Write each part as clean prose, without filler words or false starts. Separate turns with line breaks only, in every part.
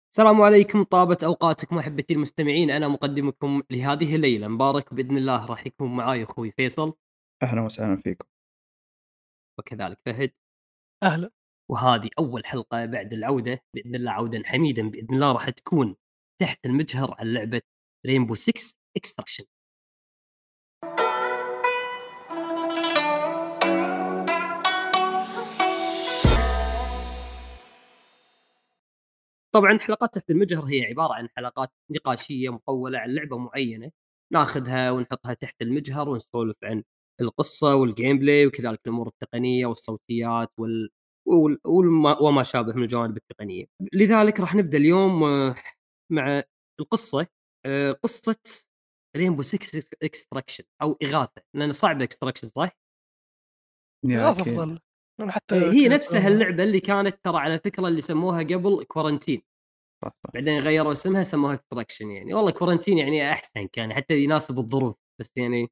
السلام عليكم، طابت أوقاتكم أحبتي المستمعين، أنا مقدمكم لهذه الليلة، مبارك بإذن الله راح يكون معاي أخوي فيصل
أهلا وسهلا فيكم.
وكذلك فهد،
أهلًا.
وهذه أول حلقة بعد العودة بإذن الله عودًا حميدًا بإذن الله راح تكون تحت المجهر عن لعبة Rainbow Six Extraction. طبعًا حلقات تحت المجهر هي عبارة عن حلقات نقاشية مطولة عن لعبة معينة، ناخذها ونحطها تحت المجهر ونسولف عن القصة والgameplay وكذلك الأمور التقنية والصوتيات وما شابه من الجوانب التقنية. لذلك راح نبدأ اليوم مع القصة، قصة Rainbow Six Extraction أو إغاثة، لأن صعب Extraction صح؟
يا
إغاثة
أكيد.
أفضل، لأن حتى
هي نفسها اللعبة اللي كانت ترى على فكرة اللي سموها قبل Quarantine.
صح صح.
بعدين غيّروا اسمها سموها Extraction يعني، والله كورنتين يعني أحسن كان حتى يناسب الظروف، بس يعني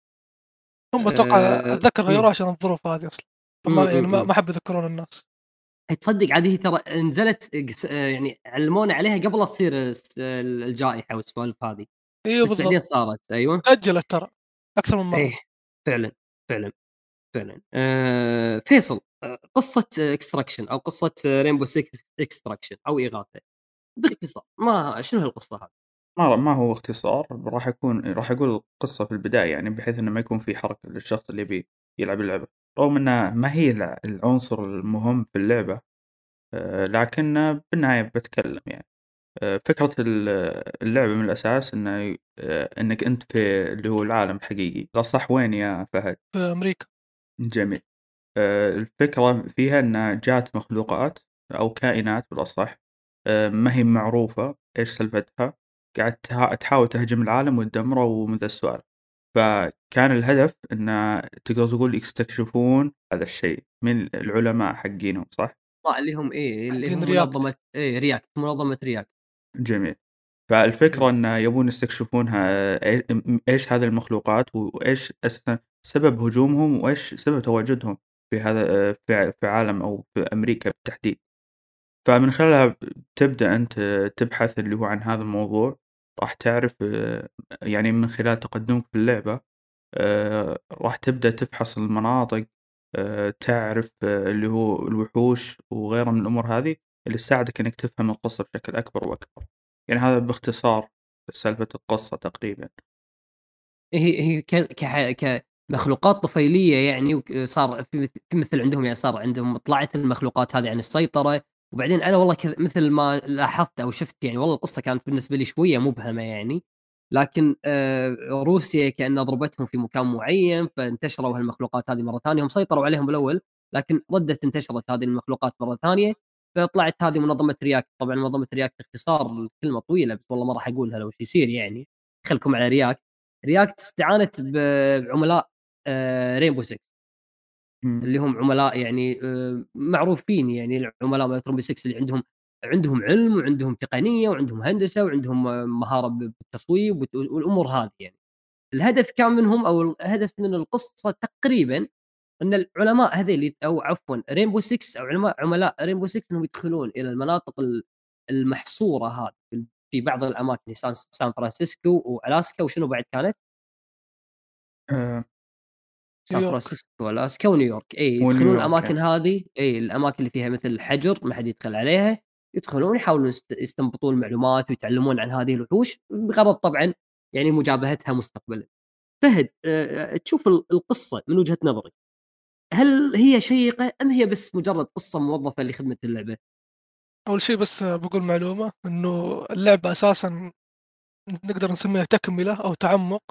هم أتوقع أتذكر
إمم،
غيروها عشان الظروف هذه أصلًا،
إمم،
فما يعني
إمم،
ما
إمم.
حبوا يذكرون الناس.
تصدق عاد هي ترى نزلت يعني علمونا عليها قبل لا تصير الجائحة والسوالف هذه،
أيوه
بس بعدين
بالضبط،
صارت أيوه،
تأجلت ترى أكثر من مرة.
إيه فعلًا، فعلًا، فعلًا. فيصل، قصة Extraction أو قصة Rainbow Six Extraction أو إغاثة باختصار شنو هي القصة هذه؟
ما هو اختصار، راح أقول القصة في البداية يعني بحيث إنه ما يكون في حرق للشخص اللي يبي يلعب اللعبة، رغم إنها ما هي العنصر المهم في اللعبة. لكن بالنهاية بتكلم يعني. فكرة اللعبة من الأساس إنه إنك أنت في اللي هو العالم الحقيقي، لا صح وين يا فهد؟
في أمريكا.
جميل. الفكرة فيها إن جات مخلوقات أو كائنات بالأصح، ما هي معروفة إيش سالفتها، قاعد تحاول تهجم العالم وتدمره ومن ذا السوالف، فكان الهدف إنه تقدر تقول يستكشفون هذا الشيء من العلماء حقينهم صح؟
اللي هم اللي
حقين
هم منظمة
React.
React، منظمة React.
جميل.
إمم.
فالفكرة إنه يبون يستكشفونها، إيش هذه المخلوقات وإيش أصلًا سبب هجومهم وإيش سبب تواجدهم في هذا، في عالم أو في أمريكا بالتحديد. فمن خلالها تبدأ أنت تبحث اللي هو عن هذا الموضوع، راح تعرف يعني من خلال تقدمك في اللعبة، راح تبدأ تفحص المناطق، تعرف اللي هو الوحوش وغيرها من الأمور هذه، اللي تساعدك إنك تفهم القصة بشكل أكبر وأكبر. يعني هذا باختصار سالفة القصة تقريبًا.
هي كمخلوقات طفيلية يعني صار في مثل عندهم يعني صار عندهم طلعت المخلوقات هذه عن السيطرة، وبعدين أنا والله مثل ما لاحظت أو شُفت يعني والله القصة كانت بالنسبة لي شوية مبهمة يعني، لكن روسيا كأنها ضربتهم في مكان معيّن، فانتشروا هالمخلوقات هذه مرة ثانية، هم سيطروا عليهم بالأول، لكن ردّت انتشرت هذه المخلوقات مرة ثانية، فطلعت هذه منظمة رياكت. طبعًا منظمة رياكت اختصار لكلمة طويلة بس والله ما راح أقولها لو إيش يصير يعني، خلكم على رياكت. رياكت استعانت بعملاء Rainbow Six
إمم.
اللي هم عملاء يعني معروفين يعني العملاء مالة Rainbow Six اللي عندهم علم وعندهم تقنية وعندهم هندسة وعندهم مهارة بالتصويب والأمور هذه يعني. الهدف كان منهم أو الهدف من القصة تقريبًا أن العلماء هذيل أو عفوًا Rainbow Six أو عملاء Rainbow Six إنهم يدخلون إلى المناطق المحصورة هذه في بعض الأماكن سان فرانسيسكو وألاسكا وشنو بعد كانت؟
آآ
سان
نيويورك.
فرانسيسكو والاسكا ونيويورك، يدخلون
ونيويورك
الأماكن
يعني.
هذه، الأماكن اللي فيها مثل حجر ما حد يدخل عليها، يدخلون يحاولون يستنبطون معلومات ويتعلمون عن هذه الوحوش، بغرض طبعًا يعني مجابهتها مستقبلًا. فهد، تشوف القصة من وجهة نظرك، هل هي شيقة أم هي بس مجرد قصة موظفة لخدمة اللعبة؟
أول شيء بس باقول معلومة إنه اللعبة أساسًا نقدر نسميها تكملة أو تعمُّق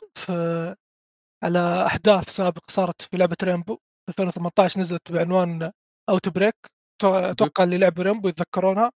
على أحداث سابقة صارت في لعبة ريمبو. 2018 نزلت بعنوان Outbreak.
اهم،
أتوقع اللي لعبوا ريمبو يتذكرونها.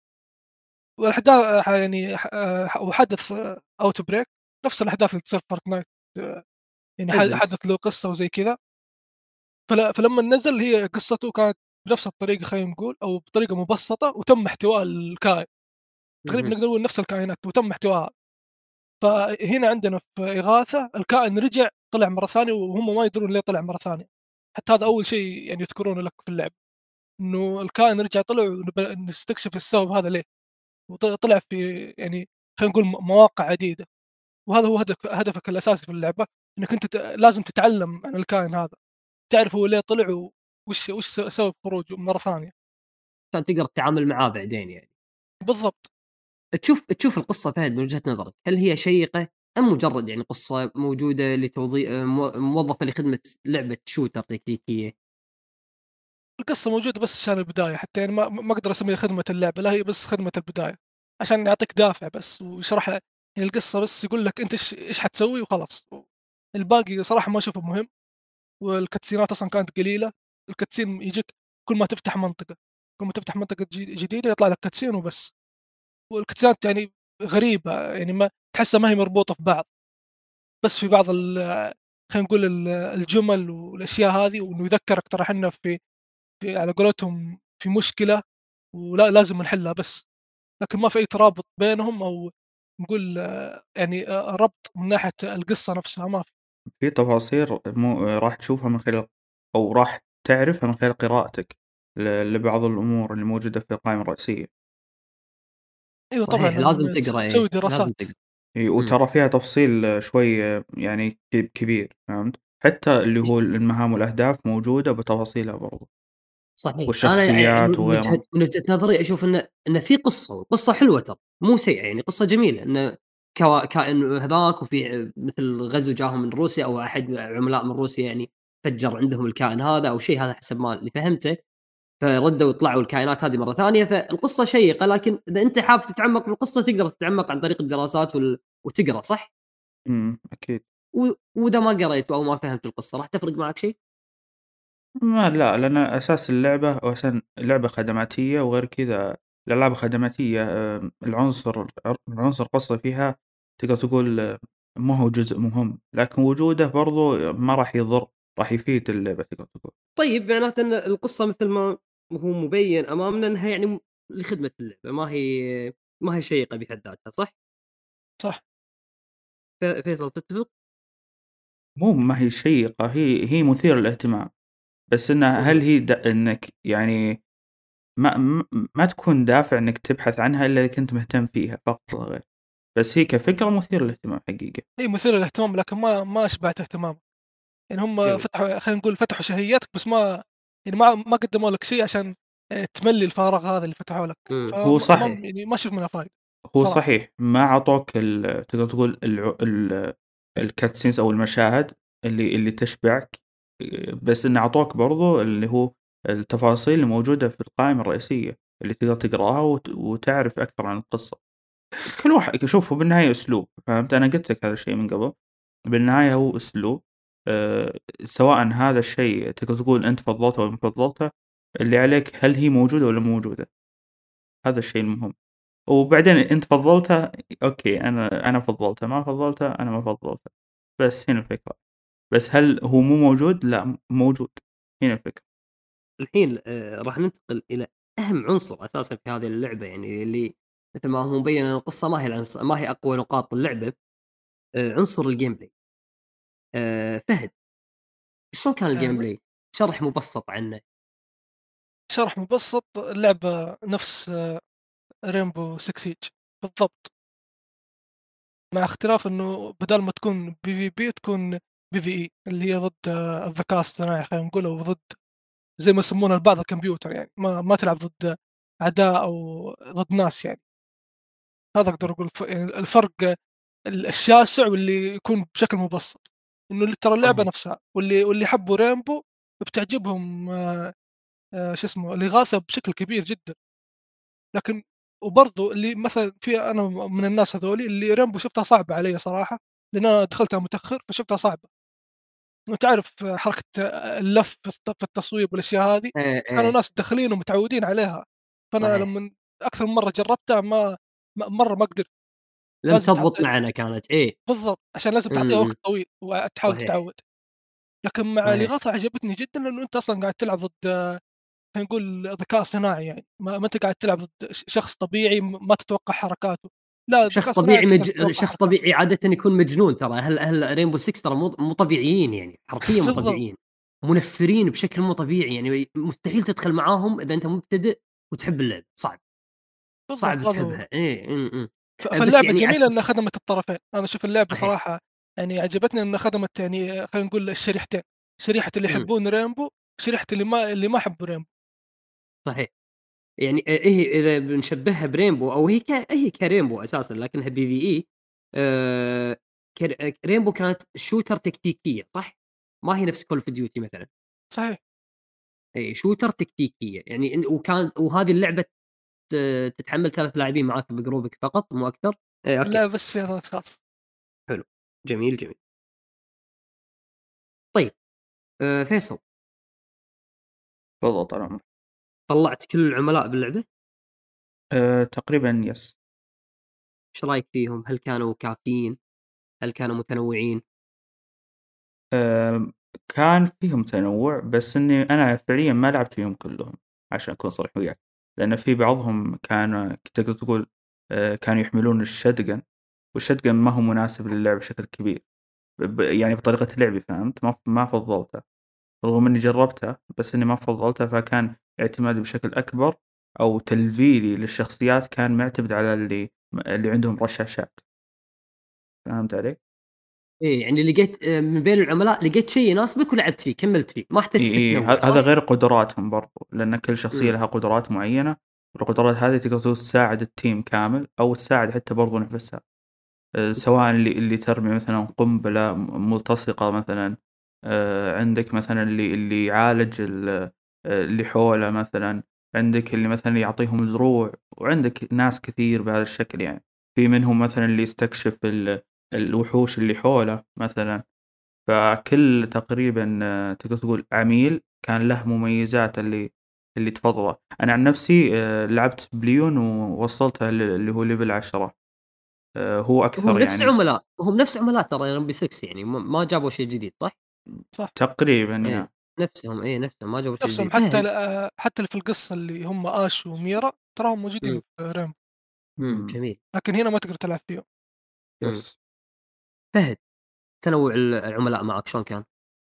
يعني وحدث Outbreak نفس الأحداث اللي تصير في Fortnite. يعني
فهمت،
حدث له قصة وزي كذا. فلمّا نزل هي قصته كانت بنفس الطريقة خلينا نقول أو بطريقة مبسطة وتم احتواء الكائن. تقريبًا
اهم،
نقدر نقول نفس الكائنات وتم احتواها. فهنا عندنا في إغاثة الكائن رجع طلع مرة ثانية وهم ما يدرون ليه طلع مرة ثانية. حتى هذا أول شيء يعني يذكرونه لك في اللعبة، إنه الكائن رجع طلع نستكشف السبب هذا ليه. طلع في يعني خلينا نقول مواقع عديدة، وهذا هو هدفك الأساسي في اللعبة، إنك أنت لازم تتعلم عن الكائن هذا، تعرف هو ليه طلع وش سبب خروجه مرة ثانية.
عشان تقدر تتعامل معاه بعدين يعني.
بالضبط.
تشوف القصة فهد من وجهة نظرك، هل هي شيقة أم مجرد يعني قصة موجودة موظفة لخدمة لعبة شوتر تكتيكية؟
القصة موجودة بس عشان البداية، حتى يعني ما أقدر أسميها خدمة اللعبة، لا هي بس خدمة البداية، عشان يعطيك دافع بس ويشرح لك يعني القصة، بس يقول لك أنت إيش حتسوي وخلاص، الباقي صراحة ما أشوفه مهم. والكاتسينات أصلًا كانت قليلة، الكاتسين يجيك كل ما تفتح منطقة، كل ما تفتح منطقة جديدة يطلع لك كاتسين وبس، والكاتسينات يعني غريبة، يعني ما تحسها ما هي مربوطة في بعض، بس في بعض خلينا نقول الجمل والأشياء هذه، وإنه يذكّرك ترى إحنا في على قولتهم في مشكلة لازم نحلها بس، لكن ما في أي ترابط بينهم، أو نقول يعني ربط من ناحية القصة نفسها ما في.
في تفاصيل راح تشوفها من خلال أو راح تعرفها من خلال قراءتك لبعض الأمور اللي موجودة في القائمة الرئيسية.
أيوه طبعًا
صحيح لازم
لمّن
تقرا
تسوي
لازم
دراسات.
تقرا. إمم.
وترى فيها تفصيل شوي يعني كبير، فهمت؟ حتى اللي هو المهام والأهداف موجودة بتفاصيلها برضه،
صحيح. أنا
والشخصيات وغيرها.
من وجهة نظري أشوف إن في قصة، وقصة حلوة ترى، مو سيئة يعني قصة جميلة، إن كائن هذاك وفي مثل غزو جاهم من روسيا أو أحد عملاء من روسيا يعني فجّر عندهم الكائن هذا أو شيء، هذا حسب ما اللي فهمته، فردّوا وطلعوا الكائنات هذه مرة ثانية، فالقصة شيقة، لكن إذا أنت حابب تتعمق بالقصة تقدر تتعمق عن طريق الدراسات وتقرا صح؟
أكيد.
وإذا ما قريت أو ما فهمت القصة راح تفرق معك شيء؟
ما لا، لأن أساس اللعبة هو لعبة خدماتية، وغير كذا الألعاب الخدماتية العنصر القصة فيها تقدر تقول ما هو جزء مهم، لكن وجوده برضه ما راح يضر، راح يفيد اللعبة تقدر تقول.
طيب معناته إن القصة مثل ما هو مبين أمامنا أنها يعني لخدمة اللعبة، ما هي شيقة بحد ذاتها، صح؟
صح.
فيصل تتفق؟
مو ما هي شيقة، هي مثيرة للاهتمام، بس إنها
اهم.
هل هي إنك يعني ما تكون دافع إنك تبحث عنها إلا إذا كنت مهتم فيها فقط لا غير، بس هي كفكرة مثيرة للاهتمام حقيقة.
هي مثيرة للاهتمام لكن ما أشبعت اهتمامك، يعني هم
جميل.
فتحوا خلينا نقول فتحوا شهيتك بس ما يعني ما قدموا لك شيء عشان تملي الفراغ هذا اللي فتحوه لك،
هو
ما
صحيح.
يعني ما أشوف منها فايدة
هو
صراحة.
صحيح ما عطوك تقدر تقول الcut scenes أو المشاهد اللي تشبعك، بس إن عطوك برضه اللي هو التفاصيل الموجودة في القائمة الرئيسية، اللي تقدر تقراها وتعرف أكثر عن القصة. كل واحد شوف، هو بالنهاية أسلوب، فهمت؟ أنا قُلت لك هذا الشيء من قبل، بالنهاية هو أسلوب، سواء هذا الشيء تقدر تقول أنت فضّلته والّا ما فضّلته، اللي عليك هل هي موجودة والّا مو موجودة، هذا الشيء المهم. وبعدين أنت فضّلته، أوكي، أنا فضّلته، ما فضّلته أنا ما فضّلته، بس هنا الفكرة. بس هل هو مو موجود؟ لأ، موجود، هنا الفكرة.
الحين راح ننتقل إلى أهم عنصر أساسًا في هذه اللعبة، يعني اللي مثل ما هو مبين أن القصة ما هي أقوى نقاط اللعبة، عنصر الgameplay. فهد، شلون كان
أيوه.
الgameplay؟ شرح مبسّط عنه.
شرح مبسط، اللعبة نفس Rainbow Six Siege بالضبط، مع اختلاف إنه بدال ما تكون PVP تكون PVE اللي هي ضد الذكاء الاصطناعي خلينا نقول، أو ضد زي ما يسمونها البعض الكمبيوتر، يعني ما تلعب ضد أعداء أو ضد ناس يعني. هذا أقدر أقول يعني الفرق الشاسع واللي يكون بشكل مبسّط، إنه ترى اللعبة
صحيح.
نفسها، واللي حبّوا ريمبو بتعجبهم شو اسمه الإغاثة بشكل كبير جدًا، لكن وبرضه اللي مثلًا أنا من الناس هذولي اللي ريمبو شُفتها صعبة عليّا صراحة، لإن أنا دخلتها متأخر فشُفتها صعبة، وأنت عارف حركة اللَف في التصويب والأشياء هذه،
إيه،
كانوا
إيه.
ناس داخلين ومتعودين عليها، فأنا
صحيح.
لمّن أكثر من مرّة جرّبتها مرّة ما قدرت،
لم
لازم
تضبط معنا كانت، إيه.
بالضبط، عشان لازم
إمم،
تعطيها
إمم.
وقت طويل وتحاول
صحيح.
تتعود. لكن مع
صحيح.
الإغاثة عجبتني جدًا لإنه أنت أصلًا قاعد تلعب ضد خلينا نقول ذكاء صناعي يعني، ما أنت قاعد تلعب ضد شخص طبيعي ما تتوقع حركاته، لا الذكاء الصناعي تقدر تتوقع
شخص
حركاته.
طبيعي عادةً يكون مجنون ترى، أهل Rainbow Six ترى مو طبيعيين يعني، حرفيًا مو
بالضبط.
طبيعيين، منفّرين بشكل مو طبيعي، يعني مستحيل تدخل معاهم إذا أنت مبتدئ وتحب اللعبة، صعب. صعب
بالضبط هذا هو.
تفهمها. إيه، بس
فاللعبة
يعني على
جميلة إنها
أساس
خدمت الطرفين، أنا أشوف اللعبة
صحيح.
صراحة يعني عجبتني إنها خدمت يعني خلينا نقول الشريحتين، شريحة اللي
إمم،
يحبون رينبو، شريحة اللي ما يحبوا رينبو.
صحيح. يعني هي إذا بنشبّهها برينبو أو هي كرينبو أساسًا لكنها PVE. رينبو كانت shooter تكتيكية صح؟ ما هي نفس Call of Duty مثلًا.
صحيح.
shooter تكتيكية يعني وهذه اللعبة ت تتحمّل 3 لاعبين معاك بجروبك فقط مو أكثر؟ أوكي،
اللعبة بس فيها 3 أشخاص.
حلو، جميل. طيب فيصل،
تفضل طال عمرك.
طلّعت كل العملاء باللعبة؟
تقريبًا يس.
إيش رأيك فيهم؟ هل كانوا كافيين؟ هل كانوا متنوعين؟
آمم، كان فيهم تنوُّع، بس إني أنا فعليًا ما لعبت فيهم كلّهم عشان أكون صريح وياك، لأن في بعضهم كان تقدر تقول كانوا يحملون الshotgun والshotgun ما هو مناسب للعب بشكل كبير، يعني بطريقة لعبي فهمت؟ ما فضّلته، رغم إني جرّبته بس إني ما فضّلته، فكان اعتمادي بشكل أكبر أو تلفيلي للشخصيات كان معتمد على اللي عندهم رشاشات، فهمت علي؟
إيه، يعني لقيت من بين العملاء لقيت شيء يناسبك ولعبت فيه، كمّلت فيه، ما احتجت تنوّع
هذا
صح؟
غير قدراتهم برضه، لأن كل شخصية
إمم،
لها قدرات معيّنة، والقدرات هذه تقدر تقول تساعد الteam كامل أو تساعد حتى برضه نفسها، سواء اللي ترمي مثلًا قنبلة ملتصقة مثلًا، عندك مثلًا اللي يعالج اللي حوله مثلًا، عندك اللي مثلًا يعطيهم دروع، وعندك ناس كثير بهذا الشكل يعني، في منهم مثلًا اللي يستكشف الوحوش اللي حوله مثلًا. فكل تقريبًا تقدر تقول عميل كان له مميزاته اللي تفضّله. أنا عن نفسي لعبت بليون ووصّلته اللي هو level 10. هو أكثر يعني
وهم نفس عملاء ترى رمبي 6 يعني ما جابوا شيء جديد صح؟
صح.
تقريبًا
إيه،
نعم.
نفسهم ما جابوا شيء
نفسهم
جديد.
حتى
فهد.
حتى اللي في القصة اللي هم آش وميرا تراهم موجودين
إمم،
في رينبو،
إمم،
جميل.
لكن هنا ما تقدر تلعب فيهم.
إمم،
يس.
فهد، تنوع العملاء معك شلون كان؟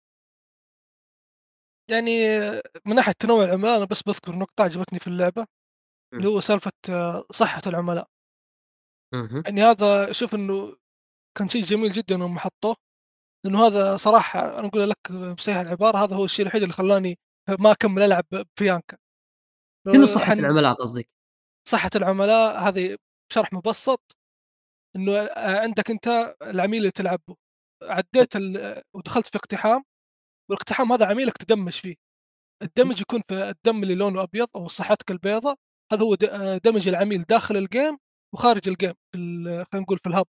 يعني من ناحية تنوع العملاء أنا بس باذكر نقطة عجبتني في اللعبة،
إمم،
اللي هو سالفة صحة العملاء.
اهم،
يعني هذا أشوف إنه كان شيء جميل جدًا إنهم حطوه، لأنه هذا صراحة أنا أقول لك بصحيح العبارة هذا هو الشيء الوحيد اللي خلّاني ما أكمّل ألعب ببيانكا.
شنو
لو
صحة العملاء قصدك؟
صحة العملاء هذه بشرح مبسّط إنه عندك أنت العميل اللي تلعب به،
طيب.
عدّيت ودخلت في اقتحام، والاقتحام هذا عميلك تدمّج فيه، الدمج يكون في الدم اللي لونه أبيض أو صحتك البيضا، هذا هو دمج العميل داخل الgame وخارج الgame خلينا نقول في الhub.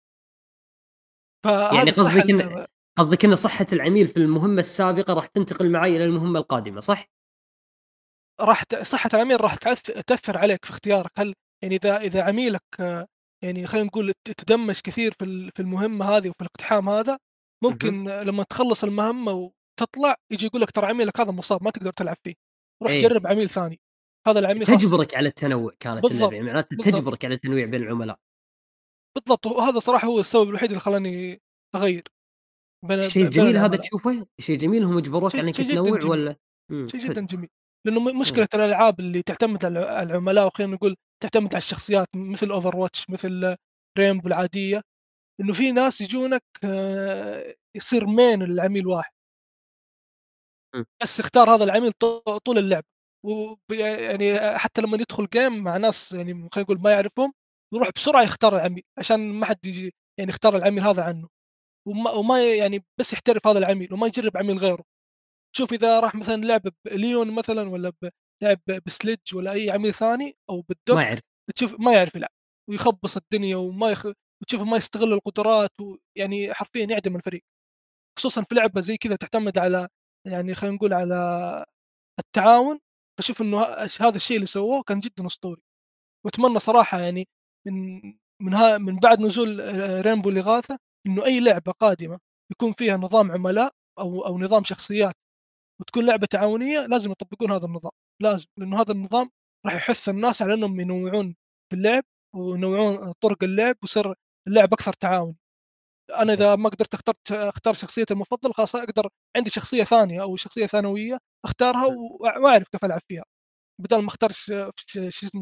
يعني
فهذه الصحة
قصدك إن صحة العميل في المهمة السابقة راح تنتقل معاي إلى المهمة القادمة صح؟
صحة العميل راح تأثّر عليك في اختيارك، هل يعني إذا عميلك يعني خلينا نقول تدمّج كثير في المهمة هذه وفي الاقتحام هذا،
اهم،
ممكن لمّا تخلّص المهمة وتطلع ييجي يقول لك ترى عميلك هذا مصاب ما تقدر تلعب فيه، روح
إيه،
جرّب عميل ثاني، هذا العميل خلاص
تجبرك على التنوع كانت اللعبة، يعني
بالضبط.
معناته
بالضبط.
تجبرك على التنويع بين العملاء.
وهذا صراحة هو السبب الوحيد اللي خلّاني أغيّر
شيء
بين
جميل هذا
العملاء.
تشوفه؟ شيء جميل هم جبروك على إنك
شيء جدًا
تنوع
جميل.
والّا؟
شيء
حلو.
جدًا جميل، لأنه
إمم،
مشكلة الألعاب اللي تعتمد على العملاء وخلينا نقول تعتمد على الشخصيات مثل Overwatch مثل Rainbow العادية، إنه في ناس يجونك يصير main العميل واحد،
إمم،
بس يختار هذا العميل طول اللعبة، يعني حتى لمّا يدخل game مع ناس يعني خلينا نقول ما يعرفهم، يروح بسرعة يختار العميل عشان ما حد ييجي يعني يختار العميل هذا عنه، وما يعني بس يحترف هذا العميل وما يجرب عميل غيره. شوف إذا راح مثلًا لعب بليون مثلًا والّا لعب بسليدج والّا أي عميل ثاني أو
ما
بالدوك،
يعرف.
تشوف ما يعرف يلعب ويخبّص الدنيا وتشوفه ما يستغل القدرات ويعني حرفيًا يعدم الفريق، خصوصًا في لعبة زي كذا تعتمد على يعني خلينا نقول على التعاون، فاشوف إنه هذا الشيء اللي سووه كان جدًا أسطوري، وأتمنى صراحة يعني من من بعد نزول رينبو الإغاثة إنه أي لعبة قادمة يكون فيها نظام عملاء أو نظام شخصيات وتكون لعبة تعاونية لازم يطبقون هذا النظام، لازم، لأنه هذا النظام راح يحث الناس على إنهم ينوعون في اللعب، وينوعون طرق اللعب، ويصير اللعب أكثر تعاون. أنا
صحيح.
إذا ما قدرت أختار شخصيتي المفضلة خلاص أقدر عندي شخصية ثانية أو شخصية ثانوية أختارها
إمم،
وأعرف كيف ألعب فيها، بدال ما أختار شو اسمه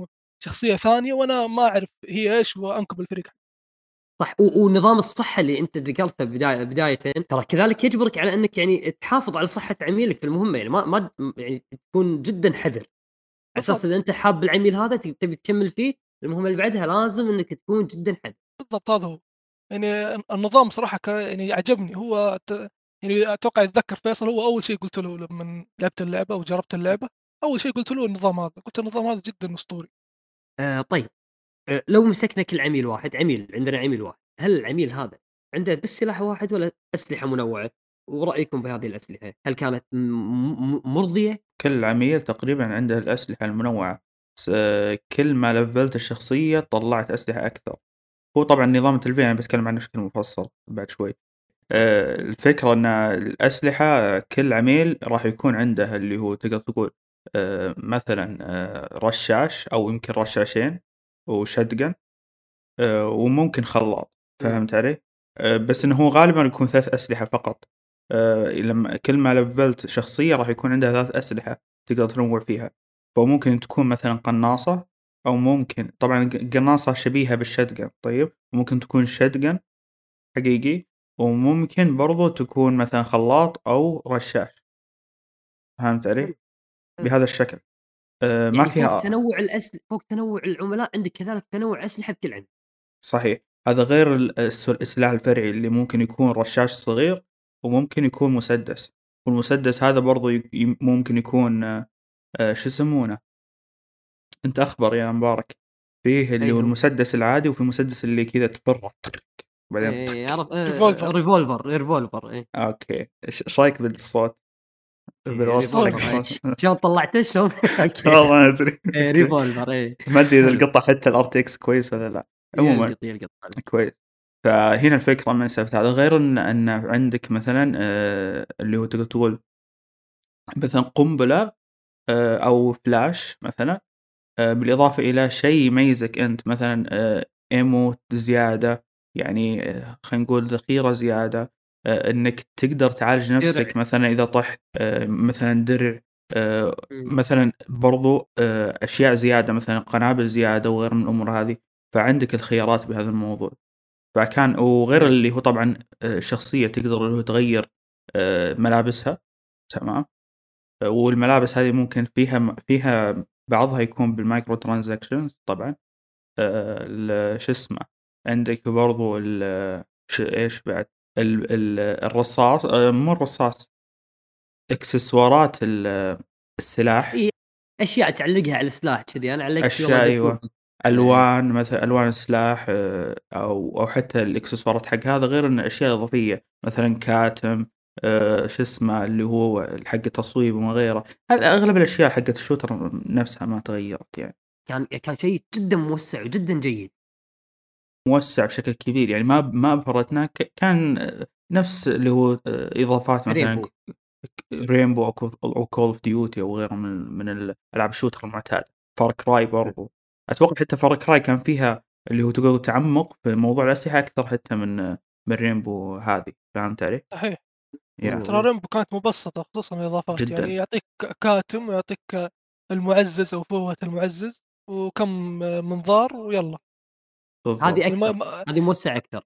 شخصية ثانية وأنا ما أعرف هي إيش وأنقذ الفريق.
صح، ونظام الصحة اللي أنت ذكرته بدايةً، ترى كذلك يجبرك على إنك يعني تحافظ على صحة عميلك في المهمة، يعني ما يعني تكون جدًا حذر، على أساس
بالضبط،
إذا أنت حاب العميل هذا تبي تكمل فيه، المهمة اللي بعدها لازم إنك تكون جدًا حذر.
بالضبط هذا هو. يعني النظام صراحة يعني عجبني. هو يعني أتوقع يتذكر فيصل، هو أول شيء قُلت له لمن لعبت اللعبة وجربت اللعبة، أول شيء قُلت له النظام هذا، قُلت النظام هذا جدًا أسطوري.
طيب، لو مسكنا كل عميل واحد، عندنا عميل واحد، هل العميل هذا عنده بس سلاح واحد والّا أسلحة منوعة؟ ورأيكم بهذه الأسلحة، هل كانت مرضية؟
كل عميل تقريبًا عنده الأسلحة المنوعة، كل ما لفّلت الشخصية طلّعت أسلحة أكثر. هو طبعًا نظام التلفيل أنا باتكلم عنه بشكل مفصل بعد شوي.
تفضل.
الفكرة إن الأسلحة كل عميل راح يكون عنده اللي هو تقدر تقول مثلًا رشاش أو يمكن رشاشين وshotgun وممكن خلاط،
إمم،
فهمت علي؟ بس
إمم،
إنه هو غالبًا يكون 3 أسلحة فقط. لمّا كل ما لفّلت شخصية راح يكون عندها 3 أسلحة تقدر تنوّع فيها، فممكن تكون مثلًا قناصة أو ممكن طبعًا قناصة شبيهة بالshotgun طيب، وممكن تكون shotgun حقيقي، وممكن برضه تكون مثلًا خلاط أو رشاش، فهمت
حلو،
علي؟
حلو.
بهذا الشكل. ما
يعني فوق
فيها
تنوع فوق تنوع العملاء عندك كذلك تنوع أسلحة بكل عميل.
صحيح، هذا غير السلاح الفرعي اللي ممكن يكون رشاش صغير، وممكن يكون مسدس، والمسدس هذا برضه ممكن يكون شو يسمونه؟ أنت أخبر يا مبارك، فيه اللي هو
أيهم.
المسدس العادي وفي المسدس اللي كذا تفرّغ بعدين
عرف
revolver.
revolver
أوكي، إيش رأيك بالصوت؟ بالوصف حق
revolver
revolver.
إيه،
الصوت؟
شلون طلعته شلون أوكي،
والله ما أدري أوكي،
revolver إيه،
ما أدري إذا
حلو،
القطة حتى الRTX كويس والّا لأ، عمومًا
يلقط عليه.
كويس. فهنا الفكرة من سالفة هذا، غير إن عندك مثلًا اللي هو تقدر تقول مثلًا قنبلة أو فلاش مثلًا، بالإضافة إلى شيء يميزك أنت مثلًا ammo زيادة، يعني خلينا نقول ذخيرة زيادة، إنك تقدر تعالج
درع.
نفسك مثلًا إذا طحت، مثلًا درع،
إمم،
مثلًا برضه أشياء زيادة مثلًا قنابل زيادة وغيره من الأمور هذه، فعندك الخيارات بهذا الموضوع. وغير
حلو،
اللي هو طبعًا الشخصية تقدر اللي هو تغيّر ملابسها، تمام؟ والملابس هذه ممكن فيها بعضها يكون بالmicro transactions طبعًا. شو اسمه، عندك برضه إيش بعد؟ الرصاص، مو الرصاص، إكسسوارات السلاح.
إي أشياء تعلقها على السلاح كذي، أنا علقت والله
أشياء أيوه،
قفوز. إيه،
ألوان مثلًا ألوان السلاح، أو حتى الإكسسوارات حق هذا، غير إن أشياء إضافية مثلًا كاتم، شو اسمه اللي هو حق التصويب وما غيره، هذا أغلب الأشياء حقة الشوتر نفسها ما تغيرت يعني،
كان شيء جدًا موسّع وجدًا جيد.
موسّع بشكل كبير يعني ما بفرتنا كان نفس اللي هو إضافات مثلًا
ريمبو.
Rainbow أو Call of Duty أو غيرها من ألعاب الشوتر المعتادة. Far Cry
إمم،
برضه، أتوقع حتى Far Cry كان فيها اللي هو تقول تعمق في موضوع الأسلحة أكثر حتى من Rainbow هذه، فهمت علي؟
صحيح.
Yeah
ترى ريمبو كانت مبسطة خصوصًا الإضافات، يعني
جدًا،
يعطيك كاتم ويعطيك المُعزّز أو فوهة المُعزّز وكم منظار ويالّا.
هذه
بالضبط،
يعني ما
أكثر،
ما
هذه موسّعة أكثر.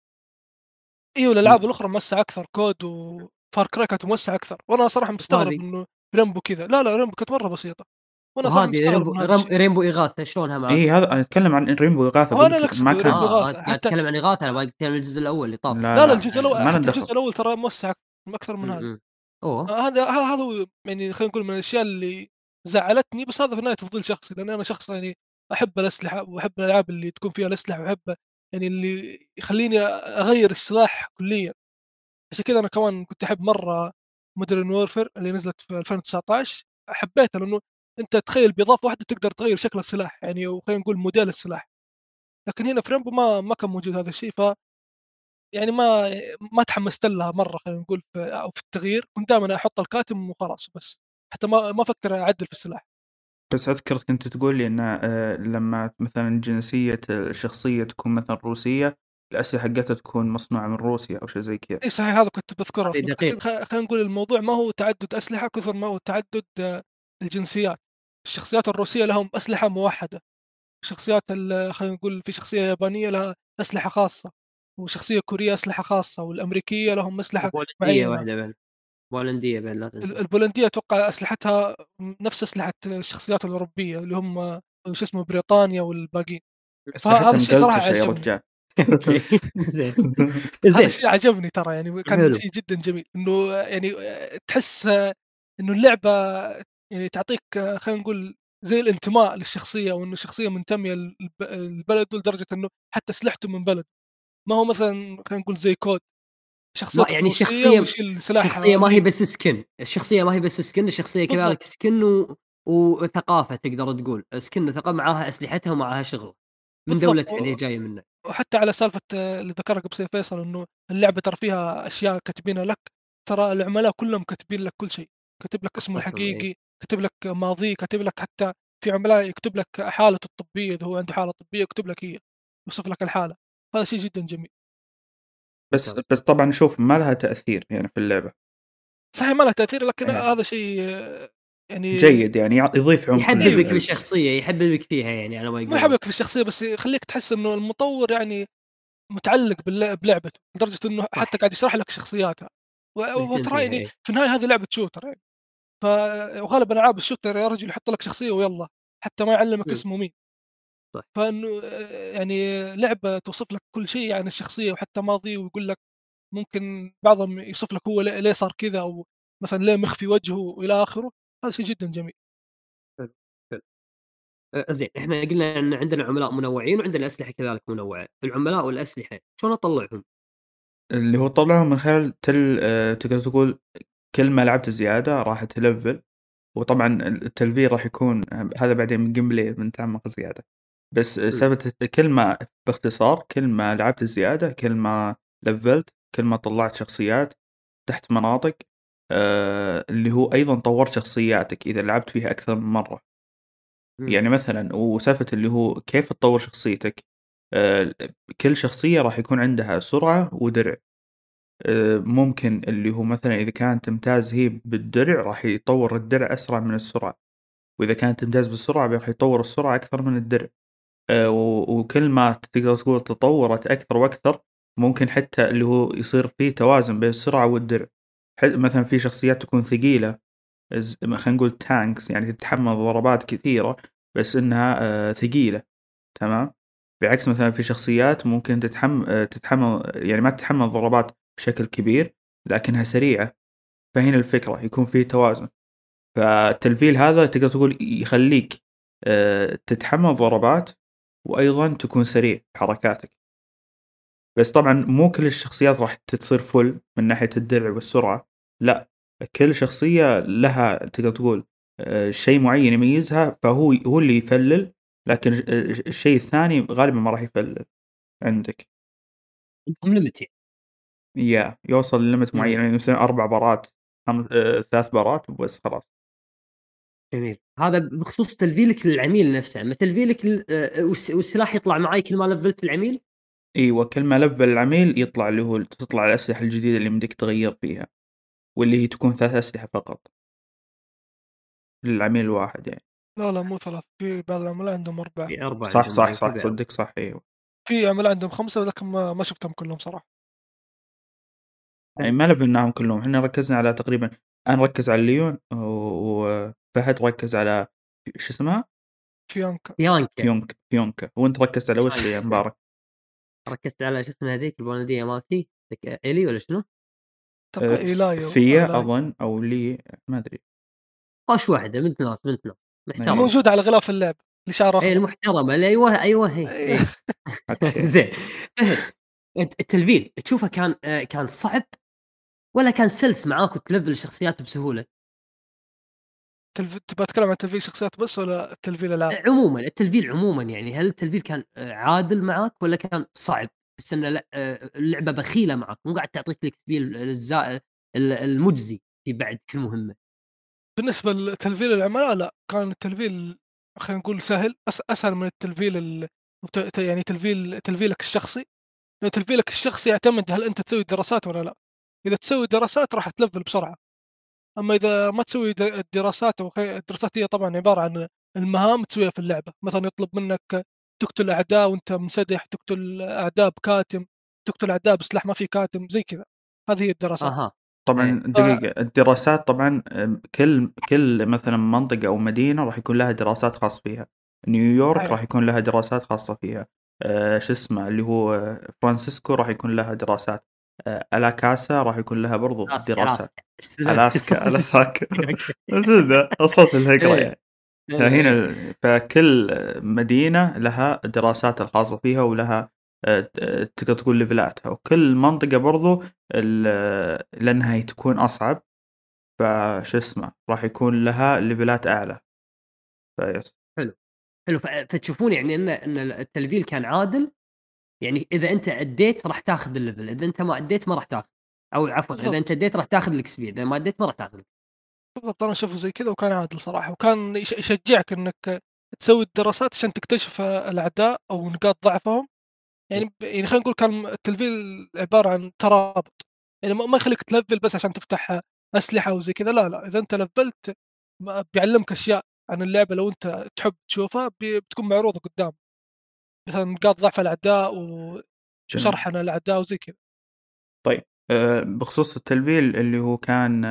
أيوه الألعاب
ل
الأخرى موسّعة أكثر، كود وفار كراي كانت موسّعة أكثر، وأنا صراحة مستغرب
وهذه
إنه ريمبو كذا. لا ريمبو كانت مرّة بسيطة، وأنا صراحة
وهذه
مستغرب من هذا الشيء.
ريمبو إغاثة شلونها
إي
معاك؟
هذا أنا أتكلم عن Rainbow إغاثة أقول
وأنا اللي
لك ما
أقصده ريمبو
كان
أنت
إغاثة
قاعد
حتى.
تتكلم عن إغاثة، أنا باقي أتكلم عن الجزء الأول اللي طاف.
لا،
لا
لا
الجزء الأول
ما له
حتى
دخل.
الجزء الأول ترى موسّع أكثر من
إمم،
هذا.
إمم. أوه!
هذا هو يعني خلينا نقول من الأشياء اللي زعّلتني، بس هذا في النهاية تفضيل شخصي، لأني أنا شخص يعني أحب الأسلحة وأحب الألعاب اللي تكون فيها الأسلحة، وأحب يعني اللي يخلّيني أغيّر السلاح كليًا. عشان كذا أنا كمان كنت أحب مرّة Modern Warfare اللي نزلت في 2019، حبيتها لأنه أنت تخيل بإضافة واحدة تقدر تغيّر شكل السلاح يعني، أو خلينا نقول موديل السلاح. لكن هنا في رامبو ما كان موجود هذا الشيء، يعني ما تحمست لها مرّة خلينا نقول أو في التغيير، كنت دائمًا أحط الكاتم وخلاص بس، حتى ما أفكر أعدل في السلاح.
بس أذكرك كنت تقول لي إن لمّا مثلًا جنسية الشخصية تكون مثلًا روسية، الأسلحة حقتها تكون مصنوعة من روسيا أو شيء زي كذا.
إي صحيح هذا كنت باذكره
هذه
أصلًا، كنت
دقيقة.
خلينا نقول الموضوع ما هو تعدُّد أسلحة كثر ما هو تعدُّد الجنسيات. الشخصيات الروسية لهم أسلحة موحّدة، شخصيات خلينا نقول في شخصية يابانية لها أسلحة خاصة، وشخصية كورية أسلحة خاصة، والأمريكية لهم أسلحة
وبولنديه
معينة.
واحده بعد، بولنديه بعد لا تنسى.
البولندية أتوقع أسلحتها نفس أسلحة الشخصيات الأوروبية اللي هم شو اسمه بريطانيا والباقيين. فهذا
أسلحتها
الشيء صراحة
مقلتشة يا
عجبني.
رجال.
اوكي زين.
هذا
زين.
الشيء عجبني ترى، يعني كان
حلو.
شيء جدًا جميل، إنه يعني تحس إنه اللعبة يعني تعطيك خلينا نقول زي الانتماء للشخصية، وإنه الشخصية منتمية لبلده لدرجة إنه حتى أسلحته من بلده، ما هو مثلًا خلينا نقول زي كود
ما
شخصيته
يعني
فروسية
الشخصيه،
ويشيل سلاح
الشخصيه ما هي
أمريكي.
بس سكن، الشخصيه ما هي بس سكن، الشخصيه
بالضبط.
كذلك سكن وثقافه، تقدر تقول سكن وثقافه معاها اسلحتها ومعاها شغله من
بالضبط.
دولتها اللي هي جايه منه.
وحتى على سالفة اللي ذكرها قبل شوي فيصل، إنه اللعبة ترى فيها أشياء كاتبينها لك، ترى العملاء كلهم كاتبين لك كل شيء، كاتب لك اسمه
قصتهم اي.
الحقيقي، كاتب لك ماضيه، كاتب لك حتى في عملاء يكتب لك حالته الطبية إذا هو عنده حالة طبية يكتب لك هي، يوصف لك الحالة. هذا شيء جدًا جميل.
بس
ممتاز.
بس طبعًا شوف ما لها تأثير يعني في اللعبة.
صحيح ما له تأثير، لكن
إيه.
هذا شيء يعني
جيد يعني يضيف عمق
أيوه.
يحببك
لل
بالشخصية، يحببك فيها يعني على ما
ما
يقولون.
يحببك في الشخصية، بس يخليك تحس إنه المطور يعني متعلق بلعبته، لدرجة إنه
صح.
حتى قاعد يشرح لك شخصياتها.
مهتم
وترى
فيها
يعني
اي.
في النهاية هذه لعبة شوتر يعني. ف وغالبًا ألعاب الشوتر يا رجل يحط لك شخصية ويالّا، حتى ما يعلّمك
مم.
اسمه مين.
صح.
فإنه يعني لعبة توصف لك كل شيء عن الشخصية وحتى ماضيه، ويقول لك ممكن بعضهم يوصف لك هو ليه صار كذا، أو مثلًا ليه مخفي وجهه وإلى آخره. هذا شيء جدًا جميل.
حلو. حلو. زين، إحنا قلنا إن عندنا عملاء منوعين وعندنا أسلحة كذلك منوعة، العملاء والأسلحة شلون أطلعهم؟
اللي هو طلعهم من خلال تقدر تقول كل ما لعبت زيادة راح تلفل، وطبعًا التلفيل راح يكون هذا بعدين من gameplay بنتعمق زيادة. بس
مم.
سالفة كل ما باختصار كل ما لعبت زيادة كل ما لفلت كل ما طلعت شخصيات تحت مناطق، اللي هو أيضًا طورت شخصياتك إذا لعبت فيها أكثر من مرة.
مم.
يعني مثلًا وسالفة اللي هو كيف تطور شخصيتك، آآ كل شخصية راح يكون عندها سرعة ودرع. ممكن اللي هو مثلًا إذا كانت تمتاز هي بالدرع راح يطوّر الدرع أسرع من السرعة، وإذا كانت تمتاز بالسرعة راح يطوّر السرعة أكثر من الدرع. وكل ما تقدر تقول تطوّرت أكثر وأكثر ممكن حتى اللي هو يصير في توازن بين السرعة والدرع. مثلًا في شخصيات تكون ثقيلة خلينا نقول tanks يعني تتحمل ضربات كثيرة بس إنها ثقيلة. تمام؟ بعكس مثلًا في شخصيات ممكن تتحمل يعني ما تتحمل ضربات بشكل كبير لكنها سريعة. فهنا الفكرة يكون في توازن. فالتلفيل هذا تقدر تقول يخلّيك تتحمل ضربات وأيضًا تكون سريع بحركاتك. بس طبعًا مو كل الشخصيات راح تصير فُل من ناحية الدرع والسرعة. لأ، كل شخصية لها تقدر تقول شيء معيّن يميزها فهو اللي يفلّل. لكن الشيء الثاني غالبًا ما راح يفلّل عندك.
عندهم ليميت يعني.
يوصل لlimit معيّن
جميل.
يعني مثلًا 4 بارات 3 بارات وبس خلاص.
جميل. هذا بخصوص تلفيلك للعميل نفسه، أما تلفيلك والسلاح يطلع معاي كل ما لفلت العميل؟
أيوه، كل ما level العميل يطلع اللي هو تطلع الأسلحة الجديدة اللي يمديك تغيّر فيها، واللي هي تكون 3 أسلحة فقط للعميل الواحد يعني.
لا، لا مو 3، في بعض العملاء عندهم 4.
في 4
صح،
عندهم
صح،
أي في
صح،
بعض.
تصدق صح أيوه.
في عملاء عندهم 5 ولكن ما شفتهم كلهم صراحة.
يعني ما levelناهم كلّهم، إحنا ركّزنا على تقريبًا أنا مركّز على ليون وفهد ركّز على شو اسمها؟
فيانكا.
بيانكا.
فيونكا، وأنت ركّزت على وش يا
بيانكا.
مبارك؟
ركزت على شو اسمها هذيك البولندية مالتي إيلي والّا شنو؟
إيلاي أو
فيا
إيلاي.
أظن أو لي ما أدري.
طاش واحدة بنت ناس، بنت ناس
أيوه،
محترمة.
موجودة على غلاف اللعبة اللي شعره
إيه
أخضر.
المحترمة أيوه، أيوه هي،
أيوه.
إيه.
أوكي.
زين. فهد، التلفيل تشوفه كان صعب والّا كان سلس معاك وتلفل الشخصيات بسهولة؟
تبغى تتكلم عن تلفيل شخصيات بس والّا تلفيل ألعاب؟
عمومًا التلفيل عمومًا يعني هل التلفيل كان عادل معاك والّا كان صعب؟ بس إنه لأ اللعبة بخيلة معاك مو قاعد تعطيك التلفيل المجزي في بعد كل مهمة.
بالنسبة لتلفيل العملاء لأ، كان التلفيل خلينا نقول سهل، أسهل من التلفيل يعني تلفيلك الشخصي. لأن تلفيلك الشخصي يعتمد هل أنت تسوي دراسات والّا لأ. إذا تسوي دراسات راح تلفل بسرعة، أما إذا ما تسوي الدراسات الدراسات هي طبعًا عبارة عن المهام تسويها في اللعبة، مثلًا يطلب منك تقتل أعداء وأنت منسدح، تقتل أعداء بكاتم، تقتل أعداء بسلاح ما فيه كاتم، زي كذا، هذه هي الدراسات.
أها،
طبعًا
إيه،
دقيقة، الدراسات طبعًا كل مثلًا منطقة أو مدينة راح يكون لها دراسات خاص فيها. نيويورك
صحيح،
راح يكون لها دراسات خاصة فيها. شو اسمه اللي هو فرانسيسكو راح يكون لها دراسات. ألاكاسا راح يكون لها برضو
ألاسكا،
دراسات.
ألاسكا، إيش سمعت
ألاسكا،
صوت
ألاساكا
أوكي،
بس ذا صوت الهجرة
إيه،
يعني.
إيه،
فهنا
إيه،
فكل مدينة لها الدراسات الخاصة فيها ولها تقدر تقول ليفلاتها، وكل منطقة برضو لأنها هي تكون أصعب، فشو اسمه راح يكون لها ليفلات أعلى. فيس.
حلو، حلو، فتشوفون يعني إن التلفيل كان عادل، يعني إذا أنت أديت راح تاخذ الlevel، إذا أنت ما أديت ما راح تاخذ، أو عفوًا إذا
بالضبط،
أنت أديت راح تاخذ الXP، إذا ما أديت ما راح تاخذ.
بالضبط، أنا أشوفه زي كذا وكان عادل صراحة، وكان يشجعك إنك تسوي الدراسات عشان تكتشف الأعداء أو نقاط ضعفهم. يعني خلينا نقول كان التلفيل عبارة عن ترابط، يعني ما يخليك تلفل بس عشان تفتح أسلحة وزي كذا، لا لا، إذا أنت لفلت بيعلمك أشياء عن اللعبة لو أنت تحب تشوفها بتكون معروضة قدام، مثلا نقاط ضعف الأعداء
جميل.
وشرح عن الأعداء وزي كذا.
طيب بخصوص التلفيل اللي هو كان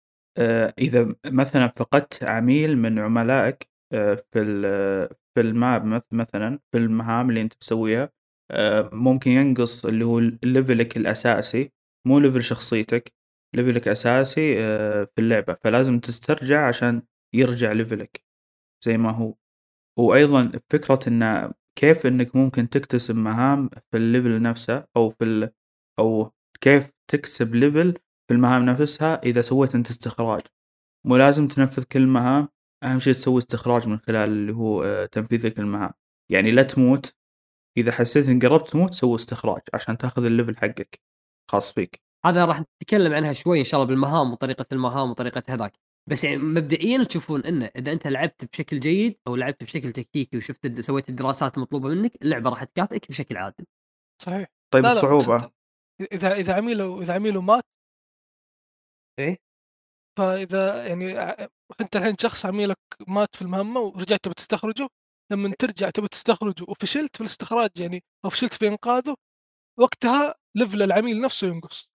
إذا مثلًا فقدت عميل من عملائك في الmap مثلًا في المهام اللي أنت تسويها، ممكن ينقص اللي هو ليفلك الأساسي، مو ليفل شخصيتك، ليفلك أساسي في اللعبة، فلازم تسترجع عشان يرجع ليفلك زي ما هو. وأيضًا فكرة إنه كيف إنك ممكن تكتسب مهام في الlevel نفسه أو كيف تكسب level في المهام نفسها إذا سويت أنت استخراج. مو لازم تنفذ كل المهام، أهم شي تسوي استخراج من خلال اللي هو تنفيذك للمهام. يعني لا تموت، إذا حسيت إن قربت تموت سوي استخراج عشان تاخذ الlevel حقك خاص فيك.
هذا راح نتكلم عنها شوي إن شاء الله بالمهام وطريقة المهام وطريقة هذاك، بس يعني مبدئيًا تشوفون إنه إذا أنت لعبت بشكل جيد أو لعبت بشكل تكتيكي وشُفت سويت الدراسات المطلوبة منك، اللعبة راح تكافئك بشكل عادل.
صحيح.
طيب
لا لا، بس أنت
الصعوبة.
إذا عميله مات،
إيه؟
فإذا يعني أنت الحين شخص عميلك مات في المهمة ورجعت تبي تستخرجه، لمن ترجع تبي تستخرجه وفشلت في الاستخراج يعني أو فشلت في إنقاذه، وقتها ليفل العميل نفسه ينقص.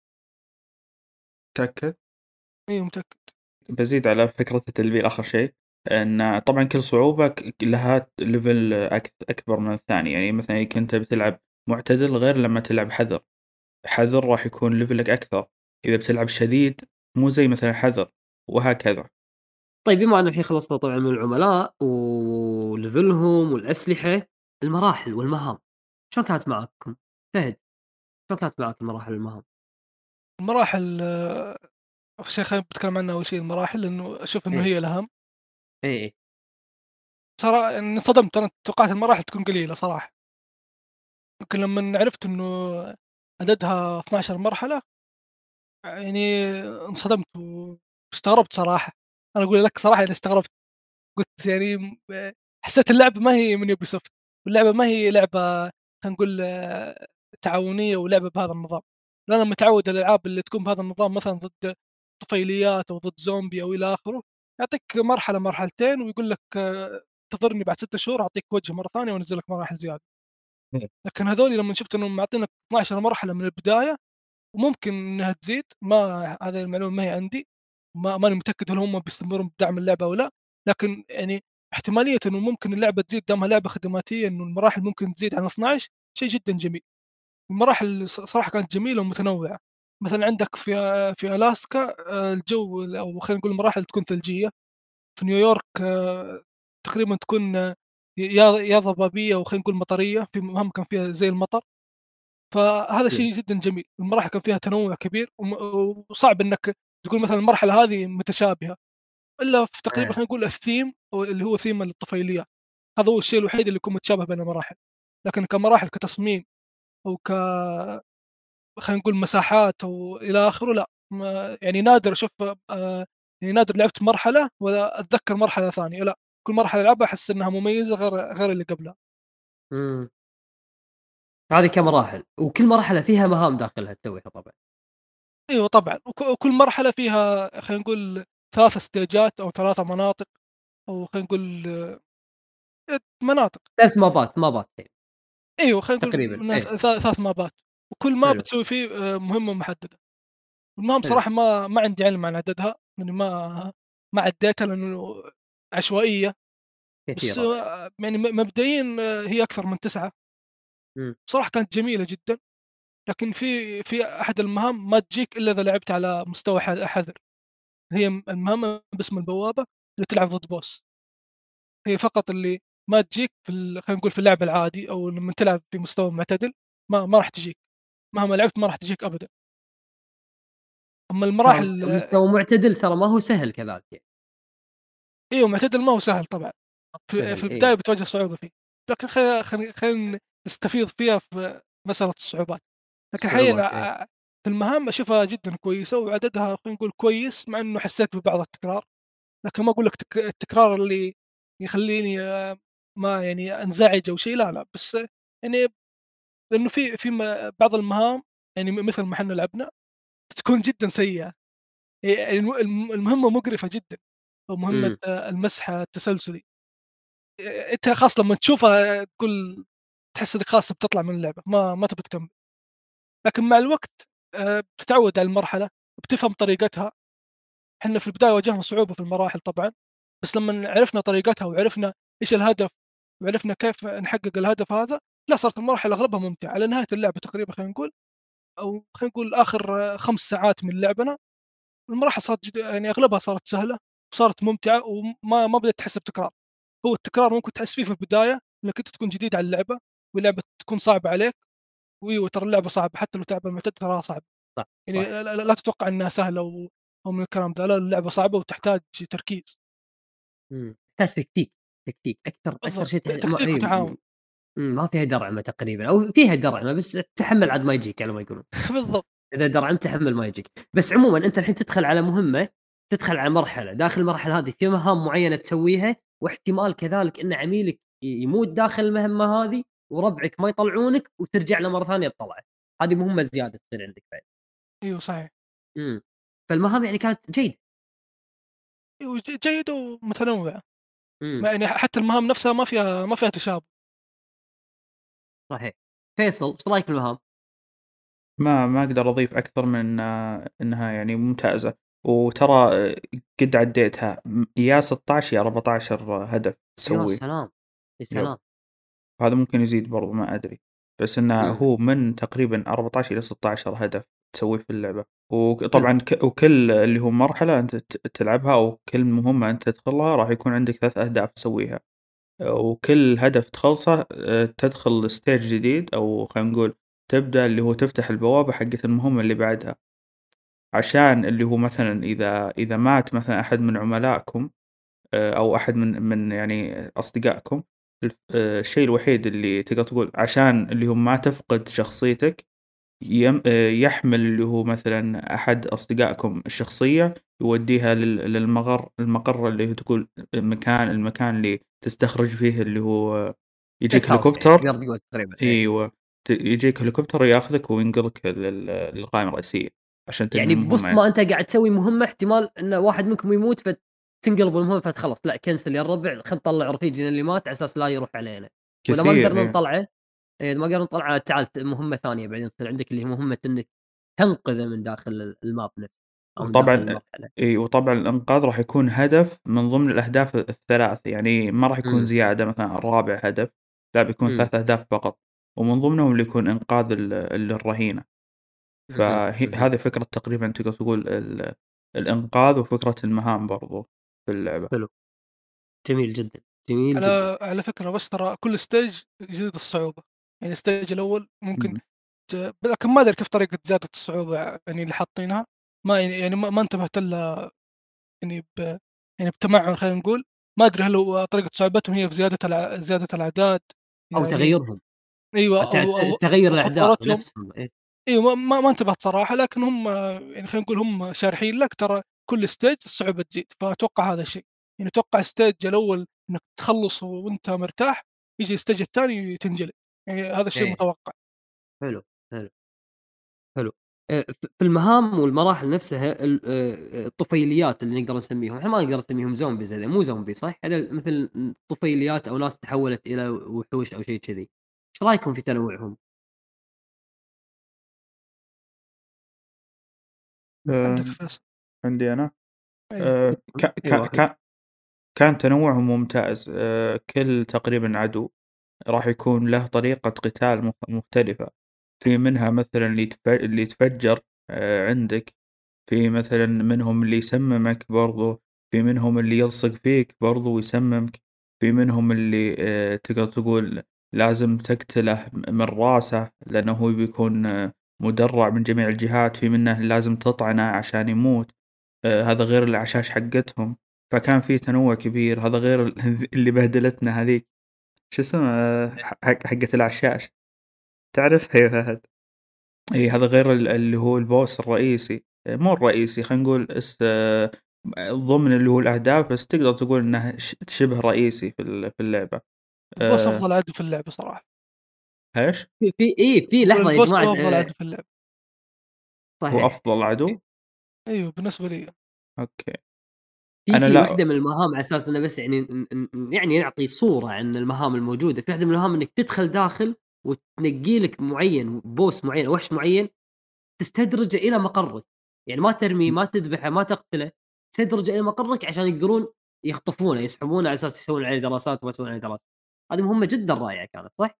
متأكد؟
إي متأكد.
بازيد على فكرة التلفيل آخر شيء، إن طبعًا كل صعوبة لها level أكبر من الثاني. يعني مثلًا إذا كنت بتلعب معتدل غير لمّا تلعب حذر. حذر راح يكون ليفلك أكثر، إذا بتلعب شديد مو زي مثلًا حذر، وهكذا.
طيب بما أن الحين خلصنا طبعًا من العملاء وليفلهم والأسلحة، المراحل والمهام، شلون كانت معاكم؟ فهد، شلون كانت معاك المراحل والمهام؟
المراحل أول شيء خلينا نتكلم عنها. أول شيء المراحل، لأنه أشوف إنه
إيه،
هي الأهم.
إيه، إيه،
يعني انصدمت، أنا توقعت المراحل تكون قليلة صراحة، لكن لمن عرفت إنه عددها 12 مرحلة، يعني انصدمت واستغربت صراحة. أنا أقول لك صراحة إني استغربت، قُلت يعني حسيت اللعبة ما هي من Ubisoft، واللعبة ما هي لعبة خلينا نقول تعاونية ولعبة بهذا النظام. لأن أنا متعود الألعاب اللي تكون بهذا النظام مثلًا ضد طفيليات أو ضد زومبي أو إلى آخره، يعطيك مرحلة مرحلتين ويقول لك انتظرني بعد 6 شهور أعطيك وجه مرة ثانية وأنزل لك مراحل زيادة.
إيه.
لكن هذولي لمن شُفت إنهم معطينك 12 مرحلة من البداية، وممكن إنها تزيد، ما هذه المعلومة ما هي عندي، ماني متأكد هل هم بيستمرون بدعم اللعبة أو لأ، لكن يعني احتمالية إنه ممكن اللعبة تزيد دامها لعبة خدماتية، إنه المراحل ممكن تزيد عن 12، شيء جدًا جميل. المراحل صراحة كانت جميلة ومتنوعة. مثلًا عندك في ألاسكا الجو أو خلينا نقول المراحل تكون ثلجية. في نيويورك تقريبًا تكون يا ضبابية أو خلينا نقول مطرية، في مهام كان فيها زي المطر. فهذا
حلو.
شيء جدًا جميل، المراحل كان فيها تنوع كبير وصعب إنك تقول مثلًا المرحلة هذه متشابهة، إلا في تقريبًا
إيه.
خلينا نقول الثيم أو اللي هو ثيم الطفيليات، هذا هو الشيء الوحيد اللي يكون متشابه بين المراحل. لكن كمراحل كتصميم أو خلينا نقول مساحات أو إلى آخره، لأ، ما يعني نادر أشوف يعني نادر لعبت مرحلة وأتذكر مرحلة ثانية، لأ، كل مرحلة ألعبها أحس إنها مميزة غير اللي قبلها.
إمم. هذه كمراحل، وكل مرحلة فيها مهام داخلها تسويها طبعًا.
أيوه طبعًا، وكل مرحلة فيها خلينا نقول 3 ستيجات أو 3 مناطق، أو خلينا نقول مناطق.
3 مابات يعني
أيوه خلينا نقول
تقريبًا،
من
إيه،
3 مابات، وكل ماب
حلو،
بتسوي فيه مهمة محددة. المهام
حلو،
صراحة ما عندي علم عن عددها، لأني ما عديتها لأنه عشوائية. بس
كثيرة،
يعني مبدئيًا هي أكثر من 9.
إمم،
بصراحة كانت جميلة جدًا. لكن في أحد المهام ما تجيك إلا إذا لعبت على مستوى حذر. هي المهمة باسم البوابة اللي تلعب ضد boss. هي فقط اللي ما تجيك خلينا نقول في اللعب العادي أو لمّا تلعب في مستوى معتدل ما راح تجيك. مهما لعبت ما راح تجيك أبدًا. أما
ترى
المراحل
مستوى معتدل ترى ما هو سهل كذلك يعني،
أيوه معتدل ما هو سهل طبعًا.
ما هو
في
سهل،
البداية
إيه،
بتواجه صعوبة فيه. لكن خلينا نستفيض فيها في مسألة الصعوبات. لكن حاليًا
الصعوبات، إيه،
في المهام أشوفها جدًا كويسة وعددها خلينا نقول كويس، مع إنه حسيت ببعض التكرار. لكن ما أقول لك التكرار اللي يخلّيني ما يعني أنزعج أو شيء، لا، لا، بس يعني لإنه في بعض المهام يعني مثل ما إحنا لعبنا تكون جدًا سيئة. المهمة مقرفة جدًا، أو مهمة
إمم،
المسح التسلسلي. أنت خلاص لمّا تشوفها تقول تحس إنك خلاص بتطلع من اللعبة، ما تبي تكمل. لكن مع الوقت بتتعود على المرحلة، بتفهم طريقتها. إحنا في البداية واجهنا صعوبة في المراحل طبعًا، بس لمّا عرفنا طريقتها وعرفنا إيش الهدف وعرفنا كيف نحقق الهدف هذا، لا صارت المراحل أغلبها ممتعة. على نهاية اللعبة تقريبًا خلينا نقول، أو خلينا نقول آخر 5 ساعات من لعبنا، المراحل صارت يعني أغلبها صارت سهلة وصارت ممتعة وما بدأت تحس بتكرار. هو التكرار ممكن تحس فيه في البداية إنك أنت تكون جديد على اللعبة واللعبة تكون صعبة عليك. وأيوه ترى اللعبة صعبة، حتى لو تلعبها معتدل تراها صعبة.
صح،
يعني
صح،
لا تتوقع إنها سهلة أو من الكلام ذا. لا، اللعبة صعبة وتحتاج تركيز.
إمم، تحتاج تكتيك، تكتيك أكثر
بالضبط،
شيء ما
تكتيك
إيه،
وتعاون.
ما فيها درعمة تقريبًا أو فيها درعمة بس تحمّل عاد ما يجيك على ما يقولون.
بالضبط.
إذا درعمت تحمّل ما يجيك، بس عمومًا أنت الحين تدخل على مهمة، تدخل على مرحلة، داخل المرحلة هذه في مهام معيّنة تسويها، واحتمال كذلك إن عميلك يموت داخل المهمة هذه، وربعك ما يطلعونك، وترجع له مرة ثانية تطلعه، هذه مهمة زيادة تصير عندك بعد.
أيوه صحيح.
إمم، فالمهام يعني كانت جيدة.
أيوه جيدة ومتنوعة.
إمم،
ما يعني حتى المهام نفسها ما فيها تشابه.
صحيح. فيصل إيش رأيك في المهام؟
ما أقدر أضيف أكثر من إنها يعني ممتازة، وترى قد عديتها يا 16 يا 14 هدف
يا
تسويه.
سلام! يا
يب.
سلام!
هذا ممكن يزيد برضه ما أدري، بس إنه
إمم،
هو من تقريبًا 14 إلى 16 هدف تسويه في اللعبة،
حلو،
وطبعًا وكل اللي هو مرحلة أنت تلعبها أو كل مهمة أنت تدخلها راح يكون عندك 3 أهداف تسويها. وكل هدف تخلصه تدخل stage جديد أو خلينا نقول تبدأ اللي هو تفتح البوابة حقة المهمة اللي بعدها، عشان اللي هو مثلًا إذا مات مثلًا أحد من عملائكم أو أحد من يعني أصدقائكم، الشيء الوحيد اللي تقدر تقول عشان اللي هو ما تفقد شخصيتك يحمل اللي هو مثلًا أحد أصدقائكم الشخصية يوديها المقر اللي هو تقول المكان اللي تستخرج فيه اللي هو
safe
يجيك
house يعني
هليكوبتر.
تقدر تقول تقريبًا، إيه.
أيوه، يجيك هليكوبتر ياخذك وينقلك للقائمة الرئيسية عشان تنهي
يعني
المهمة
بوسط
يعني.
ما أنت قاعد تسوي مهمة احتمال إن واحد منكم يموت فتنقلب المهمة فتخلص لأ كنسل يا الربع خل نطلع رفيجنا اللي مات على أساس لا يروح علينا، وإذا ما
كثير
قدرنا
إيه.
نطلعه إذا ما قدرنا نطلعه تعال مهمة ثانية بعدين تصير عندك اللي هي مهمة إنك تنقذه من داخل الماب نفسه أو من داخل
وطبعًا
المرحلة.
وطبعًا الإنقاذ راح يكون هدف من ضمن الأهداف ال3 يعني ما راح يكون
إمم،
زيادة مثلًا الرابع هدف، لأ بيكون
إمم،
3 أهداف فقط، ومن ضمنهم اللي يكون إنقاذ الرهينة.
اهم، اهم،
هذه فكرة تقريبًا تقدر تقول الإنقاذ وفكرة المهام برضه في اللعبة.
حلو، جميل جدًا، جميل جدًا،
على فكرة بس ترى كل stage يزيد الصعوبة. يعني الstage الأول ممكن
إمم.
لكن ما أدري كيف طريقة زيادة الصعوبة يعني اللي حاطينها. ما انتبهت إلا يعني يعني بتمعن خلينا نقول. ما أدري هل هو طريقة صعوبتهم هي في زيادة الأعداد
أو
يعني.
تغييرهم
أيوه
تغير
أو
الأعداء
خطورتهم.
نفسهم، إيه،
أيوه ما انتبهت صراحة. لكن هم يعني خلينا نقول هم شارحين لك ترى كل stage الصعوبة تزيد. فأتوقع هذا الشيء. يعني أتوقع الstage الأول إنك تخلّص وأنت مرتاح، ييجي الstage الثاني تنجلد. يعني هذا الشيء
إيه،
متوقع.
حلو، حلو، حلو. في المهام والمراحل نفسها الطفيليات اللي نقدر نسميهم، إحنا ما نقدر نسميهم زومبيز، هذول مو زومبي صح؟ هذول مثل طفيليات أو ناس تحولت إلى وحوش أو شيء كذي. إيش رأيكم في تنوعهم؟
عندك
آه،
فيصل.
عندي أنا.
أيوه.
ك
أي واحد.
كان تنوعهم ممتاز. كل تقريبًا عدو راح يكون له طريقة قتال مختلفة. في منها مثلًا اللي يتفجّر عندك، في مثلًا منهم اللي يسمّمك برضه، في منهم اللي يلصق فيك برضه ويسمّمك، في منهم اللي تقدر تقول لازم تقتله من راسه لأنه هو بيكون مُدرّع من جميع الجهات، في منه لازم تطعنه عشان يموت. هذا غير الأعشاش حقتهم، فكان في تنوُّع كبير. هذا غير اللي بهدلتنا هذيك، شو اسمها حقة الأعشاش، تعرفها يا فهد؟ إي هذا غير اللي هو الboss الرئيسي، مو الرئيسي خلينا نقول ضمن اللي هو الأهداف، بس تقدر تقول إنه شبه رئيسي في اللعبة.
البوس
آآ
أفضل عدو في اللعبة صراحة.
إيش؟
في
أقول
لحظة يا
البوس
جماعة
هو أفضل عدو في اللعبة.
هو
صحيح.
أفضل عدو؟
أيوه بالنسبة لي.
أوكي.
في
أنا
في
لأ.
واحدة من المهام على أساس إنه بس يعني يعني نعطي صورة عن المهام الموجودة، في واحدة من المهام إنك تدخل داخل وتنقي لك معين بوس معين أو وحش معين تستدرجه إلى مقرك، يعني ما ترميه، ما تذبحه، ما تقتله، تستدرجه إلى مقرك عشان يقدرون يخطفونه، يسحبونه على أساس يسوون عليه دراسات وما يسوون عليه دراسات. هذه مهمة جدًا رائعة كانت، صح؟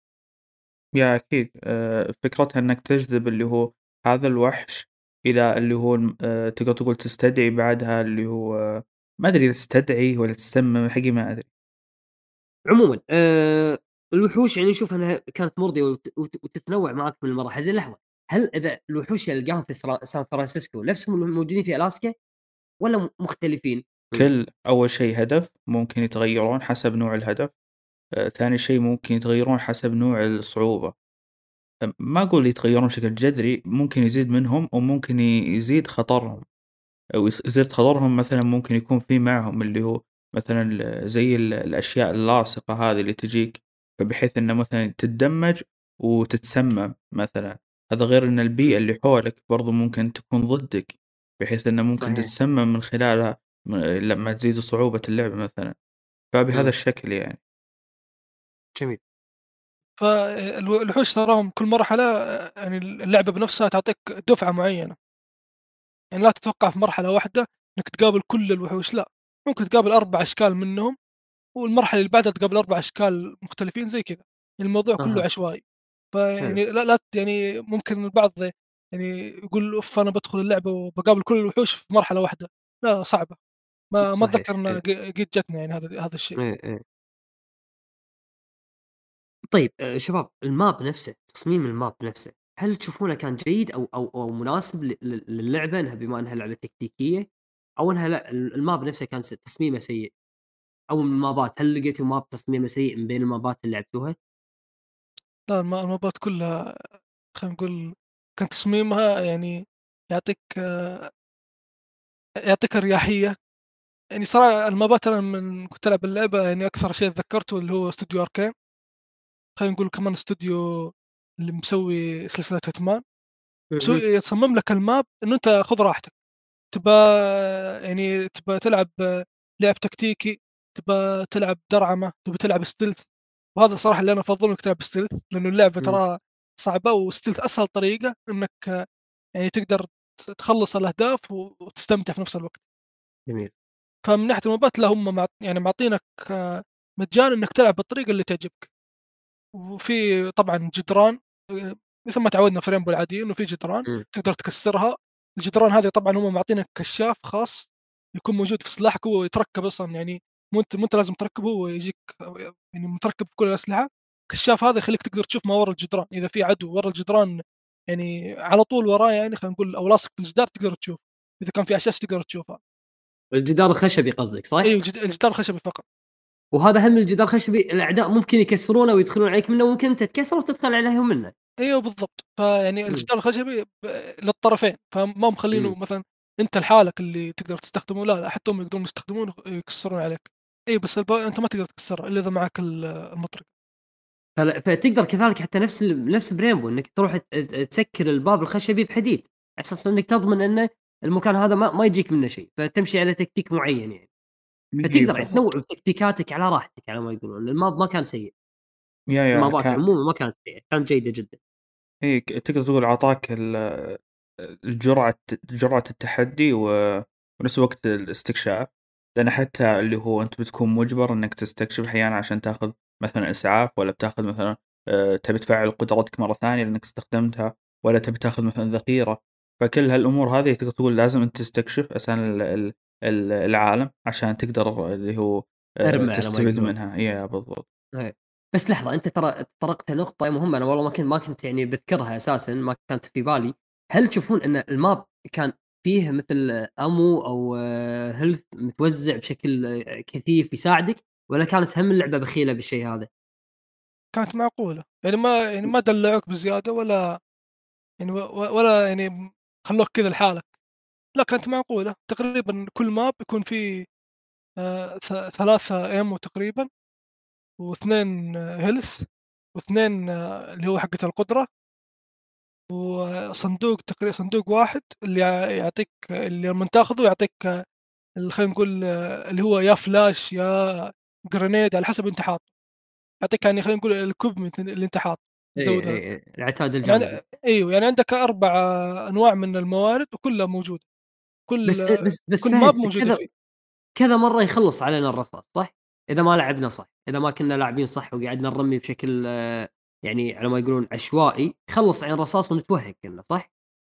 أكيد. فكرتها إنك تجذب اللي هو هذا الوحش إلى اللي هو تقدر تقول تستدعي بعدها اللي هو ما أدري إذا تستدعي والّا تسمم، حقي ما أدري.
عمومًا الوحوش يعني نشوف أنها كانت مرضية وتتنوع معاك من المراحل. زين لحظة، هل إذا الوحوش اللي نلقاهم في سان فرانسيسكو نفسهم الموجودين في ألاسكا والّا مختلفين؟ إمم.
أول شيء هدف ممكن يتغيرون حسب نوع الهدف. ثاني شيء ممكن يتغيرون حسب نوع الصعوبة. ما أقول يتغيرون بشكل جذري، ممكن يزيد منهم وممكن يزيد خطرهم. أو يزيد خطرهم مثلًا ممكن يكون في معهم اللي هو مثلًا زي الأشياء اللاصقة هذه اللي تجيك، فبحيث إنه مثلًا تتدمج وتتسمم مثلًا. هذا غير إن البيئة
إمم.
اللي حولك برضه ممكن تكون ضدك، بحيث إنه ممكن
صحيح.
تتسمم من خلالها لمّا تزيد صعوبة اللعبة مثلًا، فبهذا
إمم.
الشكل يعني.
جميل.
الوحوش تراهم كل مرحلة يعني اللعبة بنفسها تعطيك دفعة معينة. يعني لا تتوقع في مرحلة واحدة إنك تقابل كل الوحوش، لأ، ممكن تقابل 4 أشكال منهم، والمرحلة اللي بعدها تقابل 4 أشكال مختلفين زي كذا. يعني الموضوع كله
أها.
عشوائي.
حلو.
فيعني لا يعني ممكن البعض يعني يقول أوف أنا بادخل اللعبة وباقابل كل الوحوش في مرحلة واحدة. لا صعبة. ما
صحيح.
أتذكر إن
حلو.
قد جتنا يعني هذا الشيء.
إيه، إيه. طيب شباب، الماب نفسه، تصميم الماب نفسه، هل تشوفونه كان جيد أو مناسب للعبة إنها بما إنها لعبة تكتيكية، أو إنها لأ الماب نفسه كان تصميمه سيء؟ أو من المابات، هل لقيتوا ماب تصميمه سيء من بين المابات اللي لعبتوها؟
لا المابات كلها خلينا نقول كان تصميمها يعني يعطيك يعطيك الرياحية. يعني صراحة المابات أنا من كنت ألعب اللعبة يعني أكثر شيء تذكرته اللي هو استوديو أركين. خلينا نقول كمان استوديو اللي مسوي سلسلة هيتمان.
اهم.
يصمم لك الماب إنه أنت خذ راحتك. تبى يعني تبى تلعب لعب تكتيكي، تبى تلعب درعمة، تبى تلعب stealth. وهذا الصراحة اللي أنا أفضّله إنك تلعب stealth لأنه اللعبة
إمم.
ترى صعبة وstealth أسهل طريقة إنك يعني تقدر تخلّص الأهداف وتستمتع في نفس الوقت.
جميل.
فمن ناحية المابات لا هم يعني معطينك مجال إنك تلعب بالطريقة اللي تعجبك. وفي طبعًا جدران مثل ما تعودنا في ريمبو العادية إنه في جدران
إمم.
تقدر تكسرها. الجدران هذه طبعًا هم معطينك كشاف خاص يكون موجود في سلاحك، هو يتركب أصلًا يعني مو أنت لازم تركبه، هو يجيك يعني متركب في كل الأسلحة. الكشاف هذا يخليك تقدر تشوف ما وراء الجدران، إذا في عدو ورا الجدران يعني على طول وراه يعني خلينا نقول أو لاصق في الجدار تقدر تشوف، إذا كان في أشاش تقدر تشوفها.
الجدار الخشبي قصدك صح؟
أيوه الجدار الخشبي فقط.
وهذا هم الجدار الخشبي الأعداء ممكن يكسرونه ويدخلون عليك منه وممكن أنت تكسره وتدخل عليهم منه.
أيوه بالضبط. فيعني
إمم.
الجدار الخشبي للطرفين، فما مخلّينه
إمم.
مثلًا أنت لحالك اللي تقدر تستخدمه، لا حتى هم يقدرون يستخدمونه يكسرون عليك. أي بس أنت ما تقدر تكسره إلا إذا معك المطرقة.
فتقدر كذلك حتى نفس بريمبو إنك تروح تسكر الباب الخشبي بحديد، على أساس إنك تضمن إنه المكان هذا ما يجيك منه شيء، فتمشي على تكتيك معين يعني،
هي
فتقدر يعني تنوع
بالضبط.
بتكتيكاتك على راحتك على ما يقولون، الماب ما كان سيء،
يا
المابات
كان
عمومًا ما كانت سيئة، كانت جيدة جدًا.
تقدر تقول عطاك جرعة التحدي ونفس الوقت الاستكشاف، لأن حتى اللي هو أنت بتكون مُجبر إنك تستكشف أحيانًا عشان تاخذ مثلًا إسعاف، والّا بتاخذ مثلًا تبي تفعّل قدرتك مرة ثانية لإنك استخدمتها، والّا تبي تاخذ مثلًا ذخيرة، فكل هالأمور هذه تقدر تقول لازم أنت تستكشف أساسًا العالم عشان تقدر اللي هو
أرمى على ما
تستفيد
يقولون.
منها. بالضبط.
إيه. بس لحظة أنت ترى تطرقت لنقطة مهمة أنا والله ما كنت يعني باذكرها أساسًا، ما كانت في بالي. هل تشوفون إن الماب كان فيه مثل ammo أو health متوزع بشكل كثيف يساعدك، والّا كانت هم اللعبة بخيلة بالشيء هذا؟
كانت معقولة، يعني ما دلّعوك بزيادة ولا يعني خلّوك كذا لحالك، لأ كانت معقولة، تقريبًا كل map يكون فيه 3 ammo تقريبًا، و2 health، و2 اللي هو حقة القدرة، وصندوق صندوق واحد اللي يعطيك اللي لمّا تاخذه يعطيك خلينا نقول اللي هو يا فلاش يا grenade على حسب أنت حاطه، يعطيك يعني خلينا نقول الequipment اللي أنت حاطه
إيه،
تزوّدها.
إيه، إيه، العتاد
يعني
الجانبي.
أيوه، يعني عندك 4 أنواع من الموارد وكلها موجودة، كل
بس
كل map
فهد
موجودة
كذا
فيه.
كذا مرة يخلص علينا الرصاص صح؟ إذا ما لعبنا صح، إذا ما كنا لاعبين صح وقعدنا نرمي بشكل يعني على ما يقولون عشوائي، يخلص علينا الرصاص ونتوهق كلنا صح؟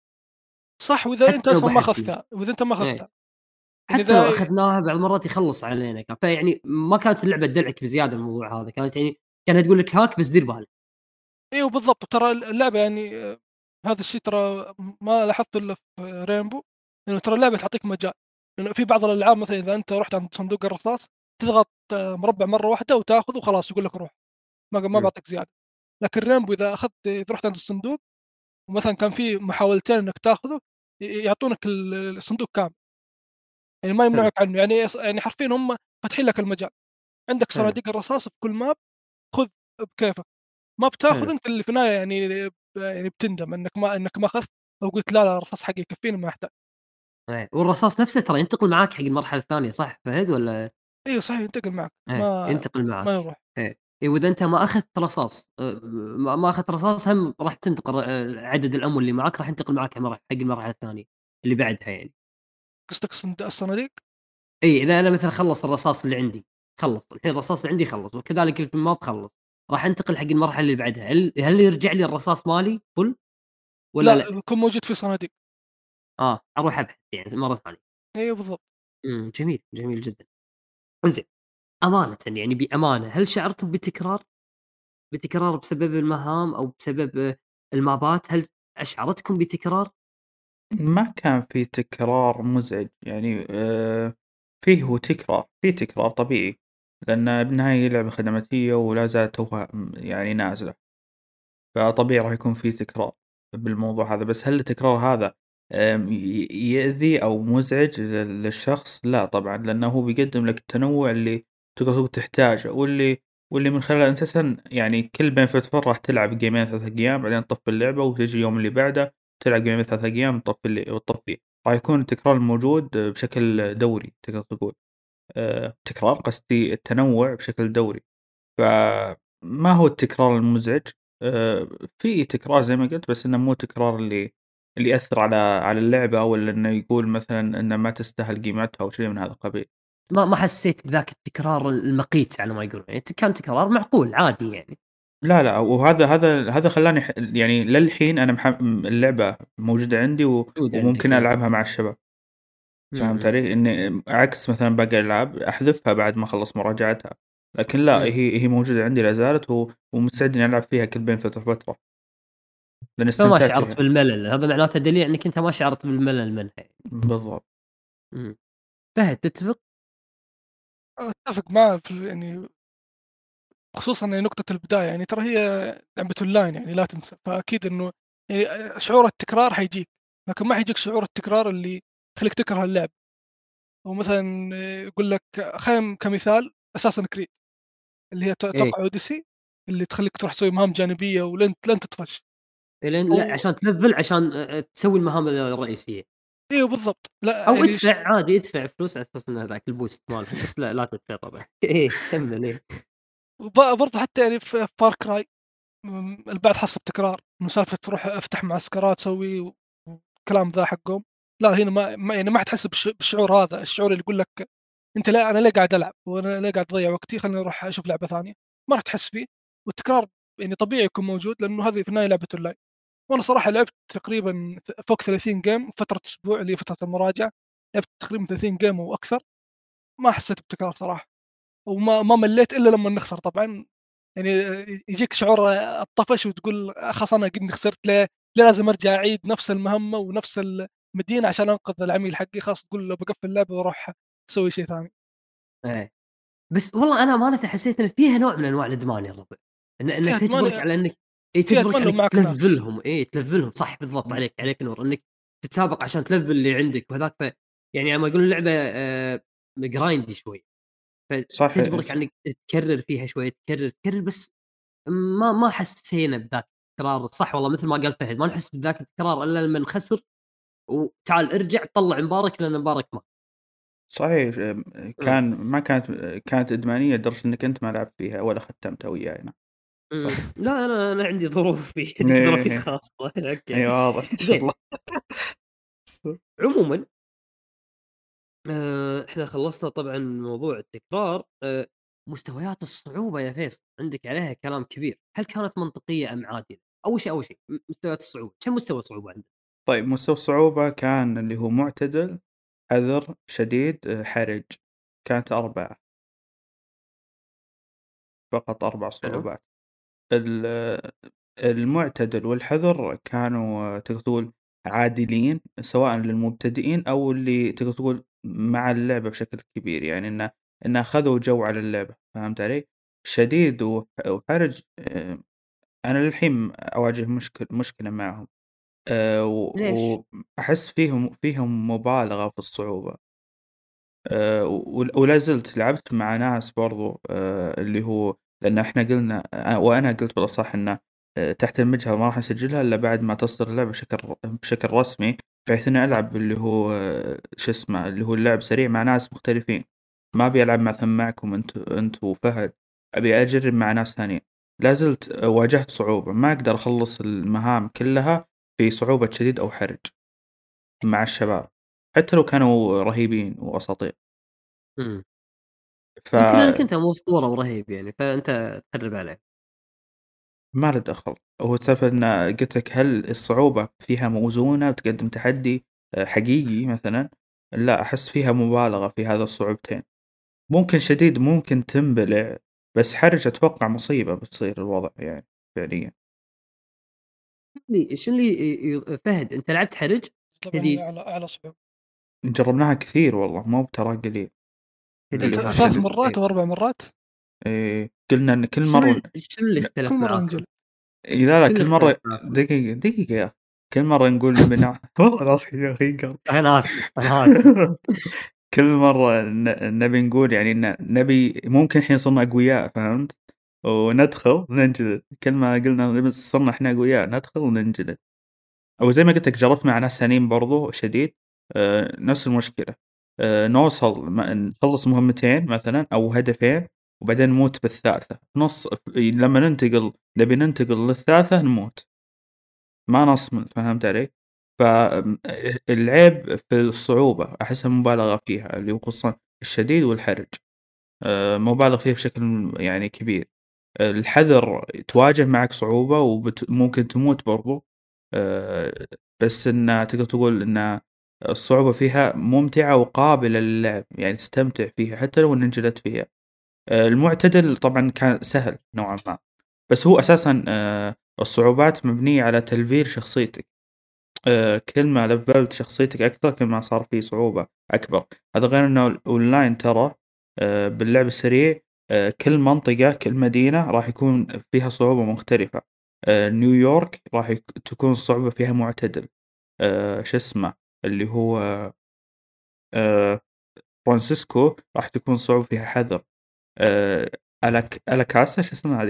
صح، وإذا أنت
حتى لو
أصلًا ما
بحث فيها.
أخذتها، وإذا أنت ما
إيه.
أخذتها، يعني
حتى لو
إذا
أخذناها بعض المرات يخلص علينا فيعني ما كانت اللعبة تدلعك بزيادة الموضوع هذا، كانت يعني كانها تقول لك هاك بس دير بالك.
أيوه بالضبط، ترى اللعبة يعني هذا الشيء ترى ما لاحظته إلا في رينبو، إنه ترى اللعبة تعطيك مجال، لأنه في بعض الألعاب مثلًا إذا أنت رُحت عند صندوق الرصاص تضغط مربع مرة واحدة وتاخذه وخلاص يقول لك روح، ما
إمم.
بيعطيك زيادة. لكن رينبو إذا رُحت عند الصندوق ومثلًا كان في محاولتين إنك تاخذه يعطونك الصندوق كامل، يعني ما
حلو،
يمنعوك عنه، يعني حرفيًا هم فاتحين لك المجال، عندك
حلو،
صناديق الرصاص في كل ماب، خُذ بكيفك، ما
حلو.
بتاخذ أنت اللي في النهاية يعني بتندم إنك ما أخذت أو قُلت لا الرصاص حقي يكفيني ما أحتاج.
إيه، والرصاص نفسه ترى ينتقل معاك حق المرحلة الثانية صح فهد والّا؟
أيوه صحيح ينتقل معك،
إيه،
ما
ينتقل
ما
معاك.
يروح.
إيه. إيه وإذا أنت ما أخذت رصاص ما أخذت رصاص هم راح تنتقل عدد الأمو اللي معاك راح ينتقل معاك حق المرحلة الثانية اللي بعدها يعني.
قصدك الصناديق؟
إي إذا أنا مثلًا خلص الرصاص اللي عندي، خلص، الحين الرصاص اللي عندي خلص، وكذلك اللي في الماب خلص، راح أنتقل حق المرحلة اللي بعدها، هل يرجع لي الرصاص مالي full والّا
لأ
لأ؟
بيكون موجود في صناديق.
أروح أبحث يعني مرة ثانية.
أيوه بالضبط.
جميل، جميل جدًا. انزين، أمانةً يعني بأمانة، هل شعرتم بتكرار؟ بتكرار بسبب المهام أو بسبب المابات، هل أشعرتكم بتكرار؟
ما كان في تكرار مزعج، يعني فيه هو تكرار، في تكرار طبيعي، لأن بالنهاية هي لعبة خدماتية ولا زالت توها يعني نازلة، فطبيعي راح يكون في تكرار بالموضوع هذا. بس هل التكرار هذا يأذي أو مزعج للشخص؟ لا طبعًا، لأنه هو بيقدم لك التنوع اللي تقدر تقول تحتاجه، واللي من خلاله أنت أساسًا يعني كل بين فترة راح تلعب جيمين 3 أيام بعدين تطفي اللعبة وتجي اليوم اللي بعده تلعب جيمين 3 أيام وتطفيه، راح يكون التكرار موجود بشكل دوري تقدر تقول. تكرار قصدي التنوع بشكل دوري. فما هو التكرار المزعج، آآ في تكرار زي ما قُلت بس إنه مو التكرار اللي يأثّر على اللعبة، والّا إنه يقول مثلًا إنه ما تستاهل قيمتها أو شيء من هذا القبيل.
ما حسيت بذاك التكرار المقيت على ما يقولون، يعني كان تكرار معقول عادي يعني.
لا، وهذا خلّاني يعني للحين أنا اللعبة موجودة عندي
موجود
وممكن
عندك إيه.
ألعبها مع الشباب.
إمم،
فهمت
إمم.
علي؟ إني عكس مثلًا باقي الألعاب أحذفها بعد ما أخلّص مراجعتها، لكن لا،
إمم.
هي موجودة عندي لا زالت ومستعد إني ألعب فيها كل بين فترة وفترة، لإني
فما
استمتعت
شعرت
فيها.
بالملل، هذا معناته دليل إنك أنت ما شعرت بالملل منها يعني.
بالضبط.
إمم. فهد تتفق؟
أتفق معاه يعني خصوصًا يعني نقطة البداية، يعني ترى هي لعبة أونلاين يعني لا تنسى، فأكيد إنه يعني شعور التكرار حيجيك، لكن ما حيجيك شعور التكرار اللي يخليك تكره اللعبة، أو مثلًا يقول لك خلينا كمثال Assassin's Creed اللي هي
إيه.
أتوقع Odyssey. اللي تخلّيك تروح تسوي مهام جانبية لين تطفش.
لين لأ
أو
عشان تلفل عشان تسوي المهام الرئيسية،
أيوه بالضبط، لأ
أو
يعني
ادفع عادي ادفع فلوس على أساس إن هذاك الboost مالهم، بس لا تدفع طبعًا. إيه كمّل إيه.
برضه حتى يعني في Far Cry البعض حس بتكرار، إنه سالفة تروح افتح معسكرات سوي والكلام ذا حقهم. لا هنا يعني ما حتحس بالشعور هذا، الشعور اللي يقول لك أنت لا أنا ليه قاعد ألعب، وأنا ليه قاعد أضيّع وقتي، خلّيني أروح أشوف لعبة ثانية، ما راح تحس فيه. والتكرار يعني طبيعي يكون موجود، لأنه هذه في النهاية لعبة أونلاين. وأنا صراحة لعبت تقريبًا فوق 30 game فترة أسبوع اللي هي فترة المراجعة، لعبت تقريبًا 30 game وأكثر، ما حسيت بتكرار صراحة. وما ملّيت إلا لمّا نخسر طبعًا. يعني يجيك شعور الطفش وتقول خلاص أنا قدني خسرت ليه لازم أرجع أعيد نفس المهمة ونفس المدينة عشان أنقذ العميل حقي، خلاص تقول باقفل اللعبة وأروح أسوي شيء ثاني.
إيه. بس والله أنا أمانةً حسيت إن فيها نوع من أنواع الإدمان يا ربع، إنها
فيها إدمان
تجبرك على إنك
فيها
تجبرك
إدمان
على
لو
إنك
معك ناس.
تلفّلهم، تلفّلهم صح بالضبط
إمم.
عليك نور، إنك تتسابق عشان تلفّل اللي عندك وهذاك يعني لمّا يقولون اللعبة grindy شوي،
صح
فتجبرك على إنك تكرر فيها شوي، تكرر بس ما حسينا بذاك التكرار. صح والله مثل ما قال فهد، ما نحس بذاك التكرار إلا لمن خسر وتعال ارجع طلّع مبارك لأن مبارك مات.
صحيح
إمم.
ما كانت إدمانية لدرجة إنك أنت ما لعبت فيها ولا ختمتها وياي أنا. صح.
لا أنا عندي ظروفي عندي ظروفي
إيه،
الخاصة. أوكي.
أي واضح ما شاء
زين
الله.
عمومًا إحنا خلّصنا طبعًا موضوع التكرار. مستويات الصعوبة يا فيصل عندك عليها كلام كبير، هل كانت منطقية أم عادلة؟ أول شيء مستويات الصعوبة، كم مستوى صعوبة عندك؟
طيب مستوى الصعوبة كان اللي هو معتدل، حذر، شديد، حرج. كانت 4، فقط 4
حلو.
صعوبات. ال المعتدل والحذر كانوا تقدر تقول عادلين، سواء للمبتدئين أو اللي تقدر تقول مع اللعبة بشكل كبير، يعني إنه أخذوا جو على اللعبة، فهمت علي؟ شديد وحرج أنا للحين أواجه مشكلة معهم.
ليش؟
وأحس فيهم مبالغة في الصعوبة. ولا زلت لعبت مع ناس برضو اللي هو لأن إحنا قلنا وأنا قلت بالأصح إنه تحت المجهر ما راح نسجلها إلا بعد ما تصدر اللعبة بشكل رسمي، بحيث إني
صح.
ألعب اللي هو شو اسمه اللي هو اللعب سريع مع ناس مختلفين. ما أبي ألعب مثلا معكم أنت وفهد، أبي أجرب مع ناس ثانيين. لا زلت واجهت صعوبة، ما أقدر أخلص المهام كلها في صعوبة شديد أو حرج مع الشباب، حتى لو كانوا رهيبين وأساطير.
إمم. يمكن لأنك
فما
أنت مو أسطورة ورهيب يعني، فأنت تخرب عليه.
له دخل. هو السالفة إن قلت لك هل الصعوبة فيها موزونة وتقدم تحدي حقيقي مثلًا؟ لا، أحس فيها مبالغة في هذا الصعوبتين. ممكن شديد ممكن تنبلع، بس حرج أتوقع مصيبة بتصير الوضع يعني فعليًا.
شو اللي فهد أنت لعبت حرج؟
طبعًا هي
شديد.
أعلى صعوبة.
جربناها كثير والله مو بترى قليل. اللي هو
3
الشديد.
مرات أو 4 مرات،
قلنا إن كل مرة
شنو اللي
كل
اختلف
مرة
معاكم؟
ننجلد.
لا
شنو اللي
كل
اختلف
مرة
معاكم؟
دقيقة يا أخي. كل مرة نقول نبي والله العظيم يا أخي
أنا آسف.
كل مرة نبي نقول يعني إن نبي ممكن الحين صرنا أقوياء، فهمت؟ وندخل ننجلد، كل ما قلنا نبي صرنا إحنا أقوياء ندخل وننجلد. أو زي ما قلت لك جربت مع ناس ثانيين برضو شديد نفس المشكلة. نوصل نخلص مهمتين مثلا أو هدفين وبعدين نموت بالثالثة لما نبي ننتقل للثالثة نموت، ما نصمل، فهمت علي؟ فالعيب في الصعوبة أحسها مبالغة فيها اللي هو خصوصًا الشديد والحرج، مبالغ فيه بشكل يعني كبير. الحذر تواجه معك صعوبة ممكن تموت برضو. آآ بس إن تقدر تقول إن الصعوبة فيها ممتعة وقابلة للعب، يعني تستمتع فيها حتى لو إن انجلدت فيها. المعتدل طبعًا كان سهل نوعًا ما، بس هو أساسًا الصعوبات مبنية على تلفيل شخصيتك. كل ما لفّلت شخصيتك أكثر كل ما صار في صعوبة أكبر. هذا غير إنه الأونلاين ترى باللعب السريع كل منطقة كل مدينة راح يكون فيها صعوبة مختلفة. نيويورك راح تكون الصعوبة فيها معتدل. شو اسمه اللي هو آآ فرانسيسكو راح تكون الصعوبة فيها حذر. ألاكاسا شو اسمها هذيك؟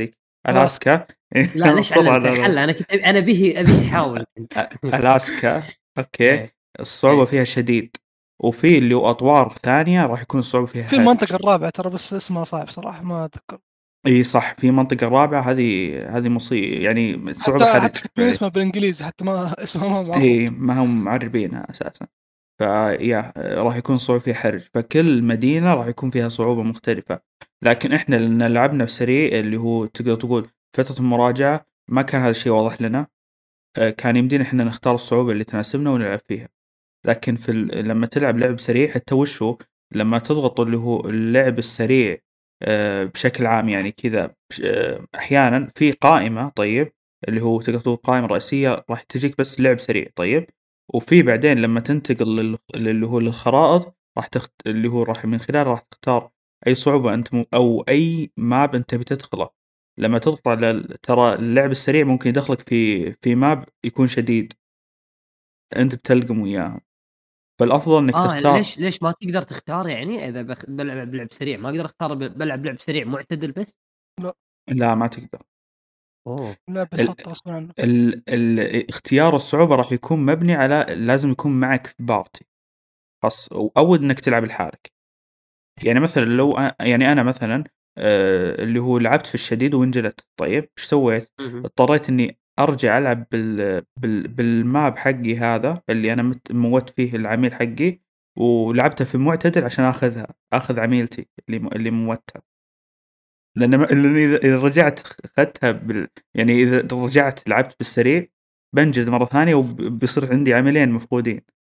ألاسكا
لا ليش
مصر على
علمته خله،
ألاسكا.
أنا كنت أنا أبيه يحاول كنت.
ألاسكا أوكي،
إيه
الصعوبة
إيه
فيها شديد، وفي اللي هو أطوار ثانية راح يكون الصعوبة فيها
في
حرج.
المنطقة الرابعة ترى، بس اسمها صعب صراحة ما أتذكر.
إي صح، في منطقة الرابعة هذه مصيبة يعني، الصعوبة
حتى
حرج
كاتبين
بعدين.
اسمها بالإنجليزي، حتى ما اسمها ما معروف.
إي ما هم معربينها أساسا. فيا راح يكون صعوبة فيها حرج، فكل مدينة راح يكون فيها صعوبة مختلفة. لكن إحنا لأن لعبنا بسريع اللي هو تقدر تقول فترة المراجعة، ما كان هذا الشيء واضح لنا. كان يمدينا إحنا نختار الصعوبة اللي تناسبنا ونلعب فيها. لكن لما تلعب لعب سريع حتى وشو، لما تضغط اللي هو اللعب السريع بشكل عام يعني كذا، أحيانا في قائمة، طيب اللي هو تقدر تقول قائمة رئيسية راح تجيك بس لعب سريع، طيب وفي بعدين لما تنتقل اللي هو للخرائط راح اللي هو راح من خلاله راح تختار أي صعوبة أنت أو أي ماب أنت بتدخله. لما تضغط على ترى اللعب السريع ممكن يدخلك في ماب يكون شديد أنت بتلقم وياه، فالأفضل إنك تختار.
ليش ما تقدر تختار يعني إذا بلعب بلعب سريع ما أقدر أختار بلعب لعب سريع معتدل بس؟
لا
لا ما تقدر.
أوه
لا،
ال
بتحط غصبا عنه.
اختيار الصعوبة راح يكون مبني على لازم يكون معك في بارتي خاص، أو إنك تلعب لحالك. يعني مثلا لو يعني أنا مثلا اللي هو لعبت في الشديد وانجلت، طيب إيش سويت؟
اهم.
اضطريت إني أرجع ألعب بالماب حقي هذا اللي أنا موت فيه العميل حقي، ولعبته في معتدل عشان آخذ عميلتي اللي موتها. لأنني إذا رجعت أخذتها يعني إذا رجعت لعبت بالسريع بنجلد مرة ثانية وبيصير عندي عملين مفقودين،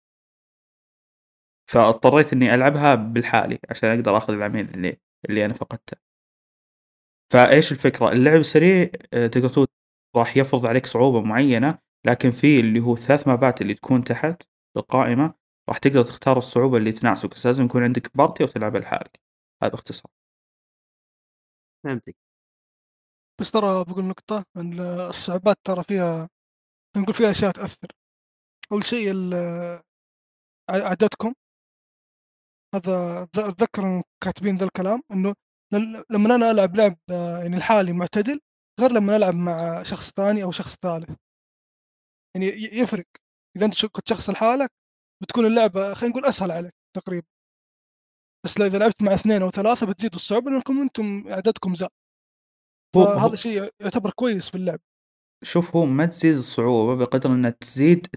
فاضطريت إني ألعبها بالحالي عشان أقدر آخذ العميل اللي أنا فقدته. فإيش الفكرة؟ اللعب السريع تقدر تقول راح يفرض عليك صعوبة معينة، لكن في اللي هو 3 مابات اللي تكون تحت القائمة راح تقدر تختار الصعوبة اللي تناسبك، بس لازم يكون عندك بارتي وتلعبها لحالك. هذا باختصار.
فهمتك.
بس ترى بقول نقطة، إن الصعوبات ترى فيها، نقول فيها أشياء تأثر. أول شيء عددكم. هذا أتذكر كاتبين ذا الكلام، إنه لما أنا ألعب لعب يعني لحالي معتدل، غير لما ألعب مع شخص ثاني أو شخص ثالث. يعني يفرق. إذا أنت كنت شخص لحالك بتكون اللعبة خلينا نقول أسهل عليك تقريبا، بس إذا لعبت مع 2 أو 3 بتزيد الصعوبة لأنكم أنتم عددكم زاد. فهذا
هو
شيء يعتبر كويس في اللعب.
شوف، هو ما تزيد الصعوبة بقدر إنها تزيد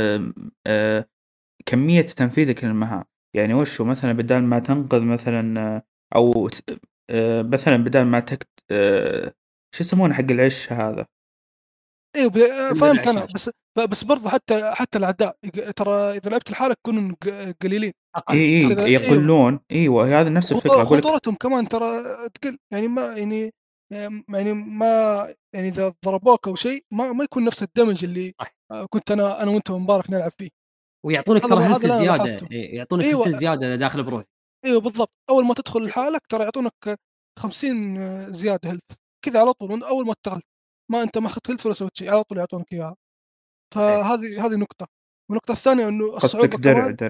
كمية تنفيذك للمهام. يعني وشو مثلا بدال ما تنقذ مثلا أو مثلا بدال ما شو يسمونه حق العش هذا.
ايوه
تمر
فاهمك انا،
العشاش.
بس برضه حتى الاعداء ترى اذا لعبت لحالك يكونوا قليلين.
اي
أقل
بس
اي
اذا
أقل.
ايوه
يقولون ايوه، هذا نفس الفكرة اقول لك.
خطورتهم كمان ترى تقل، يعني ما يعني ما يعني اذا ضربوك او شيء ما يكون نفس الدمج اللي
صح.
كنت انا وانت ومبارك نلعب فيه.
ويعطونك
هذا
ترى
هذا
هيلث
اللي انا
زيادة،
لاحظته.
يعطونك
ايوه
هيلث زيادة داخل بروح.
ايوه بالضبط، اول ما تدخل لحالك ترى يعطونك 50 زياده هيلث كذا على طول من اول ما اشتغلت. ما انت ما اخذت هيلث ولا سويت شيء، على طول يعطونك اياها.
صحيح.
فهذه نقطة. والنقطة الثانية إنه
قصدك
الصعوبة
درع
كمان.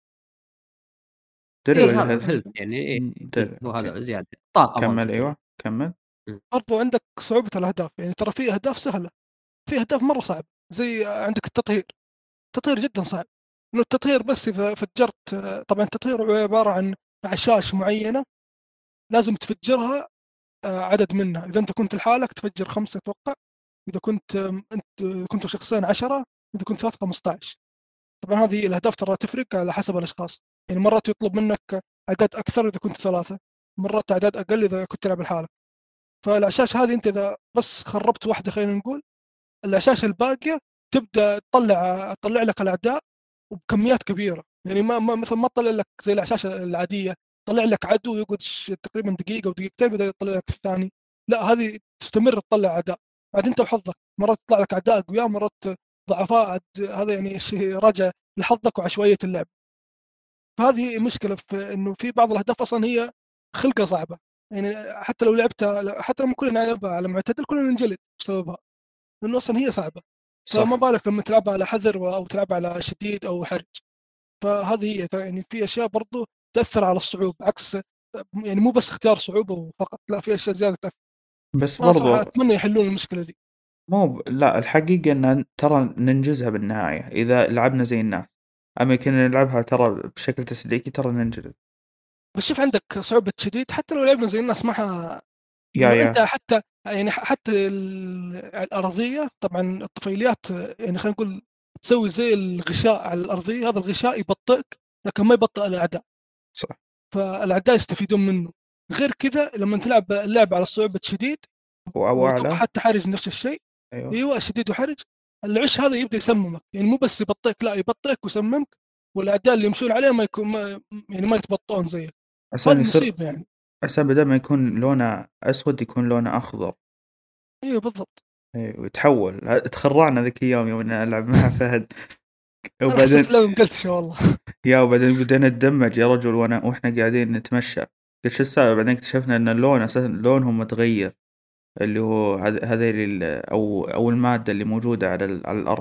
درع
إيه
إي
ولا
هذا
هيلث؟
هيلث يعني
درع
هو
اوكي.
هذا زيادة طاقة
كمل،
مالتك يعني.
ايوه كمل.
إمم.
برضو عندك صعوبة الأهداف، يعني ترى في أهداف سهلة، في أهداف مرة صعبة. زي عندك التطهير. التطهير جدا صعب. إنه التطهير بس إذا فجرت، طبعا التطهير هو عبارة عن أعشاش معينة لازم تفجرها، عدد منها. إذا أنت كنت لحالك تفجر 5 أتوقع. إذا كنت أنت كنتوا شخصين 10. إذا كنت 3 15. طبعا هذه الأهداف ترى تفرق على حسب الأشخاص. يعني مرات يطلب منك أعداد أكثر إذا كنت 3، مرات أعداد أقل إذا كنت تلعب لحالك. فالأعشاش هذه أنت إذا بس خربت واحدة خلينا نقول، الأعشاش الباقية تبدأ تطلع لك الأعداء وبكميات كبيرة. يعني مثلا ما تطلع لك زي الأعشاش العادية، طلع لك عدو يقعد تقريبا دقيقة ودقيقتين بدأ يطلع لك الثاني. لا، هذه تستمر تطلع أعداء. بعد أنت وحظك، مرات تطلع لك أعداء أقوياء، مرات ضعفاء. هذا يعني شيء راجع لحظك وعشوائية اللعب. فهذه مشكلة في إنه في بعض الأهداف أصلا هي خلقة صعبة. يعني حتى لو لعبتها، حتى لما كلنا نلعبها على معتدل كلنا ننجلد بسببها، لأنه أصلا هي صعبة. فما
صح.
بالك لما تلعبها على حذر أو تلعبها على شديد أو حرج. فهذه هي يعني في أشياء برضو تأثر على الصعوبة، عكس يعني مو بس اختيار صعوبة فقط، لا، في أشياء زيادة تأثر.
بس
ما صراحة
برضو
أتمنى يحلون المشكلة دي.
لا، الحقيقة إن ترى ننجزها بالنهاية إذا لعبنا زي الناس، أما كنا نلعبها ترى بشكل تسليكي ترى ننجز.
بس شوف عندك صعوبة شديد حتى لو لعبنا زي الناس إنه أنت
يا
حتى يعني حتى الأرضية طبعًا الطفيليات يعني خلينا نقول تسوي زي الغشاء على الأرضية، هذا الغشاء يبطئك لكن ما يبطئ الأعداء،
صح.
فالأعداء يستفيدون منه. غير كذا لمّا تلعب اللعبة على صعوبة شديد
أو
وأتوقع
أعلى.
حتى حرج نفس الشيء،
أيوه.
أيوه شديد وحرج، العش هذا يبدأ يسممك، يعني مو بس يبطئك لأ يبطئك ويسممك، والأعداء اللي يمشون عليه ما يكون ما يعني ما يتبطئون زيك،
عشان
وهذه
يصير،
مصيبة يعني.
عشان بدل ما يكون لونه أسود يكون لونه أخضر.
أيوه بالضبط.
أيوه ويتحول. تخرعنا ذيك اليوم يوم إني ألعب مع فهد.
أنا حسيت
وبعدين
اللعبة مقلتشة والله.
وبعدين بدينا نتدمج يا رجل وإحنا قاعدين نتمشى. قلت شو السالفة؟ بعدين اكتشفنا إن اللون أساسا لونهم متغير، اللي هو هذيل أو المادة اللي موجودة على الأرض.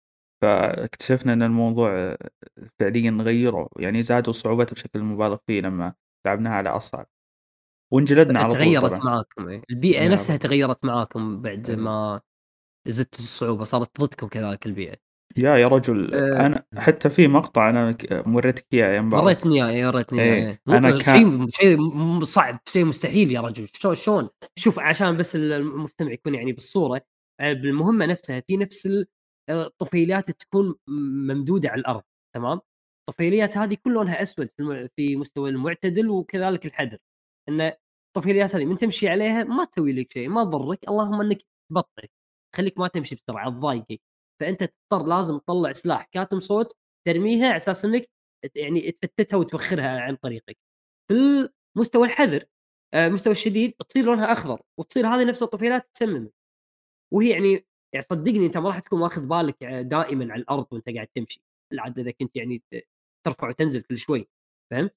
فاكتشفنا إن الموضوع فعليًا غيّروا، يعني زادوا صعوبته بشكل مبالغ فيه لمّا لعبناها على أصعب، وانجلدنا على طول
تغيّرت
طبعًا.
معاكم البيئة
يا
نفسها
بالضبط.
تغيّرت معاكم بعد
أيوه.
ما زدتوا الصعوبة، صارت ضدكم كذلك البيئة.
يا رجل
آآ
أنا حتى في مقطع أنا موريتك إياه ينبارك.
ورّيتني إياه، إي ورّيتني إياه،
إيه
إيه.
أنا
شيء صعب، شيء مستحيل يا رجل، شلون؟ شوف عشان بس المستمع يكون يعني بالصورة، بالمهمة نفسها في نفس الطفيليات تكون ممدودة على الأرض، تمام؟ الطفيليات هذه كل لونها أسود في مستوى المعتدل وكذلك الحذر، إن الطفيليات هذه من تمشي عليها ما تسوي لك شيء، ما تضرك، اللهم إنك تبطئك، تخليك ما تمشي بسرعة، تضايقك، فأنت تضطر لازم تطلع سلاح كاتم صوت ترميها على أساس إنك يعني تفتتها وتوخّرها عن طريقك. في المستوى الحذر المستوى الشديد تصير لونها أخضر، وتصير هذه نفس الطفيلات تسمم، وهي يعني صدّقني أنت ما راح تكون واخذ بالك دائمًا على الأرض وأنت قاعد تمشي، إلا عاد إذا كنت يعني ترفع وتنزل كل شوي، فهمت؟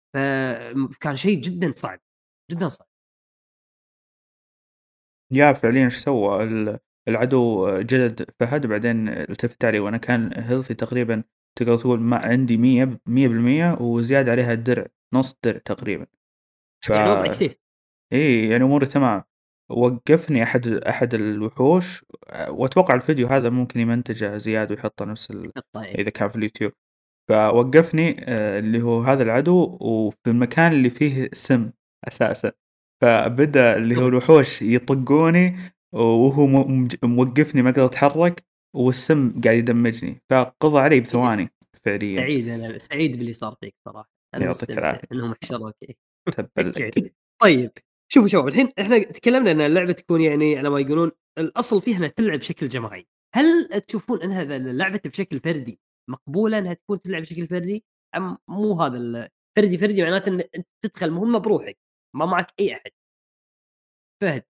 كان شيء جدًا صعب، جدًا صعب.
فعليًا إيش سوى العدو جلد فهد بعدين التفت علي وأنا كان healthy تقريبًا، تقدر تقول ما عندي 100% وزيادة عليها الدرع، نص درع تقريبًا. ف
يعني وضعك safe.
يعني أموري تمام. وقّفني أحد الوحوش، وأتوقع الفيديو هذا ممكن يمنتجه زياد ويحطه نفس
طيب.
إذا كان في اليوتيوب. فوقّفني اللي هو هذا العدو وفي المكان اللي فيه سم أساسًا، فبدأ اللي هو الوحوش يطقوني وهو موقّفني ما أقدر أتحرك والسم قاعد يدمجني، فقضى علي بثواني فعليًا.
سعيد باللي صار فيك صراحة، أنا
يعطيك
مستمتع
العافية.
إنهم حشروك.
تبا لك.
أوكي. طيب شوفوا الحين إحنا تكلمنا إن اللعبة تكون يعني على ما يقولون الأصل فيها إنها تلعب بشكل جماعي، هل تشوفون إن هذا لعبة بشكل فردي مقبولة إنها تكون تلعب بشكل فردي أم مو هذا فردي معناته إن أنت تدخل مهمة بروحك، ما معك أي أحد؟ فهد.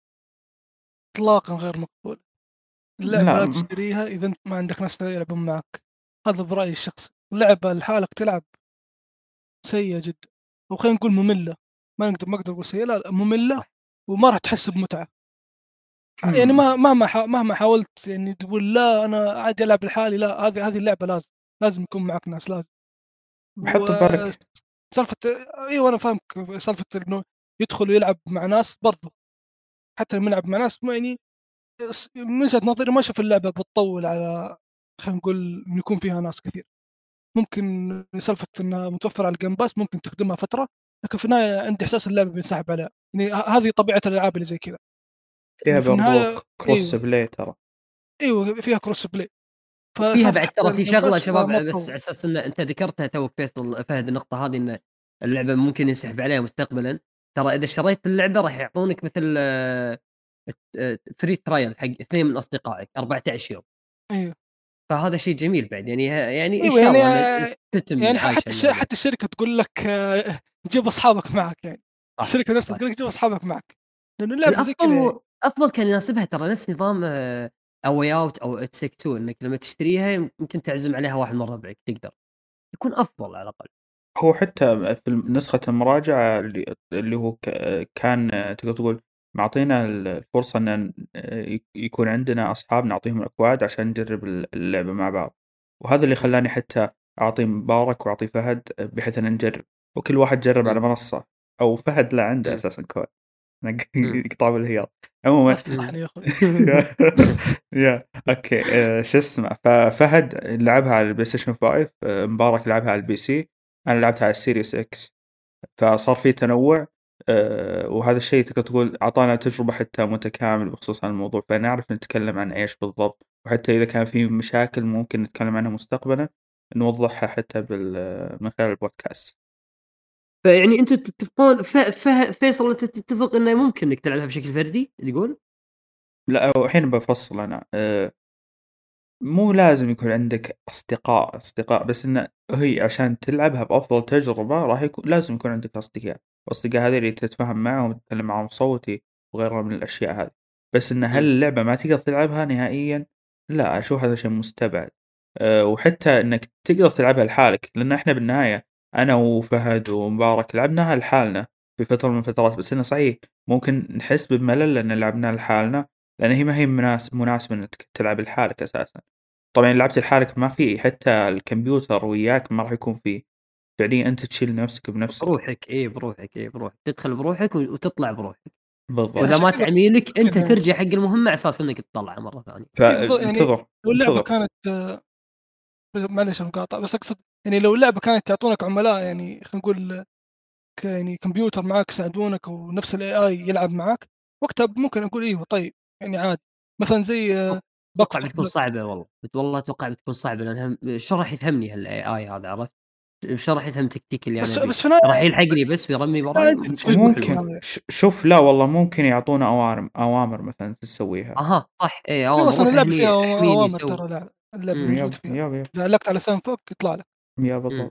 إطلاقًا غير مقبول. اللعبة
لأ
لا تشتريها إذا أنت ما عندك ناس يلعبون معك، هذا برأيي الشخصي. اللعبة لحالك تلعب سيئة جدًا، أو خلينا نقول مملة، ما أقدر أقول سيئة، لا مملة
صح.
وما راح تحس بمتعة. يعني
إمم.
مهما حاولت يعني تقول لا أنا عادي ألعب لحالي، لا هذه اللعبة لازم يكون معك ناس لازم.
وحُط ببالك
وسالفة أيوه أنا فاهمك، سالفة إنه يدخل ويلعب مع ناس برضه، حتى لمّا يلعب مع ناس ما يعني من وجهة نظري ما أشوف اللعبة بتطوّل على خلينا نقول إنه يكون فيها ناس كثير. ممكن سالفة إنها متوفرة على الجيم باس ممكن تخدمها فترة، لكن في النهاية عندي إحساس اللعبة بينسحب عليها، يعني هذه طبيعة الألعاب اللي زي كذا،
فيها
إنه في
برضه
النهاية
cross
أيوه،
play ترى.
أيوه فيها cross play،
وفيها
فسالفة
بعد
حتى
ترى في
الجيم
شغلة
باس
شباب
ما
بس
تطوّل.
على أساس إن أنت ذكرتها توك فهد النقطة هذه إن اللعبة ممكن ينسحب عليها مستقبلًا، ترى إذا اشتريت اللعبة راح يعطونك مثل free trial حق 2 من أصدقائك 14 يوم،
أيوه،
فهذا شيء جميل بعد يعني إن
أيوه
شاء
يعني
الله إن تتم
يعني
عايشة الموضوع.
حتى الشركة تقول لك جيب أصحابك معك يعني،
صح.
الشركة نفسها
صح.
تقول لك جيب أصحابك معك، لأنه اللعبة زي كذا يعني.
الأفضل كان يناسبها ترى نفس نظام A Way Out أو It Take Two إنك لمّا تشتريها يمكن تعزم عليها واحد من ربعك تقدر، يكون أفضل على الأقل.
هو حتى في نسخة المراجعة اللي هو كان تقدر تقول معطينا الفرصة إن يكون عندنا أصحاب نعطيهم الأكواد عشان نجرب اللعبة مع بعض، وهذا اللي
إمم.
خلاني حتى أعطي مبارك وأعطي فهد بحيث إن نجرب، وكل واحد جرب على
إمم.
منصة، أو فهد عنده
إمم.
أساسًا كود.
إمم،
يقطع بالهياط.
لا
عمومًا
إمم.
تفضحني يا أخوي.
أوكي، شو اسمه، ففهد لعبها على الPlayStation 5، مبارك لعبها على الPC، أنا لعبتها على الSeries X. فصار في تنوُّع، وهذا الشيء تقدر تقول أعطانا تجربة حتى متكاملة بخصوص هذا الموضوع، فنعرف نتكلم عن إيش بالضبط، وحتى إذا كان في مشاكل ممكن نتكلم عنها مستقبلًا، نوضّحها حتى من خلال البودكاست.
فيعني أنتم تتفقون فيصل أنت تتفق إنه ممكن إنك تلعبها بشكل فردي تقول؟
لأ، والحين بافصّل أنا، مو لازم يكون عندك أصدقاء، بس إنه هي عشان تلعبها بأفضل تجربة راح لازم يكون عندك أصدقاء، والأصدقاء هذي اللي تتفاهم معاهم وتتكلم معاهم صوتي وغيرها من الأشياء هذه. بس إن هل
إمم،
اللعبة ما تقدر تلعبها نهائيًا؟ لا، أشوف هذا شيء مستبعد. وحتى إنك تقدر تلعبها لحالك، لأن إحنا بالنهاية أنا وفهد ومبارك لعبناها لحالنا في فترة من الفترات، بس إنه صحيح ممكن نحس بملل لأن لعبناها لحالنا، لأن هي ما هي مناسبة إنك تلعب لحالك أساسًا. طبعًا إن لعبت لحالك ما في حتى الكمبيوتر وياك ما راح يكون فيه، فعليًا أنت تشيل نفسك بنفسك.
بروحك بروحك، تدخل بروحك وتطلع بروحك،
يعني
بالضبط.
وإذا
عشان
مات
كذا
عميلك أنت
كذا
ترجع حق المهمة على أساس إنك تطلعها مرة ثانية.
إي بالضبط يعني
فانتظر،
لو اللعبة
انتظر.
كانت معليش المقاطعة، بس أقصد يعني لو اللعبة كانت تعطونك عملاء يعني خلينا نقول يعني كمبيوتر معاك يساعدونك ونفس الAI يلعب معاك، وقتها ممكن أقول أيوه طيب يعني عادي، مثلًا زي Back
أتوقع
4
بتكون
Blood.
صعبة والله، والله أتوقع بتكون صعبة لأنها شلون راح يفهمني هالAI هذا عرفت؟ شلون راح يفهم تكتيك اللي أنا
بس
أبيه؟
بس في النهاية
راح يلحقني بس ويرمي
في
وراي
النهاية أنت تسوي كل شيء في
ممكن
النهاية.
شوف، لا والله ممكن يعطونا أوامر مثلًا تسويها.
أها صح إيه
في
أوامر
أصلًا
روح
اللعبة فيها
هني احميني
أوامر
سوي.
ترى اللعبة
إمم،
موجود
يب،
فيها،
يب، يب،
إذا علقت على سهم فوق يطلع لك.
يا
إمم،
بالضبط.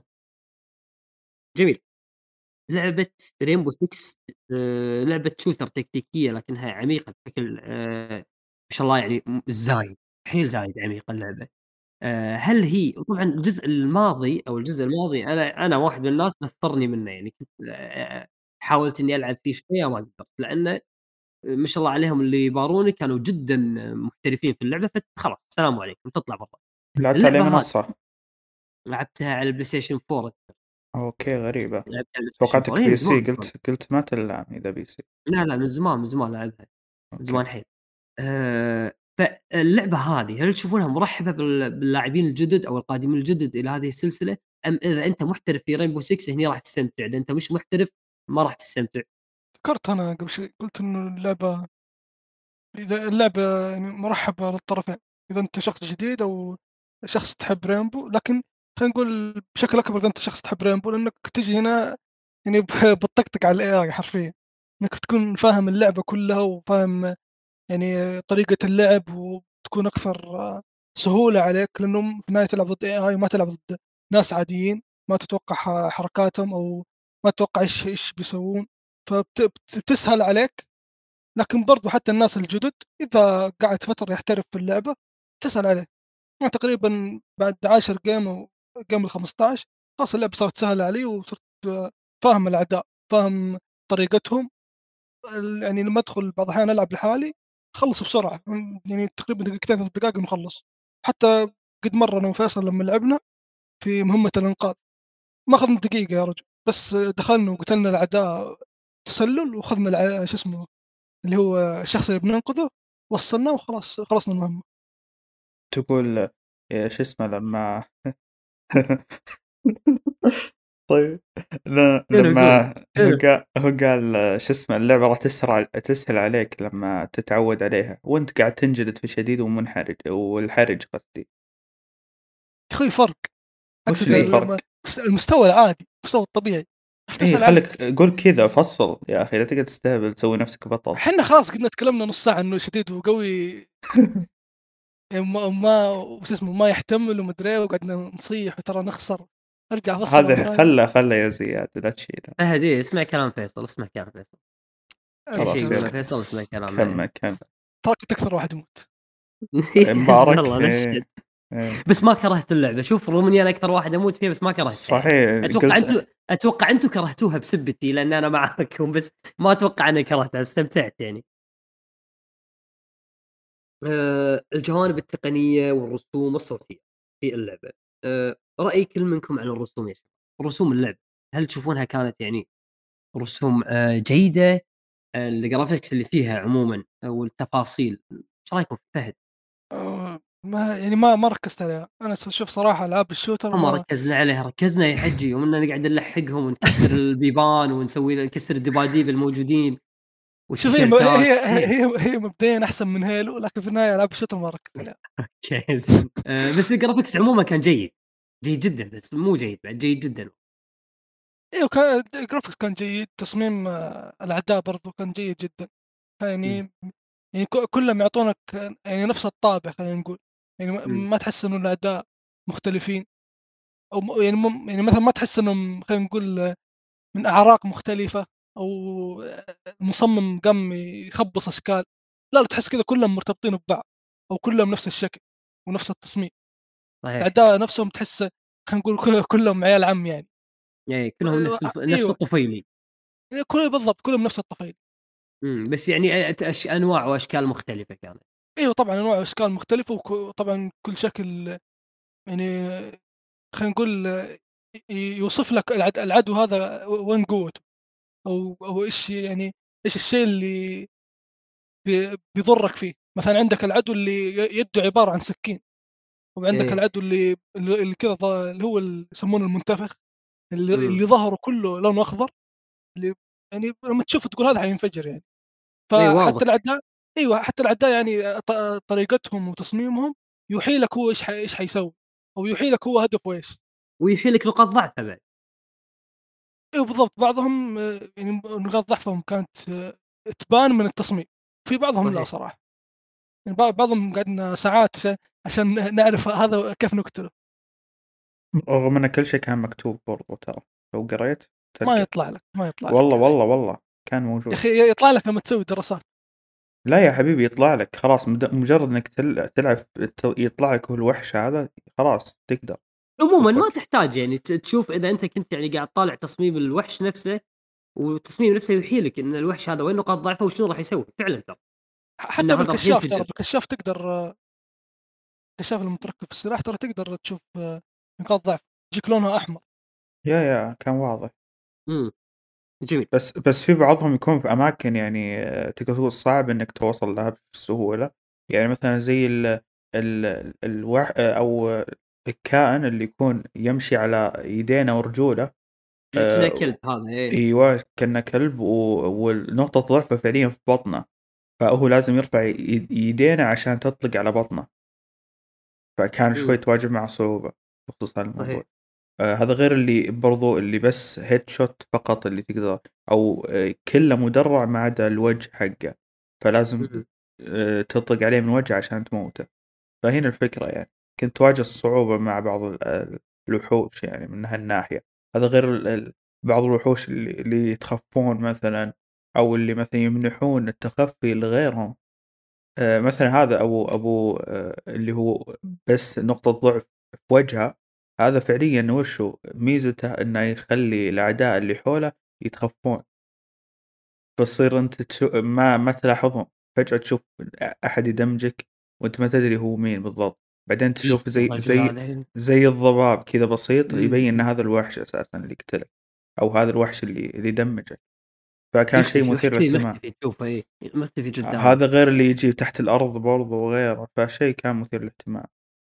جميل. لعبة Rainbow Six لعبة شوتر تكتيكية لكنها عميقة بشكل ما شاء الله يعني زايد، حيل زايد عميقة اللعبة. هل هي وطبعًا الجزء الماضي أو الجزء الماضي أنا واحد من الناس نفّرني منه يعني كنت حاولت إني ألعب فيه شوية وما قدرت، لأنه ما شاء الله عليهم اللي يباروني كانوا جدًا محترفين في اللعبة، السلام عليكم تطلع برّا.
لعبت على أي
اللعبة هذه
منصة؟
لعبتها على الPlayStation 4
أوكي، غريبة.
لعبتها على الPlayStation 4
توقعتك
هي من
PC،
زمان أصلًا.
قلت ما تلعب إذا PC.
لا، لا من زمان لاعبها، من
أوكي.
زمان حيل. فاللعبة هذه هل تشوفونها مرحبة باللاعبين الجدد أو القادمين الجدد إلى هذه السلسلة؟ أم إذا أنت محترف في Rainbow Six هني راح تستمتع، إذا أنت مش محترف ما راح تستمتع؟
ذكرت أنا قبل شوي قلت إنه إذا اللعبة يعني مرحبة للطرفين، إذا أنت شخص جديد أو شخص تحب ريمبو، لكن خلينا نقول بشكل أكبر إذا أنت شخص تحب ريمبو لأنك تجي هنا يعني بتطقطق على الAI حرفيًا، إنك تكون فاهم اللعبة كلها وفاهم يعني طريقة اللعب وتكون أكثر سهولة عليك، لأنه في النهاية تلعب ضد AI وما تلعب ضد ناس عاديين، ما تتوقع حركاتهم أو ما تتوقع إيش بيسوون، بتسهل عليك. لكن برضو حتى الناس الجدد إذا قعد فترة يحترف في اللعبة تسهل عليه. أنا تقريبًا بعد 10 جيم أو جيم ال15 خلاص اللعبة صارت سهلة علي وصرت فاهم الأعداء، فاهم طريقتهم. يعني لمّا أدخل بعض الأحيان ألعب لحالي أخلّص بسرعة، يعني تقريبًا دقيقتين 3 دقايق مخلّص. حتى قد مرة أنا وفيصل لمّا لعبنا في مهمة الإنقاذ ما أخذنا دقيقة يا رجل، بس دخلنا وقتلنا الأعداء تسلل وأخذنا شو اسمه اللي هو الشخص اللي بننقذه وصلناه وخلاص خلصنا المهمة.
تقول شو اسمه لمّا طيب،
شنو قُل،
لمّا
شنو؟
هو قال شو اسمه اللعبة راح تسهل عليك لمّا تتعود عليها، وأنت قاعد تنجلد في شديد والحرج قصدي.
يا أخوي فرق،
وش
أقصد
اللي
إيه،
الفرق؟
المستوى العادي، المستوى الطبيعي راح
إيه،
تسهل
خلِّك
عليك.
قُل كذا، فصّل يا أخي، لا تقعد تستهبل تسوي نفسك بطل.
حنا خلاص قعدنا تكلمنا نص ساعة إنه شديد وقوي، يعني ما وش اسمه ما يحتمل ومدري إيه، وقعدنا نصيح وترى نخسر، أرجع أفصل مرة
هذا
ثانية.
خله يا زياد لا تشيله.
فهد إيه، اسمع كلام فيصل، اسمع كلام فيصل، أي شيء
خلاص
يقوله
يالّا،
فيصل اسمع كلامه
كمّل،
إيه.
كمّل.
ترى كنت أكثر واحد يموت.
عز
مبارك،
الله نشّد.
إيه، إيه.
بس ما كرهت اللعبة، شوف رغم إني أنا أكثر واحد أموت فيها بس ما كرهتها يعني.
صحيح
أتوقع أنتم كرهتوها بسبتي لأن أنا معاكم، بس ما أتوقع أني كرهتها، استمتعت يعني. الجوانب التقنية والرسوم الصوتية في اللعبة، رأي كل منكم عن الرسوم يا شباب، رسوم اللعبة، هل تشوفونها كانت يعني رسوم جيدة الgraphics اللي فيها عمومًا والتفاصيل، إيش رأيكم فهد؟
ما يعني ما ركزت عليها. أنا شوف صراحة ألعاب الشوتر
ما
ما.
ركزنا عليها، ركزنا يا حجي وإننا نقعد نلحقهم ونكسر البيبان نكسر الدباديب الموجودين
شوف هي م هي
والتيشيرتات.
هي
إيه.
هي هي مبدئيًا أحسن من هيلو، لكن في النهاية ألعاب الشوتر ما ركزت عليها.
أوكي زين. بس الgraphics عمومًا كان جيد، جيد جدًا بس مو جيد بعد، جيد جدًا.
أيوه كان الgraphics كان جيد، تصميم الأعداء برضه كان جيد جدًا. يعني
إمم،
يعني كلّهم يعطونك يعني نفس الطابع خلّينا نقول. يعني
إمم،
ما تحس إنه الأعداء مختلفين، أو يعني يعني مثلًا ما تحس إنهم خلّينا نقول من أعراق مختلفة، أو المصمم قام يخبّص أشكال. لا، لا تحس كذا كلّهم مرتبطين ببعض، أو كلّهم نفس الشكل ونفس التصميم.
صحيح.
الأعداء نفسهم تحس خلينا نقول كلّهم عيال عم يعني.
كلهم نفس
أيوه،
الطفيلي.
بالضبط كلّهم نفس الطفيل.
بس يعني أنواع وأشكال مختلفة كانت.
أيوه طبعًا أنواع وأشكال مختلفة، طبعًا كل شكل يعني خلينا نقول يوصف لك العدو هذا وين قوته، أو إيش يعني إيش الشيء اللي بيضرك فيه. مثلًا عندك العدو اللي يده عبارة عن سكين، وعندك
إيه.
العدو اللي كذا اللي هو يسمونه المنتفخ،
إمم.
اللي ظهره كله لونه أخضر، اللي يعني لمّا تشوفه تقول هذا حينفجر يعني.
إيه
فحتى
واضح.
الأعداء، أيوه حتى الأعداء يعني طريقتهم وتصميمهم يوحي لك هو إيش حيسوي، أو يوحي لك هو هدفه إيش.
ويحيل لك نقاط ضعفه بعد.
أيوه بالضبط. بعضهم يعني نقاط ضعفهم كانت تبان من التصميم، في بعضهم لا
صحيح.
صراحة. يعني بعضهم قعدنا ساعات عشان نعرف هذا كيف نقتله.
رغم إن كل شيء كان مكتوب برضه ترى، لو قريت
ما
تلقى.
يطلع لك، ما يطلع لك
والله،
يا أخي.
والله، والله كان
يا
موجود.
أخي يطلع لك لمّا تسوي دراسات.
لا يا حبيبي يطلع لك خلاص مجرد إنك تلعب يطلع لك هو الوحش هذا خلاص تقدر
عمومًا
تشوف
ما
وجهه.
تحتاج يعني تشوف إذا أنت كنت يعني قاعد طالع تصميم الوحش نفسه، والتصميم نفسه يوحي لك إن الوحش هذا وين نقاط ضعفه وشنو راح يسوي فعلًا ترى، إن
حتى
هذا راح
بالكشاف ترى،
ينفجر.
بالكشاف تقدر، الكشاف المتركب في السلاح ترى تقدر تشوف نقاط ضعف، تجيك لونها أحمر.
يا كان واضح.
إمم، جميل.
بس في بعضهم يكون في أماكن يعني تقدر تقول صعب إنك توصل لها بسهولة. يعني مثلًا زي أو الكائن اللي يكون يمشي على يدينه ورجوله.
كأنه
آآ
كلب هذا إيه.
أيوه كأنه كلب ونقطة ضعفه فعليًا في بطنه. فهو لازم يرفع يدينه عشان تطلق على بطنه. فكان شوي
إمم،
تواجه مع صعوبة بخصوص هذا
صحيح.
الموضوع. هذا غير اللي برضه اللي بس headshot فقط اللي تقدر أو كلّه مدرّع ما عدا الوجه حقه. فلازم
اهم.
تطلق عليه من وجهه عشان تموته. فهنا الفكرة يعني. كنت تواجه صعوبة مع بعض الوحوش يعني من هالناحية. هذا غير بعض الوحوش اللي يتخفون مثلًا أو اللي مثلًا يمنحون التخفي لغيرهم. مثلًا هذا أبو اللي هو بس نقطة ضعف في وجهه. هذا فعليًا وش هو ميزته إنه يخلّي الأعداء اللي حوله يتخفون. فتصير أنت ما تلاحظهم. فجأة تشوف أحد يدمجك وأنت ما تدري هو مين بالضبط. بعدين
إيه
تشوف
الرجل هذا إيه.
زي الضباب كذا بسيط
إمم،
يبين إن
إمم.
هذا الوحش أساسًا اللي قتلك، أو هذا الوحش اللي دمجك. فكان شيء
يختفي
مثير
وحش كذا
للاهتمام.
مختفي تشوفه إيه، مختفي قدامك.
هذا غير اللي يجي تحت الأرض برضه وغيره. فشيء كان مثير للاهتمام.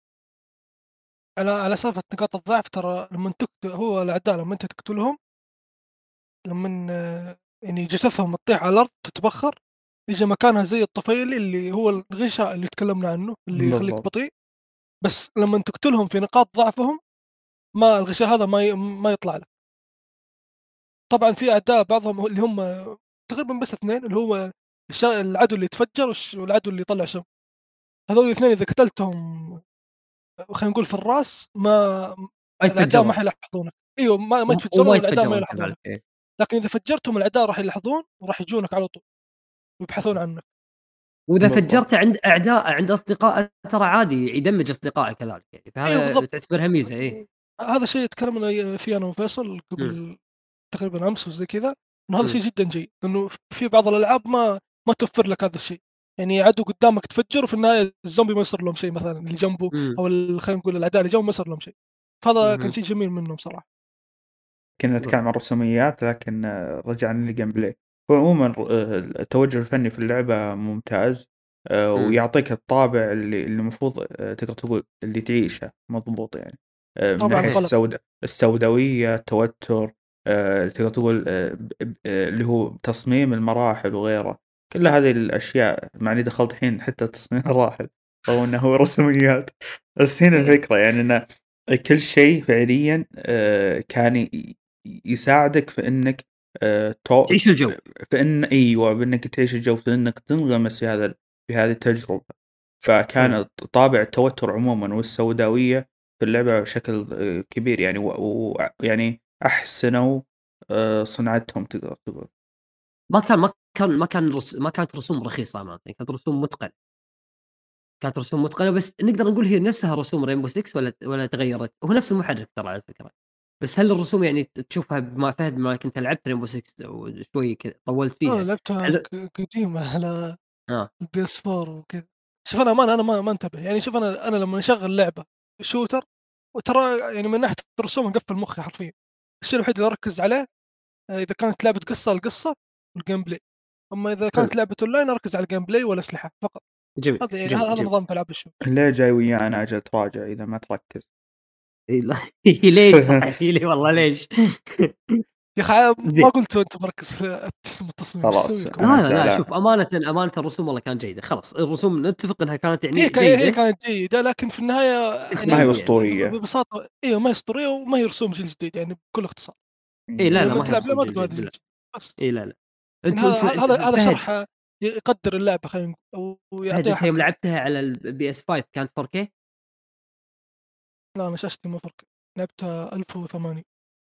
على سالفة نقاط الضعف ترى لمّا هو الأعداء لمّا أنت تقتلهم، لمّن يعني جثثهم تطيح على الأرض تتبخر، ييجي مكانها زي الطفيلي اللي هو الغشاء اللي تكلمنا عنه، اللي يخليك
بالضبط.
بطيء. بس لمّن تقتلهم في نقاط ضعفهم، ما الغشاء هذا ما يطلع لك. طبعًا في أعداء بعضهم اللي هم تقريبًا بس 2، اللي هو العدو اللي يتفجّر والعدو اللي يطلّع سم. هذول الاثنين إذا قتلتهم خلينا نقول في الراس،
ما
الأعداء ما
يتفجرون
حيلاحظونك. أيوه ما
وما
يتفجّرون والأعداء ما
يتفجرون
يلاحظونك.
كذلك إيه.
لكن إذا فجّرتهم الأعداء راح يلاحظون وراح يجونك على طول ويبحثون عنك.
وإذا
بالضبط.
فجرته عند أعداء عند أصدقائه ترى عادي يدمج أصدقائه كذلك يعني،
أيوه
فهذا
بالضبط.
تعتبرها ميزة إيه.
هذا شيء تكلمنا فيه أنا وفيصل
إمم،
قبل تقريبًا أمس وزي كذا، إنه هذا
إمم،
شيء جدًا جيد، لإنه في بعض الألعاب ما توفر لك هذا الشيء. يعني عدو قدامك تفجّر وفي النهاية الزومبي ما يصير لهم شيء مثلًا اللي جنبه،
إمم،
أو خلينا نقول الأعداء اللي جنبه ما يصير لهم شيء. فهذا كان
اهم.
شيء جميل منهم صراحة.
كنا نتكلم
بالضبط.
عن الرسوميات لكن رجعنا للgameplay. وعمومًا التوجه الفني في اللعبة ممتاز،
إمم.
ويعطيك الطابع اللي المفروض تقدر تقول اللي تعيشه مضبوط يعني، من
طابع
ناحية
صحيح.
القلق.
السوداوية، التوتر، تقدر تقول اللي هو تصميم المراحل وغيره، كل هذه الأشياء مع إني دخلت الحين حتى تصميم المراحل رغم إنه هو رسوميات، بس هنا
إيه.
الفكرة يعني إنه كل شيء فعليًا كان يساعدك في إنك تو
تعيش الجو.
فإن أيوه، بإنك تعيش الجو، في إنك تنغمس في هذه التجربة،
حلو.
فكان طابع التوتر عمومًا والسوداوية في اللعبة بشكل كبير يعني، ويعني أحسنوا صنعتهم تقدر تقول.
ما كانت رسوم رخيصة أمانةً، كانت رسوم متقنة. كانت رسوم متقنة، بس نقدر نقول هي نفسها رسوم Rainbow Six والّا تغيّرت؟ هو نفس المحرك ترى على فكرة، بس هل الرسوم يعني تشوفها بما أنت لعبت Rainbow Six وشوي كذا طوّلت
أنا
فيها،
لعبتها
هل
قديمة على
آه.
الPS4 وكذا. شوف أنا أمانة أنا ما انتبه، يعني شوف أنا لمّا أشغّل لعبة shooter وترى يعني من ناحية الرسوم مقفّل مخي حرفيًا. الشيء الوحيد اللي أركّز عليه إذا كانت لعبة قصة القصة والgameplay، أمّا إذا
حلو.
كانت لعبة online أركّز على الgameplay والأسلحة فقط.
جميل،
هذا يعني
جميل،
هذا
جميل.
نظام في ألعاب الشوتر.
ليه جاي ويانا أجل تراجع إذا ما تركز؟
لا ليش صحّحِ لي والله ليش؟
يا أخي
زين.
ما قُلت وأنت مركّز في التصميم، إيش
خلاص
تسوي لكم؟
أنا
لا، لا،
زعلان.
شوف أمانةً الرسوم والله كانت جيدة، خلاص الرسوم نتفق إنها كانت يعني
هي
جيدة
كانت جيدة، لكن في النهاية
ما هي
يعني
تقنيًا.
أسطورية.
ببساطة أيوه ما هي أسطورية وما هي رسوم جيل جديد يعني بكل اختصار.
إيه، لا، لا،
لمّا
ما هي
تلعب لعبة
رسوم
ما
جيل
تقول هذا
جديد
جيل
بالله.
جديد بس.
إيه، لا، لا.
يعني هذا
فهد،
شرح يقدّر اللعبة خلينا ويعطيها
أنت يوم
حقها.
لعبتها على الPS5 كانت 4K؟
لا أنا شاشتي ما فرق، لعبتها 1080.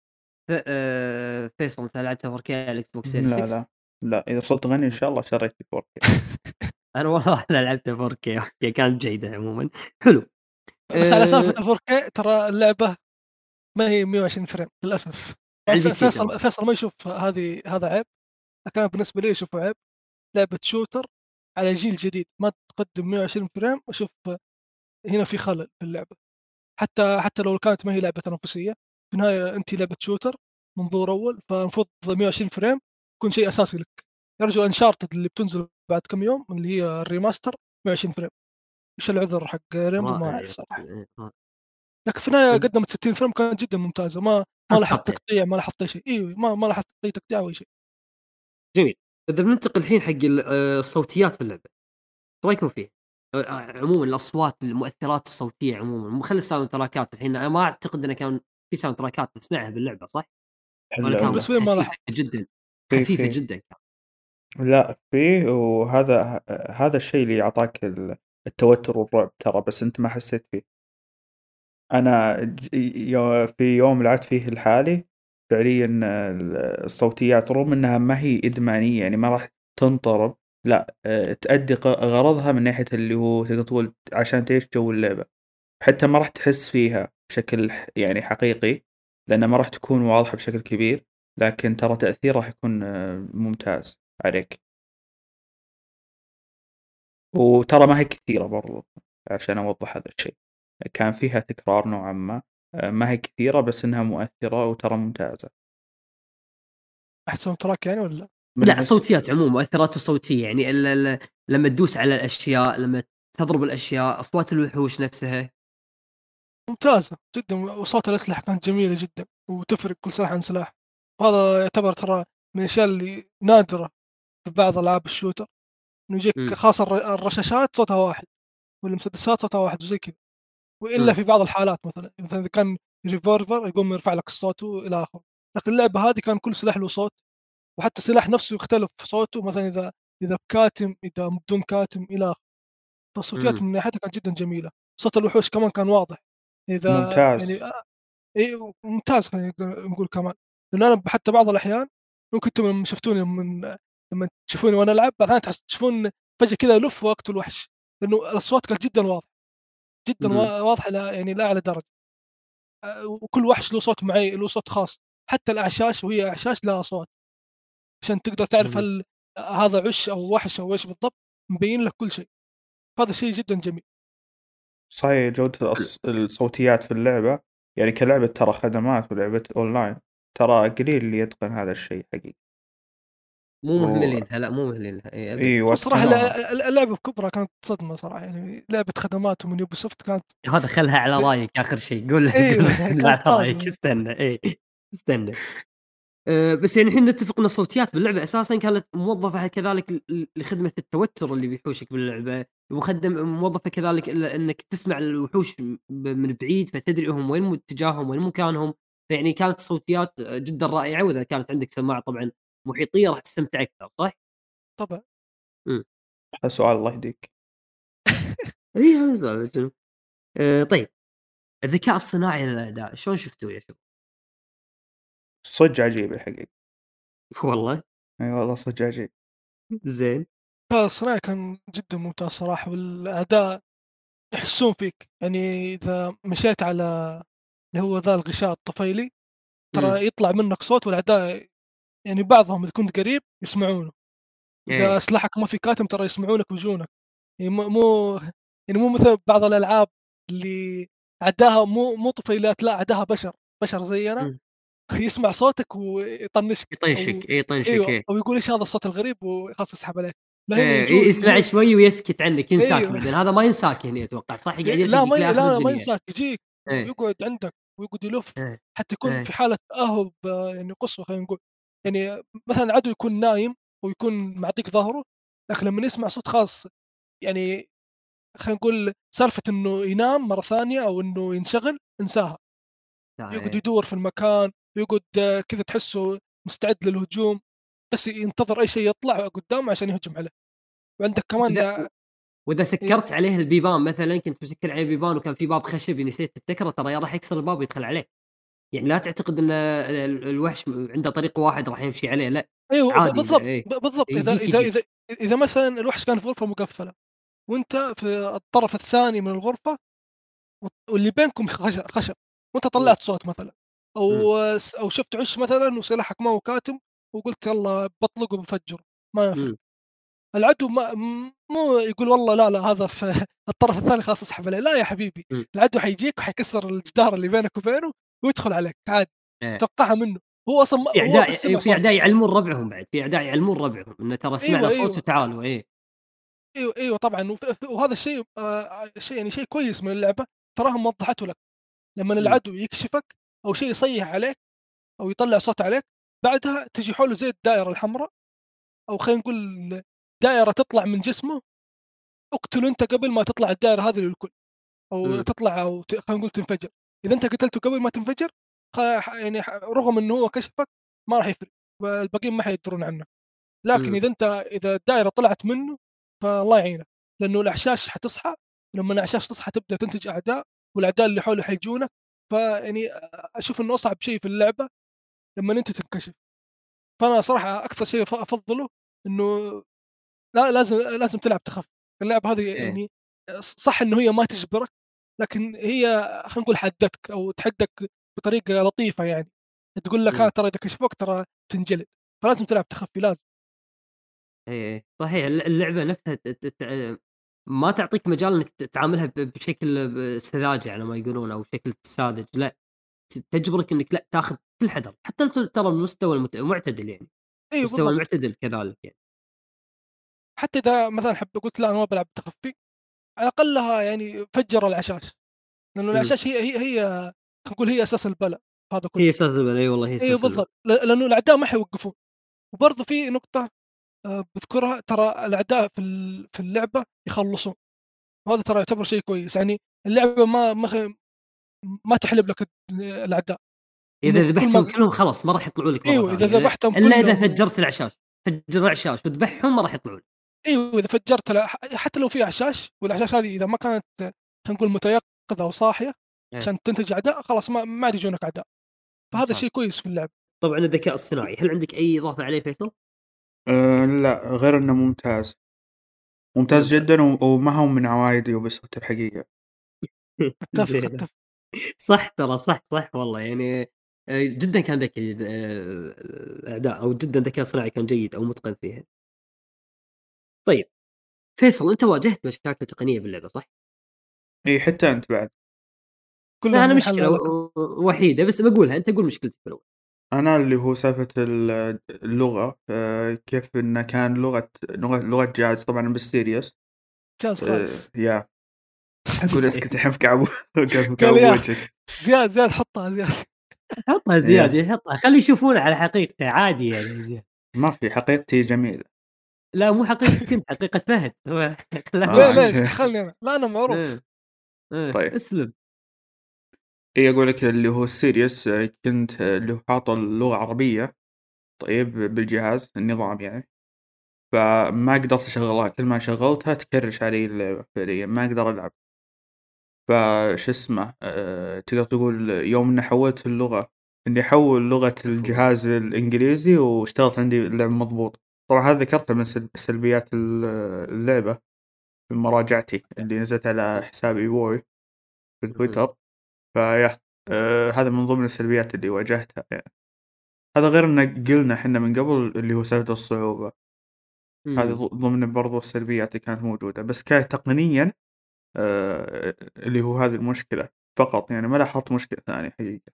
فيصل أنت لعبتها 4K على الXbox Series
لا،
6؟
لا، لا، إذا صرت غني إن شاء الله شريت لي 4K.
أنا والله أنا لعبتها 4K أوكي كانت جيدة عمومًا. حلو.
بس على سالفة
آآ
ال4K ترى اللعبة ما هي 120 فريم للأسف.
على الPC
فيصل
تمام.
فيصل ما يشوف هذا عيب، لكن أنا بالنسبة لي أشوفه عيب. لعبة شوتر على جيل جديد ما تقدم 120 فريم، أشوف هنا في خلل في اللعبة. حتى لو كانت ما هي لعبة تنافسية، في النهاية أنتِ لعبة شوتر منظور أول، فالمفروض 120 فريم يكون شيء أساسي لك. يا رجل أنشارتد اللي بتنزل بعد كم يوم اللي هي الريماستر 120 فريم، إيش العذر حق ريمبو ما
رائع
أعرف
يا
صراحة.
رجل.
لكن في النهاية
ب
قدمت 60 فريم كانت جدًا ممتازة، ما
كانت
لاحظت
خاطئة.
تقطيع، ما لاحظت أي شيء، أيوه ما لاحظت أي تقطيع أو أي شيء.
جميل. إذا بننتقل الحين حق الصوتيات في اللعبة، إيش رأيكم فيها؟ عمومًا الأصوات، المؤثرات الصوتية عمومًا، مو خلي الساوند تراكات الحين أنا ما أعتقد إنه كان في ساوند تراكات تسمعها باللعبة صح؟ والّا
ال
أنا
كانت
بالنسبة لي ما
خفيفة
لاحظت.
جدًا، خفيفة
في
جدًا كانت؟
لأ فيه، هذا الشيء اللي أعطاك التوتر والرعب ترى، بس أنت ما حسيت فيه. أنا في يوم لعبت فيه لحالي فعليًا الصوتيات رغم إنها ما هي إدمانية يعني ما راح تنطرب، لأ تأدي غرضها من ناحية اللي هو تقدر تقول عشان تعيش جو اللعبة، حتى ما راح تحس فيها بشكل يعني حقيقي، لأنها ما راح تكون واضحة بشكل كبير، لكن ترى تأثيره راح يكون ممتاز عليك. وترى ما هي كثيرة برضه عشان أوضح هذا الشيء، كان فيها تكرار نوعًا ما، ما هي كثيرة بس إنها مؤثرة وترى ممتازة.
أحد ساوند تراك يعني والّا؟
من
لأ
ناحية
الصوتيات عمومًا، المؤثرات الصوتية يعني لمّا تدوس على الأشياء، لمّا تضرب الأشياء، أصوات الوحوش نفسها.
ممتازة جدًا، وصوت الأسلحة كانت جميلة جدًا، وتفرق كل سلاح عن سلاح. وهذا يعتبر ترى من الأشياء اللي نادرة في بعض ألعاب الشوتر، إنه يجيك
إمم.
خاصة الرشاشات صوتها واحد، والمسدسات صوتها واحد وزي كذا. وإلا
إمم.
في بعض الحالات مثلًا إذا كان ريفولفر يقوم يرفع لك الصوت وإلى آخره. لكن اللعبة هذه كان كل سلاح له صوت، وحتى السلاح نفسه يختلف في صوته، مثلًا إذا بكاتم، إذا بدون كاتم إلى آخره. فالصوتيات
إمم.
من ناحيتها كانت جدًا جميلة. صوت الوحوش كمان كان واضح. إذا يعني
ممتاز.
ممتاز خلينا نقول كمان. لأنه أنا حتى بعض الأحيان ممكن أنتم لمّا شفتوني لمّا تشوفوني وأنا ألعب بعض الأحيان تشوفون فجأة كذا ألُف وأقتل وحش، لأنه الأصوات كانت جدًا واضحة، جدًا
إمم.
واضحة يعني لأعلى درجة. وكل وحش له صوت له صوت خاص. حتى الأعشاش وهي أعشاش لها صوت، عشان تقدر تعرف
اهم.
هل هذا عش أو وحش أو إيش بالضبط، مبين لك كل شيء. فهذا شيء جدًا جميل.
صحيح جودة
حلو.
الصوتيات في اللعبة يعني كلعبة ترى خدمات ولعبة أونلاين، ترى قليل اللي يتقن هذا الشيء حقيقي.
مو
و
مهملينها، لأ مو مهملينها، إي أبد.
فالصراحة
واتقنوها.
اللعبة بكبرها كانت صدمة صراحة، يعني لعبة خدمات ومن Ubisoft كانت
هذا خلها على
ب
رايك آخر شيء، قُل
أيوه
قُل الحين
كانت
على رايك،
صادمة.
استنى استنى. بس يعني إحنا نتفق إن الصوتيات باللعبة أساسًا كانت موظّفة كذلك لخدمة التوتر اللي بيحوشك باللعبة، موظّفة كذلك إنك تسمع الوحوش من بعيد فتدري هم وين اتجاههم، وين مكانهم، فيعني كانت الصوتيات جدًا رائعة، وإذا كانت عندك سماعة طبعًا محيطية راح تستمتع أكثر، صح؟
طبعًا.
إمم.
هذا سؤال الله يهديك.
إي هذا سؤال حلو. طيب الذكاء الصناعي للأعداء شلون شفتوه يا شباب؟
صدق عجيب الحقيقة.
والله؟
اي والله صدق عجيب.
زين.
الذكاء الصناعي كان جدًا ممتاز صراحة، والأعداء يحسون فيك، يعني إذا مشيت على اللي هو ذا الغشاء الطفيلي
إمم.
ترى يطلع منك صوت، والأعداء يعني بعضهم إذا كنت قريب يسمعونه، إذا
إيه.
سلاحك ما في كاتم ترى يسمعونك ويجونك، يعني مو يعني مو مثل بعض الألعاب اللي أعداها مو طفيليات، لأ أعداها بشر زينا،
إمم.
يسمع صوتك ويطنشك، أو
يطنشك
أيوه،
إيه.
أو يقول إيش هذا الصوت الغريب وخلاص يسحب عليك، لا هنا
إيه، يسمع
يجون
شوي ويسكت عنك، ينساك
أيوه.
بعدين، هذا ما ينساك هنا أتوقع صح؟ يقعد
لا
يلحقك لآخر
لا ما
الدنيا.
ينساك، يجيك
إيه.
ويقعد عندك ويقعد يلف،
إيه.
حتى يكون
إيه.
في حالة تأهب يعني قصوى خلينا نقول، يعني مثلًا العدو يكون نايم ويكون معطيك ضهره، لكن لمن يسمع صوت خاص، يعني خلينا نقول سالفة إنه ينام مرة ثانية أو إنه ينشغل انساها، يقعد
إيه.
يدور في المكان، ويقعد كذا تحسه مستعد للهجوم، بس ينتظر أي شيء يطلع قدامه عشان يهجم عليه، وعندك كمان
وإذا وإذا
إيه
سكرت عليه البيبان مثلًا، كنت مسكر عليه البيبان وكان في باب خشبي نسيت تتذكره، ترى راح يكسر الباب ويدخل عليك، يعني لا تعتقد إن الوحش عنده طريق واحد راح يمشي عليه، لأ،
أيوه
عادي
بالضبط،
إيه،
بالضبط،
يجيك.
إذا مثلًا الوحش كان في غرفة مقفلة وأنت في الطرف الثاني من الغرفة، واللي بينكم خشب، وأنت
إمم.
طلّعت صوت مثلًا،
إمم.
أو شُفت عِش مثلًا وسلاحك ما هو كاتم، وقُلت يالّا باطلق وبافجّره، ما يفرق،
إمم.
العدو مو يقول والله لا هذا في الطرف الثاني خلاص اسحب عليه، لا يا حبيبي،
إمم.
العدو حيجيك وحيكسر الجدار اللي بينك وبينه ويدخل عليك عادي،
إيه.
توقعها منه، هو أصلًا هو بس سمع
وفي
صوتك.
أعداء يعلمون ربعهم بعد، في أعداء يعلمون ربعهم إنه ترى سمعنا صوت
أيوه.
وتعالوا إيه.
أيوه طبعًا، وهذا الشيء شيء يعني شيء كويس من اللعبة، تراهم وضّحته لك، لمّن
إمم.
العدو يكشفك أو شيء يصيح عليك أو يطلّع صوت عليك، بعدها تجي حوله زي الدائرة الحمراء، أو خلينا نقول دائرة تطلع من جسمه، اقتله أنت قبل ما تطلع الدائرة هذه للكل، أو
إمم.
تطلع أو خلينا نقول تنفجر، إذا أنت قتلته قبل ما تنفجر خ ح يعني رغم إنه هو كشفك ما راح يفرق، والباقيين ما حيدرون عنك. لكن
إمم.
إذا الدائرة طلعت منه فالله يعينك، لأنه الأعشاش حتصحى، ولمّا الأعشاش تصحى تبدأ تنتج أعداء، والأعداء اللي حوله حيجونك، فيعني أشوف إنه أصعب شيء في اللعبة لمّن أنت تنكشف، فأنا صراحة أكثر شيء أفضّله إنه لا لازم تلعب تخفي، اللعبة هذه
إيه.
يعني صح إنه هي ما تجبرك، لكن هي خلينا نقول حدّتك أو تحدّك بطريقة لطيفة يعني، تقول لك
إمم.
ترى إذا كشفوك ترى تنجلد، فلازم تلعب تخفي لازم.
إيه. صحيح اللعبة نفسها ت ت ت ما تعطيك مجال إنك تعاملها بشكل سذاجة على ما يقولون أو بشكل ساذج، لأ، تجبرك إنك لأ تاخذ كل حذر، حتى ترى المستوى معتدل يعني،
أيوه
مستوى
بالضبط.
المعتدل كذلك يعني.
حتى إذا مثلًا قُلت لا أنا ما بالعب بالتخفي، على أقلها يعني فجّر العشاش، لأنه
إمم.
العشاش هي خلينا نقول هي أساس البلا في هذا كلّه.
هي أساس البلا، أي والله هي
أيوه
أساس البلا.
بالضبط، لأنه الأعداء ما حيوقّفون، وبرضه في نقطة باذكرها، ترى الأعداء في اللعبة يخلّصون، وهذا ترى يعتبر شيء كويس، يعني اللعبة ما تحلب لك الأعداء،
إذا
إنه كل
ذبحتهم
ما
كلهم خلاص ما راح يطلعوا لك مرة
أيوه إذا
ثانية،
ذبحتهم
إلا إذا
كلّهم
فجرت الأعشاش، فجر الأعشاش وذبحهم ما راح يطلعون.
أيوه إذا فجّرت حتى لو في أعشاش، والأعشاش هذه إذا ما كانت خلينا نقول متيقظة وصاحية
إيه.
عشان تنتج أعداء، خلاص ما عاد يجونك أعداء. فهذا
ممتاز.
شيء كويس في اللعبة.
طبعًا الذكاء الصناعي، هل عندك أي إضافة عليه فيصل؟
لأ، غير إنه ممتاز، ممتاز
ممتاز.
جدًا وما هو من عوايد Ubisoft الحقيقة.
زين.
أتّفق.
صح ترى صح والله يعني جدًا كان ذكي الأعداء أو جدًا الذكاء الصناعي كان جيد أو متقن فيها. طيب فيصل أنت واجهت مشاكل تقنية باللعبة صح؟
إي حتى أنت بعد.
كلّهم
لا أنا
ينحلّها
مشكلة
لكم.
وحيدة بس باقولها، أنت قُل مشكلتك الأول.
أنا اللي هو سالفة اللغة كيف إنه كان لغة جهاز طبعًا بالسيريس
جهاز خايس.
يا أقول اسكت يا حفك عبو حفك
قال
عبو
يا
بوجهك.
زياد حطها زياد.
حطها
يا
زياد حطها خليه يشوفونه على حقيقته عادي يعني يا زياد.
ما في حقيقتي جميلة.
لا مو حقيقتك أنت حقيقة فهد هو خلاه
ليه
يعيش.
أوكي.
ليش دخلني أنا؟ لا أنا معروف.
إيه، إيه،
طيب
اسلم.
أقول لك اللي هو السيريس كنت اللي هو حاطه اللغة عربية طيب بالجهاز النظام يعني. فما قدرت أشغّلها، كل ما شغّلتها تكرّش علي اللعبة فعليًا، ما أقدر ألعب. فشو اسمه، تقدر تقول يوم إني حوّلت اللغة إني أحوّل لغة
عفوًا.
الجهاز الإنجليزي واشتغلت عندي اللعبة مضبوط. طبعًا هذا ذكرته من سلبيات اللعبة في مراجعتي اللي نزلت على حسابي ووي في
اهم.
تويتر. فياه هذا من ضمن السلبيات اللي واجهتها يعني. هذا غير إن قلنا إحنا من قبل اللي هو سالفة الصعوبة. هذه
إمم.
ضمن برضه السلبيات اللي كانت موجودة، بس كتقنيًا اللي هو هذه المشكلة فقط يعني ما لاحظت مشكلة ثانية حقيقة.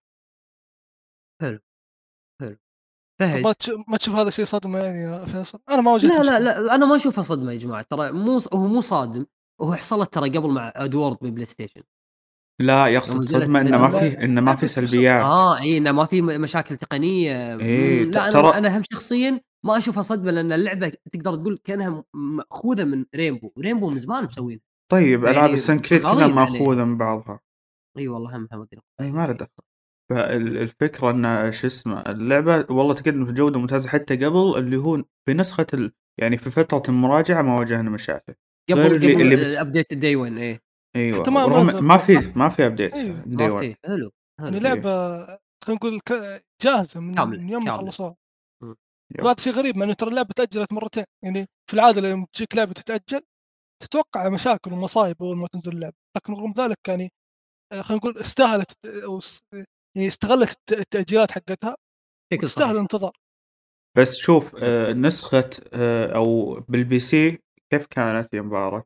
حلو، حلو.
طب
فهد.
ما تشوف هذا شيء صدمة يعني يا فيصل؟ أنا ما واجهت
لا، لا،
مشكلة.
لا، أنا ما أشوفها صدمة يا جماعة، ترى هو مو صادم، هو حصلت ترى قبل مع Edward ببلاي ستيشن.
لا
يوم
يقصد
نزلت
صدمة إنه ما
لا
في إنه ما في
لعبة بروسوفت.
سلبيات.
إي إنه ما في مشاكل تقنية.
إيه
لا
ترى
أنا هم شخصيًا ما أشوفها صدمة، لأن اللعبة تقدر تقول كأنها مأخوذة من Rainbow من زمان مسوينها،
طيب ألعاب
فيعني
السنكريت كلها
شغالين عليها.
ماخوذة من بعضها.
إي والله همها ما أدري.
أي ما له
إي.
دخل.
إمم.
الفكرة إن شو اسمه اللعبة والله تقدم في جودة ممتازة حتى قبل اللي هو في نسخة يعني في فترة المراجعة ما واجهنا مشاكل. غير
قبل
اللي
update الday one إيه.
حتى
أيوه
ما
ورغم
نزلت صح؟
ما في update
أيوه.
day
ما
one.
في. حلو،
يعني
حلو.
إيه
لعبة خلينا نقول جاهزة
كاملة،
من يوم ما
كاملة.
خلصوها.
إمم.
يب.
وهذا شيء غريب مع إنه ترى اللعبة تأجلت مرتين. يعني في العادة لما تجيك لعبة تتأجل تتوقع مشاكل ومصايب أول ما تنزل اللعبة، لكن رغم ذلك يعني خلينا نقول استاهلت يعني استغلت التأجيلات حقتها
بشكل
وتستاهل
صحيح.
الانتظار.
بس شوف
إمم.
نسخة أو بالPC كيف كانت يا مبارك؟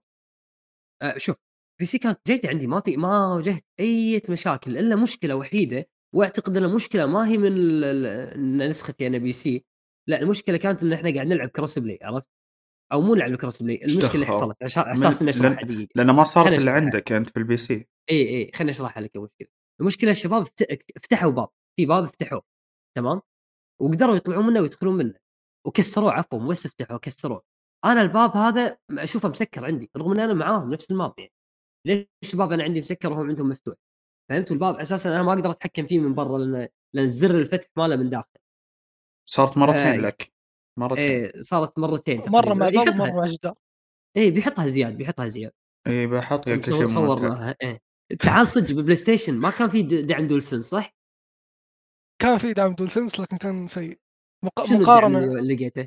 شوف PC كانت جيدة عندي ما واجهت أية مشاكل إلا مشكلة وحيدة، وأعتقد إن المشكلة ما هي من إن نسختي أنا PC. لأ المشكلة كانت إن إحنا قاعد نلعب cross play عرفت؟ أو مو نلعب cross play
إيش
المشكلة اللي
دخل؟
حصلت على أساس إني أشرحها دقيقة.
لأن ما
خليني
صارت إلا
أشرحها.
عندك أنت في الPC.
خليني أشرحها لك المشكلة. المشكلة الشباب فتحوا باب، في باب فتحوه تمام؟ وقدروا يطلعون منه ويدخلون منه، وكسروه عفوا مو بس فتحوه كسروه. أنا الباب هذا أشوفه مسكر عندي رغم إن أنا معاهم نفس الماب يعني. ليش الباب أنا عندي مسكر وهم عندهم مفتوح؟ فهمت؟ والباب أساسًا أنا ما أقدر أتحكم فيه من برّا لأن زر الفتح ماله من داخل.
صارت
ف
مرتين لك. مرتين.
صارت مرتين
مرة مع
تقريبًا،
الباب ومرة
يحطها.
مع الجدار.
بيحطها زياد.
إي باحط لك شيء ممتاز.
صورناها تعال صدق ببلاي ستيشن ما كان في دعم DualSense صح؟
كان في دعم دول سنس لكن كان سيء.
شنو الدعم
مقارنة
اللي لقيته؟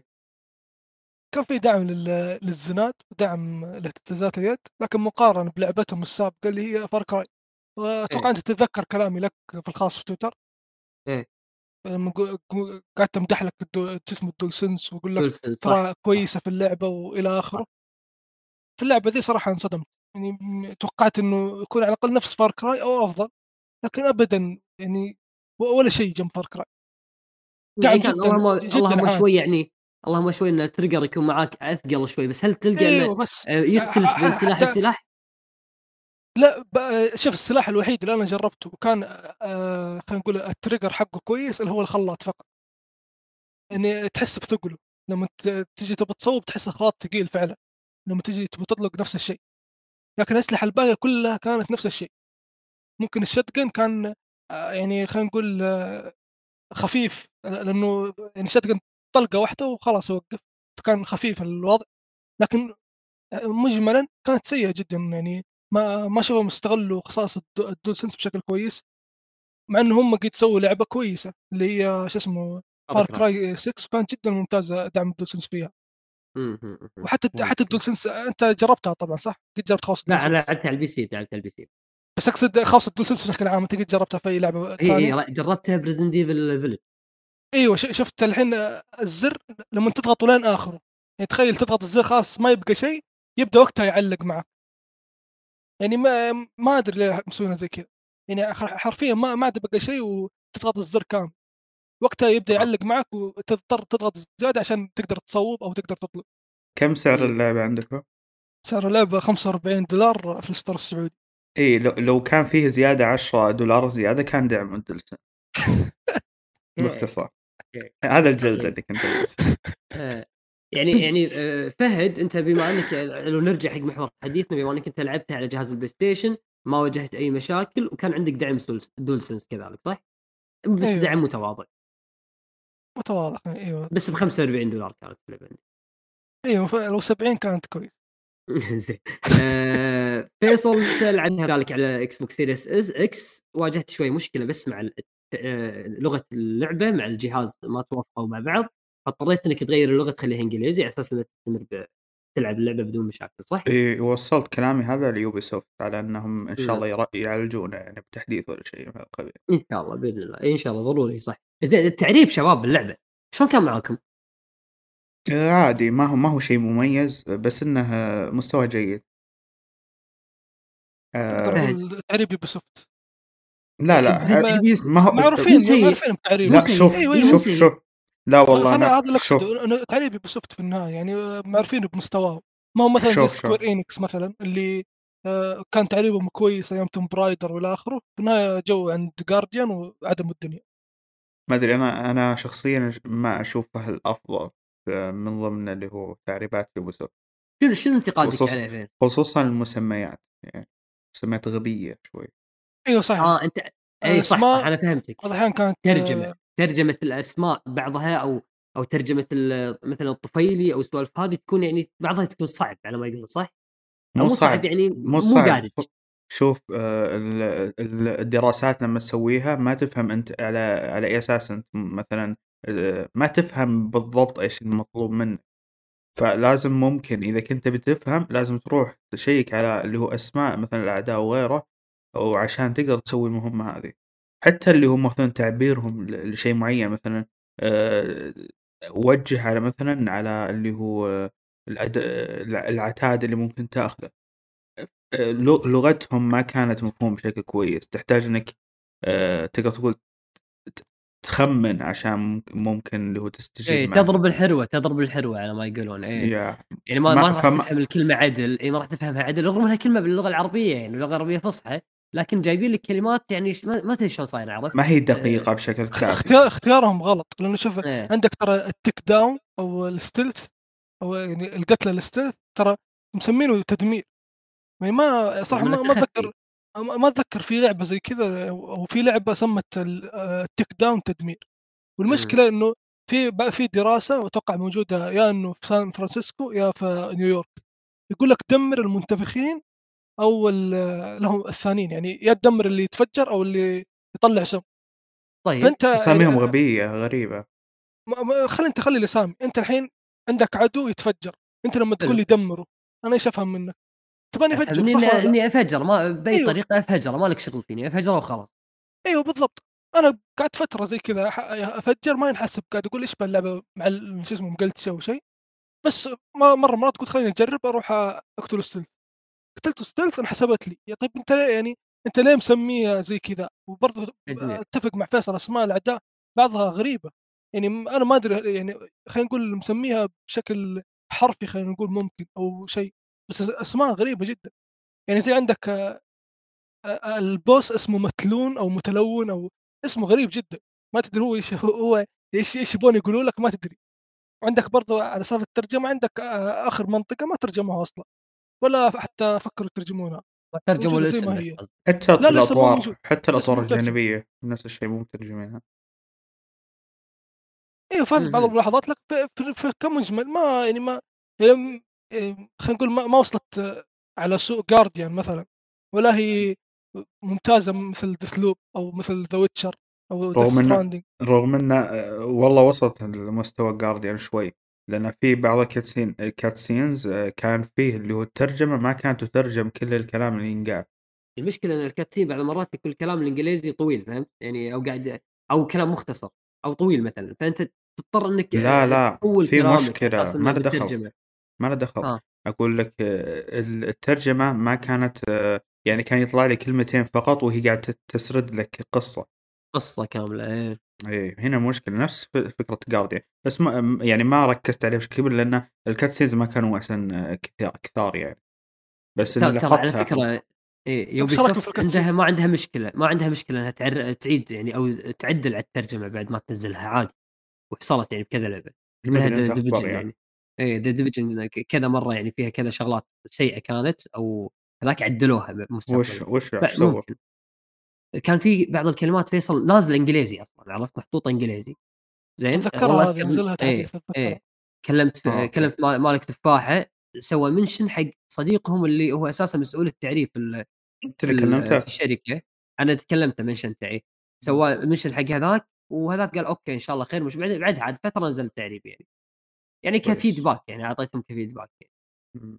كان في دعم للزناد ودعم لاهتزازات اليد، لكن مقارنة بلعبتهم السابقة اللي هي فار كراي.
إيه،
وأتوقع أنت تتذكر كلامي لك في الخاص في تويتر
إيه
لما قعدت أمدح لك شو اسمه الدول سنس وأقول لك
DualSense صح،
ترى
صح،
كويسة في اللعبة وإلى
صح.
آخره. في اللعبة ذي صراحة انصدمت. يعني توقعت إنه يكون على الأقل نفس فار كراي أو أفضل، لكن أبدًا يعني ولا شيء جنب فار كراي.
يعني
دعم
كان
جدًا جدًا
اللهم
عالي.
شوي يعني اللهم شوي إن الtrigger يكون معاك أثقل شوي، بس هل تلقى إنه
أيوه بس
يختلف بين سلاح
حتى
لسلاح؟
لأ شوف السلاح الوحيد اللي أنا جربته وكان خلينا نقول الtrigger حقه كويس اللي هو الخلاط فقط. يعني تحس بثقله لمّا تيجي تبى تصوب تحس الخلاط ثقيل فعلًا، لمّا تيجي تبى تطلق نفس الشيء، لكن الأسلحة الباقية كلها كانت نفس الشيء. ممكن الshotgun كان يعني خلينا نقول خفيف لأنه يعني shotgun طلقة واحدة وخلاص يوقف، فكان خفيف الوضع. لكن مجملًا كانت سيئة جدًا. يعني ما أشوفهم استغلّوا خصائص الDualSense بشكل كويس، مع إن هم قد سووا لعبة كويسة اللي هي شو اسمه
Far
Far
Cry.
Cry 6 وكانت جدًا ممتازة دعم الDualSense فيها.
اهم، اهم.
وحتى
ممكن.
الDualSense أنت جربتها طبعًا صح؟ قد جربت خاصة
لا أنا
الDualSense.
لعبتها على البي سي.
بس أقصد خاصة الDualSense بشكل عام أنت قد جربتها في أي لعبة ثانية؟
لأ جربتها بResident Evil Village.
أيوه شُفت الحين الزر لمّا تضغطه لين آخره، يعني تخيل تضغط الزر خلاص ما يبقى شيء، يبدأ وقتها يعلّق معك. يعني ما أدري ليه مسوينها زي كذا. يعني حرفيًا ما عاد بقى شيء وتضغط الزر كامل. وقتها يبدأ يعلق معك وتضطر تضغط زيادة عشان تقدر تصوب أو تقدر تطلب.
كم سعر
إمم.
اللعبة عندكم؟
سعر اللعبة $45 في الستور السعودي.
إيه لو كان فيه زيادة $10 زيادة كان دعم مدلسن
أوكي،
باختصار.
أوكي،
هذا الجلد
طيب.
اللي كنت بس.
يعني فهد أنت بما أنك لو نرجع حق محور حديثنا بما أنك أنت لعبتها على جهاز البلاي ستيشن ما واجهت أي مشاكل وكان عندك دعم DualSense كذلك صح؟ بس
أيوه
دعم متواضع،
متواضع، أيوه
بس ب$45 كانت اللعبة عندي.
أيوه لو 70 كانت كويس.
زين. فيصل أنت لعبتها قال لك على Xbox Series X واجهت شوي مشكلة بس مع لغة اللعبة مع الجهاز ما توافقوا مع بعض، فاضطريت إنك تغير اللغة تخليها إنجليزي على أساس إنك تلعب اللعبة بدون مشاكل صح؟
إيه وصلت كلامي هذا ليوبيسوفت على أنهم إن شاء
إمم.
الله يعالجونه يعني بتحديث ولا شيء من القبيل.
إن شاء الله بإذن الله، إن شاء الله ضروري صح. زين التعريب شباب باللعبة، شلون كان معاكم؟
عادي ما هو شيء مميز بس إنه مستوى جيد.
أقدر
فهد
أقول تعريب يوبيسوفت.
لا لا
زين
هم
تعريب يوسف
ما هو
مو
معروفين
سيء،
معروفين
مو
بتعريبهم.
لا
سيء،
شوف
أيوه
إي مو
أيوه
شوف
سيء.
شوف لا والله
فأنا
أنا
هذا اللي
شوف
أقصده إنه تعريب يوبيسوفت في النهاية يعني معروفين بمستواهم، ما هو مثلا زي
شوف
سكوير إينكس مثلا اللي كان تعريبهم كويس أيام توم برايدر والى آخره، في النهاية جو عند جارديان وعدموا الدنيا.
ما أدري أنا شخصيا ما أشوفه الأفضل من ضمن اللي هو تعريبات يوبيسوفت.
شنو انتقادك
خصوص
عليه فهد؟
خصوصا المسميات يعني مسميات غبية شوي.
أيوه صحيح.
أنت أي صح،
الأسماء
أنا فهمتك.
بعض الأحيان كانت
ترجمة الأسماء بعضها أو ترجمة مثلًا الطفيلي أو السوالف هذه تكون يعني بعضها تكون صعب على ما يقولون صح؟ أو
مو
مو صعب
صعب
يعني
مو
مو
صعب
دارج.
شوف الدراسات لما تسويها ما تفهم أنت على أي أساس أنت مثلا ما تفهم بالضبط إيش المطلوب منك. فلازم ممكن إذا كنت بتفهم لازم تروح تشيك على اللي هو أسماء مثلا الأعداء وغيره وعشان تقدر تسوي المهمة هذه. حتى اللي هم مثلا تعبيرهم لشيء معين مثلا آه، وجه على مثلا على اللي هو العتاد اللي ممكن تاخذه. لغتهم ما كانت مفهوم بشكل كويس تحتاج انك تقدر تقول ت- تخمن عشان ممكن اللي هو تستجيب
إيه
معهم.
تضرب الحروة على ما يقولون إيه.
يا
يعني ما
ما
راح تفهم الكلمة عدل، ما راح تفهمها عدل رغم إنها كلمة باللغة العربية يعني اللغة العربية فصحى، لكن جايبين لك كلمات يعني ما تدري شلون صايرة عرفت؟
ما هي دقيقة بشكل كافي.
اختيارهم غلط، لأنه شوف
إيه.
عندك ترى التيك داون أو الستيلث أو يعني القتلة الستيلث ترى مسمينه تدمير. يعني ما صراحة
من
ما
التخفي.
أتذكر، ما أتذكر في لعبة زي كذا أو في لعبة سمت التيك داون تدمير.
إمم.
والمشكلة إنه في دراسة وأتوقع موجودة يا إنه في سان فرانسيسكو يا في نيويورك، يقول لك دمر المنتفخين أو اللي هم الثانيين، يعني يا تدمر اللي يتفجر أو اللي يطلع سم.
طيب.
فأنت يعني
أساميهم غبية غريبة.
خلي الأسامي. أنت الحين عندك عدو يتفجر، أنت لما
حلو.
تقول لي دمره أنا إيش أفهم منك؟ تباني أفجر
أفهمني
صح ولا لا؟
إني أفجّر ما بأي
أيوه
طريقة أفجّره ما لك شغل فيني، أفجّره وخلاص.
أيوه بالضبط. أنا قعدت فترة زي كذا أفجر ما ينحسب، قاعد أقول إيش باللعبة مع شو اسمه مقلتشة أو شيء. بس مرات قلت خليني أجرب أروح أقتل السلف، قتلت stealth انحسبت لي. يا طيب أنت ليه يعني أنت ليه مسميها زي كذا؟ وبرضه
تدمير.
أتفق مع فيصل أسماء الأعداء بعضها غريبة. يعني أنا ما أدري يعني خلينا نقول مسميها بشكل حرفي خلينا نقول ممكن أو شيء، بس أسماء غريبة جدًا. يعني زي عندك البوس اسمه متلون أو متلون أو اسمه غريب جدًا، ما تدري هو إيش يبون يقولوا لك ما تدري. وعندك برضه على سالفة الترجمة عندك آخر منطقة ما ترجموها أصلًا ولا حتى فكروا يترجمونها،
وترجموا
موجودة زي
الاسم
ما
بس
هي.
قصدك.
حتى
لا لسه مو
الأطوار
موجود،
حتى
لسه
الأطوار
مو مترجم.
الجانبية نفس الشيء مو مترجمينها.
أيوه فهذه بعض
اهم.
الملاحظات لك في كمجمل ما يعني ما يعني خلينا نقول ما وصلت على سوء جارديان مثلًا، ولا هي ممتازة مثل ديثلوب أو مثل ذا ويتشر أو ديث
رغم إن
ستراندينج.
رغم إنه والله وصلت لمستوى Guardian شوي. لأن في بعض الcutscenes كان فيه اللي هو الترجمة ما كانت تترجم كل الكلام اللي ينقال.
المشكلة إن الكاتسين بعض المرات يكون الكلام الإنجليزي طويل فهمت؟ يعني أو قاعد أو كلام مختصر أو طويل مثلًا، فأنت تضطر إنك
لا
تطوّل
في
كلامك على
مشكلة
أساس
ما
إنه
له دخل.
بالترجمة.
ما له دخل.
ها.
أقول لك الترجمة ما كانت يعني كان يطلع لي كلمتين فقط وهي قاعدة تسرد لك قصة.
قصة كاملة إيه.
هنا المشكلة نفس فكرة Guardian، بس ما يعني ما ركزت عليه بشكل كبير لأن الcutscenes ما كانوا عشان كثار يعني، بس إني
ترى على
لاحظتها.
فكرة
طيب إيش رأيكم في
يوبيسوفت
الcutscene؟
ما عندها مشكلة، ما عندها مشكلة إنها تعيد يعني أو تعدل على الترجمة بعد ما تنزلها عادي، وحصلت يعني بكذا لعبة،
ما
منها
أدري أنت
Division
أخبار يعني.
يعني. Division كذا مرة يعني فيها كذا شغلات سيئة كانت أو هذاك عدلوها
وش
مستقبلًا،
وش إيش سووا؟
فممكن. كان في بعض الكلمات فيصل نازلة إنجليزي أصلًا، عرفت، محطوطة إنجليزي، زين، والله
أتذكرها هذه
أذكر
نزلها
إيه،
تحديث أتذكرها.
إيه، كلمت
أوكي.
كلمت مالك تفاحة، سوى mention حق صديقهم اللي هو أساسًا مسؤول التعريف
أنت اللي كلمته؟
في الشركة. أنا كلمته mentionته إيه، سوى mention حق هذاك، وهذاك قال أوكي إن شاء الله خير، مش بعدها عاد فترة نزل التعريب يعني، يعني
كويس.
كfeedback يعني أعطيتهم كfeedback يعني.
إمم.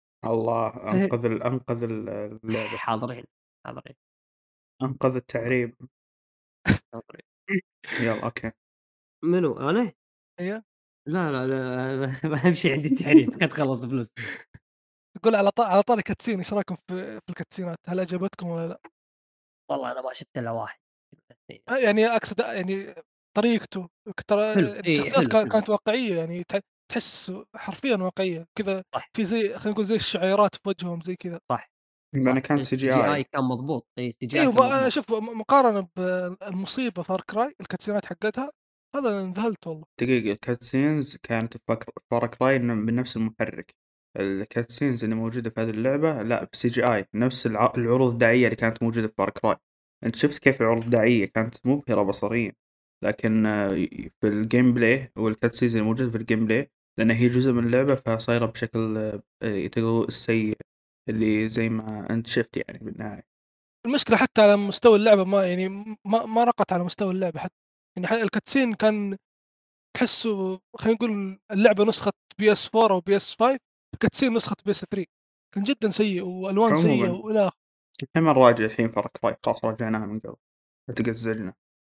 الله
فه
أنقذ اللعبة،
حاضرين، حاضرين،
أنقذ
حاضرين،
التعريب.
حاضرين.
يالّا أوكي.
منو أنا؟
أيوه.
لا، لا، لا أهم شيء عندي التعريب لا تخلص فلوس.
أقول على طاري كاتسين، إيش رأيكم في الكاتسينات؟ هل عجبتكم والّا لأ؟
والله أنا ما شفت إلا واحد.
يعني أقصد يعني طريقته، ترى
حلو، إي
الشخصيات
حلو، حلو،
كانت واقعية، يعني تحس حرفيًا واقعية كذا،
صح،
في زي خلينا نقول زي الشعيرات في وجههم زي كذا.
صح،
لأنه
صح،
كان CGI.
الCGI كان مضبوط، CGI
أيوه،
كان
ما
مضبوط.
شوف مقارنة بالمصيبة Far Cry الكاتسينات حقتها، هذا انذهلت والله.
دقيقة الcutscenes كانت في Far Cry من نفس المحرك، الcutscenes اللي موجودة في هذه اللعبة لأ بCGI نفس العروض الدعائية اللي كانت موجودة في Far Cry. أنت شُفت كيف العروض الدعائية كانت مبهرة بصريًا، لكن في الgameplay والcutscenes الموجودة في الgameplay لأن هي جزء من اللعبة فصايرة بشكل تقدر تقول السيء اللي زي ما أنت شُفت يعني بالنهاية.
المشكلة حتى على مستوى اللعبة ما يعني ما رقت على مستوى اللعبة حتى، يعني الكاتسين كان تحسه خلينا نقول اللعبة نسخة PS4 أو PS5، الكاتسين نسخة PS3، كان جدًا سيء وألوان سيئة
عمومًا
وإلى آخره.
إحنا ما نراجع الحين Far Cry خلاص راجعناها من قبل، لا تقزّلنا.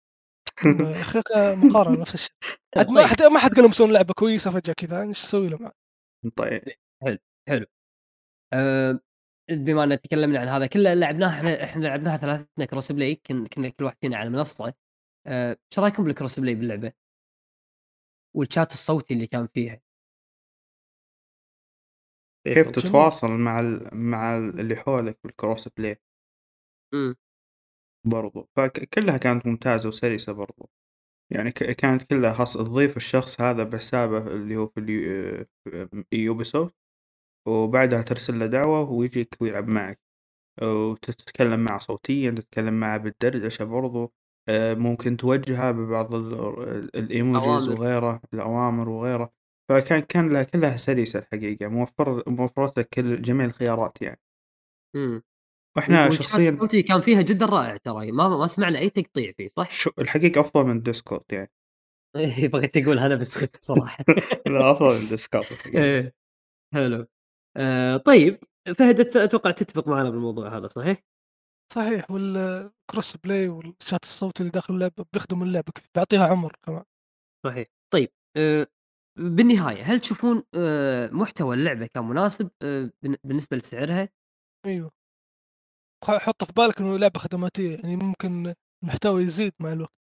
يا أخي مقارنة نفس الشيء، عاد
طيب،
ما حد قال لهم يسوون لعبة كويسة فجأة كذا، إيش نسوي لهم عاد؟
طيب.
حلو، حلو. آآ، بما أن تكلمنا عن هذا كله لعبناه إحنا لعبناها ثلاثتنا cross play كنا كل واحد فينا على منصة. إيش رأيكم بالcross play باللعبة؟ والchat الصوتي اللي كان فيها؟
كيف
فيصل.
جميل.
تتواصل مع اللي حولك بالcross play
إمم،
برضو، كلها كانت ممتازة وسلسة برضو، يعني كانت كلها تضيف الشخص هذا بحسابه اللي هو في Ubisoft وبعدها ترسل له دعوة ويجيك ويلعب معك، وتتكلم معه صوتيًا، تتكلم معه بالدردشة برضو، ممكن توجهه ببعض الemojis
أوامر.
وغيره، الأوامر وغيره، كان كلها سلسة الحقيقة، موفرت لك جميع الخيارات يعني.
إمم.
وإحنا
والchat
شخصيًا
الصوتي كان فيها جدًا رائع ترى، ما سمعنا أي تقطيع فيه، صح؟
الحقيقة أفضل من Discord يعني.
إيه بغيت أقول هذا بس خفت صراحة.
لا أفضل من Discord الحقيقة.
إيه، حلو. طيب، فهد أتوقع تتفق معنا بالموضوع هذا، صحيح؟
صحيح، والcross play والchat الصوتي اللي داخل اللعبة بيخدم اللعبة بيعطيها عمر كمان.
صحيح. طيب، بالنهاية هل تشوفون محتوى اللعبة كان مناسب بالنسبة لسعرها؟
أيوه، حُط في بالك إنه لعبة خدماتية، يعني ممكن المحتوى يزيد مع الوقت،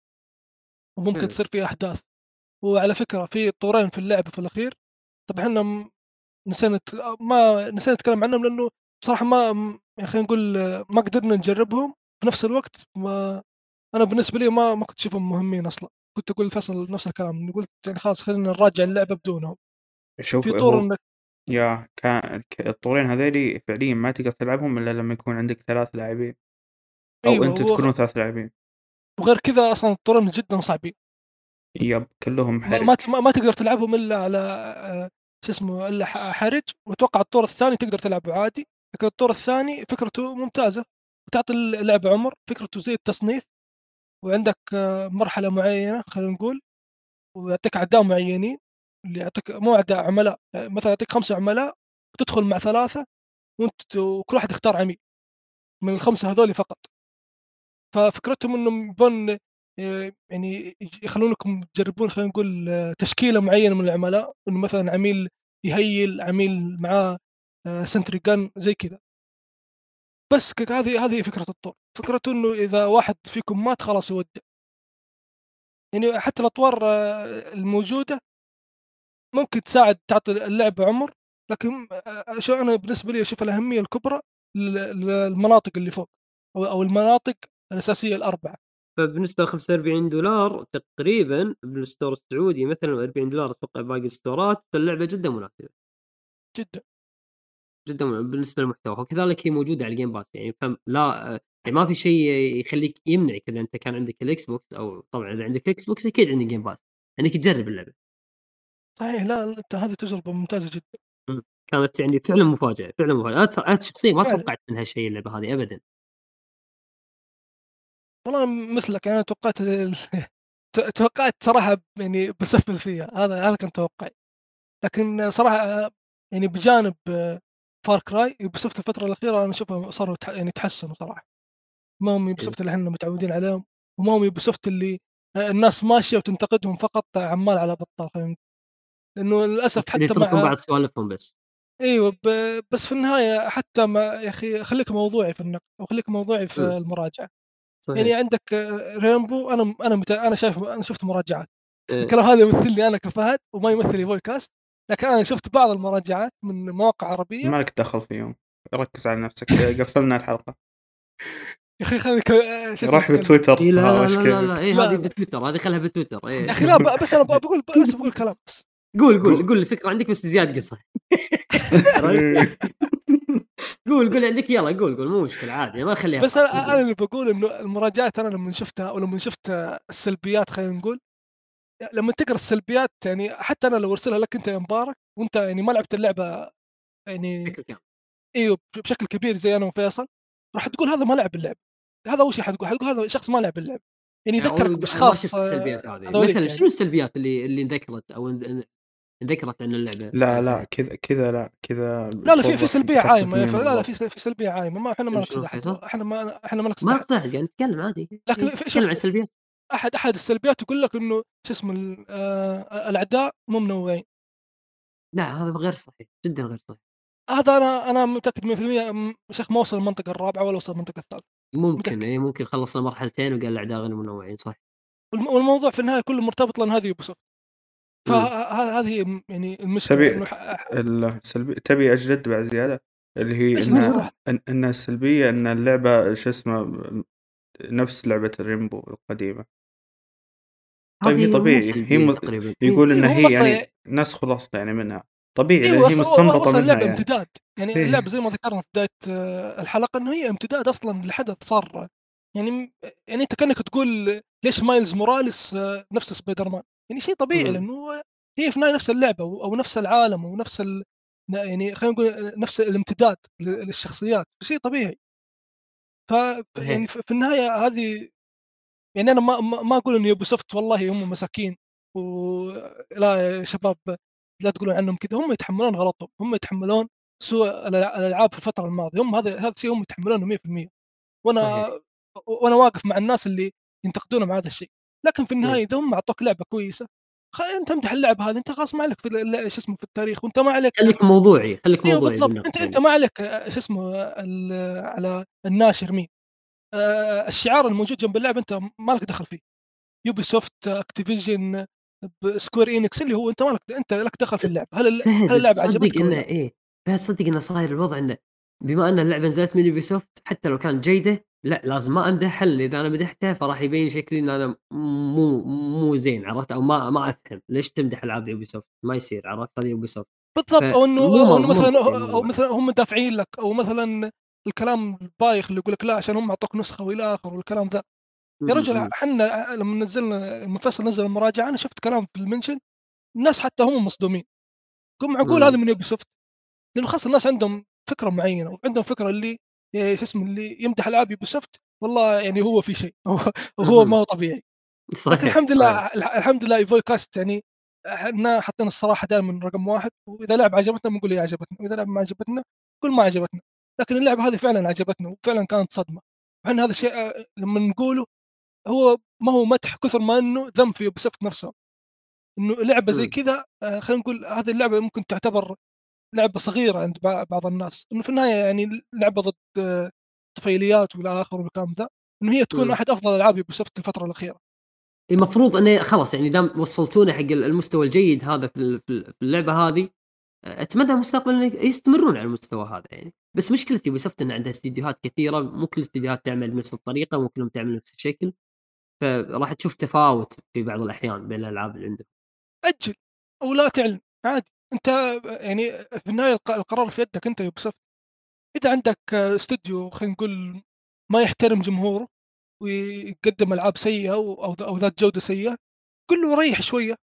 وممكن
حلو.
تصير فيه أحداث. وعلى فكرة في طورين في اللعبة في الأخير، طبعًا إحنا نسينا ما نسينا نتكلم عنهم لأنه بصراحة ما يعني خلينا نقول ما قدرنا نجربهم، في نفس الوقت ما أنا بالنسبة لي ما كنت أشوفهم مهمين أصلًا، كنت أقول لفيصل نفس الكلام، إني قلت يعني خلاص خلينا نراجع اللعبة بدونهم.
شوف
في طور
هو
إنك
كان الطورين هذيلي فعليًا ما تقدر تلعبهم إلا لما يكون عندك 3 لاعبين أو
أيوه،
أنتم تكونوا 3 لاعبين.
وغير كذا أصلًا الطورين جدًا صعبين.
يب كلهم
ما
حرج.
ما ت ما ما تقدر تلعبهم إلا على شو اسمه إلا حرج، وأتوقع الطور الثاني تقدر تلعبه عادي، لكن الطور الثاني فكرته ممتازة، وتعطي اللعبة عمر، فكرته زي التصنيف، وعندك مرحلة معينة خلينا نقول، ويعطيك أعداء معينين، اللي يعطيك مو أعداء عملاء، مثلًا يعطيك 5 عملاء وتدخل مع 3 وكل واحد يختار عميل من ال5 هذولي فقط. ففكرتهم إنهم يبون يعني يخلونكم تجربون خلينا نقول تشكيلة معيّنة من العملاء، إنه مثلًا عميل يهيّل، عميل معاه sentry gun زي كذا. بس هذه فكرة الطور، فكرته إنه إذا واحد فيكم مات خلاص يودّع. يعني حتى الأطوار الموجودة ممكن تساعد تعطي اللعبة عمر، لكن شو أنا بالنسبة لي أشوف الأهمية الكبرى للمناطق اللي فوق أو المناطق الأساسية ال4.
فبالنسبة ل$45 تقريبًا بالستور السعودي مثلًا و$40 أتوقع باقي الستورات، فاللعبة جدًا مناسبة،
جدًا.
جدًا بالنسبة للمحتوى، وكذلك هي موجودة على الجيم باس يعني لا يعني ما في شيء يخلّيك يمنعك إذا أنت كان عندك الإكس بوكس أو طبعًا إذا عندك إكس بوكس أكيد عندك جيم باس، إنك تجرب اللعبة.
صحيح، لا، لا، أنت هذه تجربة ممتازة جدًا.
إمم، كانت يعني فعلًا مفاجأة، فعلًا مفاجأة، أنا شخصيًا ما
فعلًا.
توقعت منها شيء اللعبة هذه أبدًا.
والله مثلك أنا توقعت توقعت صراحة يعني باسفل فيها، هذا كان توقعي. لكن صراحة يعني بجانب Far Cry Ubisoft الفترة الأخيرة أنا أشوفهم صاروا يعني تحسنوا صراحة. ما هم
إمم،
Ubisoft اللي إحنا متعودين عليهم، وما هم Ubisoft اللي الناس ماشية وتنتقدهم فقط عمال على بطال، خلينا نقول. لأنه للأسف
اللي
حتى
يتركون
مع
بعض سوالفهم بس.
أيوه بس في النهاية حتى يا أخي خليك موضوعي في النقد، أو خليك موضوعي في
إمم،
المراجعة.
صحيح.
يعني عندك رينبو، أنا شُفت مراجعات.
آآ
الكلام هذا يمثلني أنا كفهد وما يمثل يبوي كاست، لكن أنا شُفت بعض المراجعات من مواقع عربية.
ما لك دخل فيهم، ركّز على نفسك، قفّلنا الحلقة،
يا أخي خليني شو اسمه
روح
أتكلم.
بتويتر
إي لا، لا،
تهاوش
لا، لا، لا،
كيفك.
هذه
لا، لا،
بتويتر، هذه خلها بتويتر
يا
إيه.
أخي لا، بس أنا باقول كلام بس.
قُل
قو
الفكرة عندك بس زياد قصّها. عرفت؟ قُل عندك يالّا قُل مو مشكلة عادي ما نخليها
بس
فاصلة
أنا
قُل.
اللي باقول إنه المراجعات أنا لمّن شُفتها ولمّن شُفت السلبيات، خلينا نقول، لمّن تقرا السلبيات يعني حتى أنا لو أرسلها لك أنت يا مبارك وأنت يعني ما لعبت اللعبة يعني
بشكل كامل.
أيوه بشكل كبير زي أنا وفيصل، راح تقول هذا ما لعب اللعبة. هذا أول شيء حتقول هذا شخص ما لعب اللعبة. يعني يذكّرك
ما
بأشخاص
شُفت السلبيات هذه،
هذوليك
مثلًا
يعني.
شنو السلبيات اللي انذكرت أو انذكرت عن اللعبة
لا،
فهد؟
لا، كذا لا، كذا
لا، لا، في
توضّح
سلبية عايمة
بتحسسني
لا، لا،
بالضبط.
في سلبية عايمة، ما إحنا ما
شنو
نقصد أحد،
فيصل؟
إحنا ما نقصد
ما
أحد.
نقصد أحد قاعد نتكلم عادي،
لكن
إيه، نتكلم عن
شوف،
السلبيات.
أحد السلبيات يقول لك إنه شو اسمه الأعداء مو منوعين.
لأ هذا غير صحيح، جدًا غير صحيح.
هذا أنا متأكد 100%. شيخ ما وصل المنطقة الرابعة ولا وصل المنطقة الثالثة.
ممكن
متأكد.
إيه، ممكن خلّصنا مرحلتين وقال الأعداء غير منوعين صح.
والموضوع في النهاية كله مرتبط لأن هذه Ubisoft.
إمم،
هذه يعني المشكلة
تبي
إنه
ت السلبي تبي أجلد بعد زيادة؟ اللي هي
اجلد
إن
بالراحة.
إن السلبية إن اللعبة شو اسمه نفس لعبة الريمبو القديمة. طيب هي
هذه مو
طبيعي،
سلبية تقريبًا، هي
يقول إن
أيوه هم
هي
أصلًا.
يعني نسخ لصق يعني منها، طبيعي لأن
أيوه
هي مستنبطة
أصلًا
منها
اللعبة
يعني.
امتداد. يعني اللعبة
إيه.
زي ما ذكرنا في بداية الحلقة إنه هي امتداد أصلًا لحدث صار. يعني يعني أنت كأنك تقول ليش مايلز موراليس نفس سبايدر مان. يعني شيء طبيعي
إمم،
لأنه هي في النهاية نفس اللعبة أو نفس العالم أو نفس يعني خلينا نقول نفس الامتداد للشخصيات، شيء طبيعي. ف يعني
صحيح.
في النهاية هذه. يعني أنا ما أقول إن Ubisoft والله هم مساكين لا يا شباب لا تقولون عنهم كذا. هم يتحملون غلطهم، هم يتحملون سوء الألعاب في الفترة الماضية. هم هذا الشيء هم يتحملونه 100%.
صحيح.
وأنا وأنا واقف مع الناس اللي ينتقدونهم على هذا الشيء. لكن في
إمم،
النهاية إذا هم أعطوك لعبة كويسة، أنت امدح اللعبة هذه. أنت خلاص ما عليك في شو اسمه في التاريخ، وأنت ما عليك.
خليك
أيوه
موضوعي
بالضبط.
بالنقد
أنت
يعني.
ما عليك شو اسمه على الناشر مين. الشعار الموجود جنب اللعبة أنت ما لك دخل فيه. Ubisoft، Activision، Square Enix اللي هو أنت لك دخل في اللعبة. هل
فهد
اللعبة
تصدق
عجبتك والّا
إنه
لأ؟
إيه، فهد تصدق إنه صاير الوضع إنه بما أن اللعبة نزلت من Ubisoft حتى لو كانت جيدة، لأ لازم ما أمدحها لأن إذا أنا مدحتها فراح يبين شكلي إن أنا مو زين عرفت؟ أو ما أفهم، ليش تمدح ألعاب Ubisoft؟ ما يصير عرفت؟ هذه Ubisoft
بالضبط.
فمو
أو إنه مثلًا
منطقي
أو
الموضوع.
مثلًا هم دافعين لك، أو مثلًا الكلام البايخ اللي يقول لك لا عشان هم أعطوك نسخة وإلى آخره والكلام ذا. يا
إمم،
رجل
إمم،
حنا لمّا فيصل نزّل المراجعة أنا شُفت كلام في الmention. الناس حتى هم مصدومين. قُل معقول هذا
إمم،
من Ubisoft؟ لأنه خلاص الناس عندهم فكرة معينة، وعندهم فكرة اللي شو اسمه اللي يمدح ألعاب Ubisoft والله يعني هو في شيء أو هو ما
اهم،
هو طبيعي. لكن
صحيح،
الحمد
صحيح،
لله الحمد لله Evoy Cast يعني إحنا حطينا الصراحة دائمًا رقم 1. وإذا لعبة عجبتنا بنقول هي عجبتنا، وإذا لعبة ما عجبتنا نقول ما عجبتنا. لكن اللعبة هذه فعلًا عجبتنا وفعلًا كانت صدمة. وإحنا هذا الشيء لمّا نقوله هو ما هو مدح كثر ما إنه ذم في Ubisoft نفسهم. إنه لعبة زي
إمم،
كذا خلينا نقول هذه اللعبة ممكن تعتبر لعبة صغيرة عند بعض الناس. إنه في النهاية يعني لعبة ضد طفيليات وإلى آخره والكلام ذا. إنه هي تكون
إمم.
أحد أفضل ألعاب Ubisoft الفترة الأخيرة.
المفروض إنه خلاص يعني دام وصّلتونا حق المستوى الجيد هذا في اللعبة هذه، أتمنى المستقبل إنه يستمرون على المستوى هذا يعني. بس مشكلة Ubisoft إن عندها استديوهات كثيرة، مو كل الاستديوهات تعمل بنفس الطريقة، مو كلهم تعمل نفس الشكل، فراح تشوف تفاوت في بعض الأحيان بين الألعاب اللي عندهم.
أجل أو لا تعلن عادي. أنت يعني في النهاية القرار في يدك أنت Ubisoft. إذا عندك استوديو خلينا نقول ما يحترم جمهوره ويقدم ألعاب سيئة أو ذات جودة سيئة، قُل له ريّح شوية.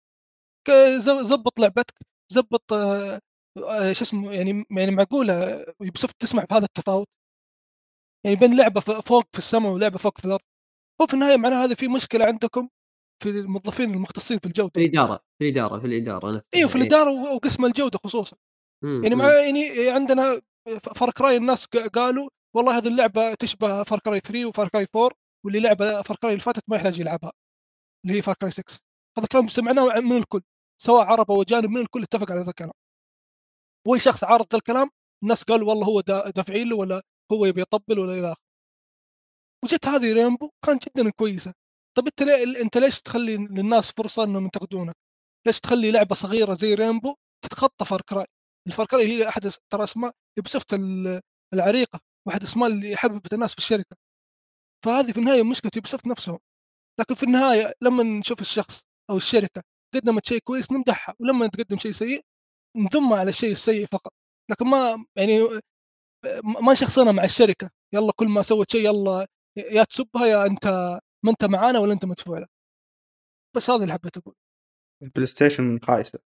ضبّط لعبتك، ضبّط شو اسمه، يعني معقولة Ubisoft تسمح بهذا التفاوت؟ يعني بين لعبة فوق في السما ولعبة فوق في الأرض. هو في النهاية معناها هذه في مشكلة عندكم في الموظفين المختصين في الجودة.
في الإدارة
أيوه،
نفسها
في
إيه.
الإدارة وقسم الجودة خصوصًا.
إمم،
يعني
إمم.
يعني عندنا Far Cry الناس قالوا والله هذه اللعبة تشبه Far Cry 3 وFar Cry 4، واللي لعب Far Cry اللي فاتت ما يحتاج يلعبها، اللي هي Far Cry 6. هذا كلام سمعناه من الكل، سواء عرب أو أجانب، من الكل اتفق على هذا الكلام. وأي شخص عارض ذا الكلام الناس قالوا والله هو دافعين له، ولا هو يبي يطبل ولا إلى آخره. وجت هذه رينبو كانت جدًا كويسة. طَب أنت ليش تخلّي للناس فرصة إنهم ينتقدونك؟ ليش تخلّي لعبة صغيرة زي رينبو تتخطى فار كراي؟ الفار كراي هي أحد ترى أسماء Ubisoft العريقة، وأحد الأسماء اللي حببت الناس في الشركة. فهذه في النهاية مشكلة Ubisoft نفسهم. لكن في النهاية لمّا نشوف الشخص أو الشركة قدّمت شيء كويس نمدحها، ولمّا تقدم شيء سيء نذمها على الشيء السيء فقط. لكن ما يعني ما نشخصنها مع الشركة، يالّا كل ما سوت شيء يالّا يا تسبها يا أنت ما أنت معانا ولا أنت مدفوع لك. بس هذا اللي حبيت أقوله.
البلايستيشن خايسة.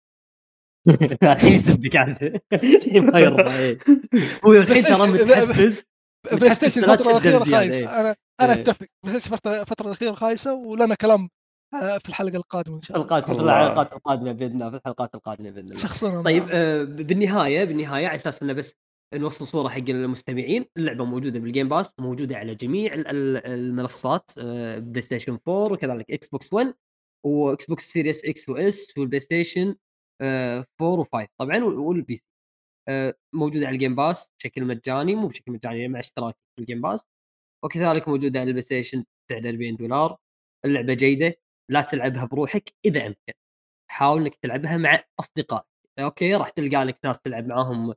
الحين يسبك عاد ما يرضى إيه. هو
بلاي
الحين ترى
ستيشن بلاي
متحفز
ستيشن
فلا
الفترة
تشده
الأخيرة
بزيادة
خايسة.
إيه.
أنا
إيه.
أتفق. بلاي ستيشن الفترة الأخيرة خايسة، ولنا كلام في الحلقة القادمة إن شاء الله.
في
الله.
الحلقات القادمة بإذن الله، في الحلقات القادمة بإذن الله.
شخصنها
طيب
معاهم.
بالنهاية على أساس إنه بس نوصل صورة حق المستمعين، اللعبة موجودة بالجيم باس، موجودة على جميع المنصات، بلاي ستيشن 4 وكذلك إكس بوكس 1 وإكس بوكس سيريس إكس وإس والبلاي ستيشن 4 و5 طبعًا والبي سي. موجودة على الجيم باس بشكل مجاني، مو بشكل مجاني يعني مع اشتراك في الجيم باس، وكذلك موجودة على البلاي ستيشن بسعر $40. اللعبة جيدة، لا تلعبها بروحك إذا أمكن. حاول إنك تلعبها مع أصدقائك. أوكي، راح تلقى لك ناس تلعب معاهم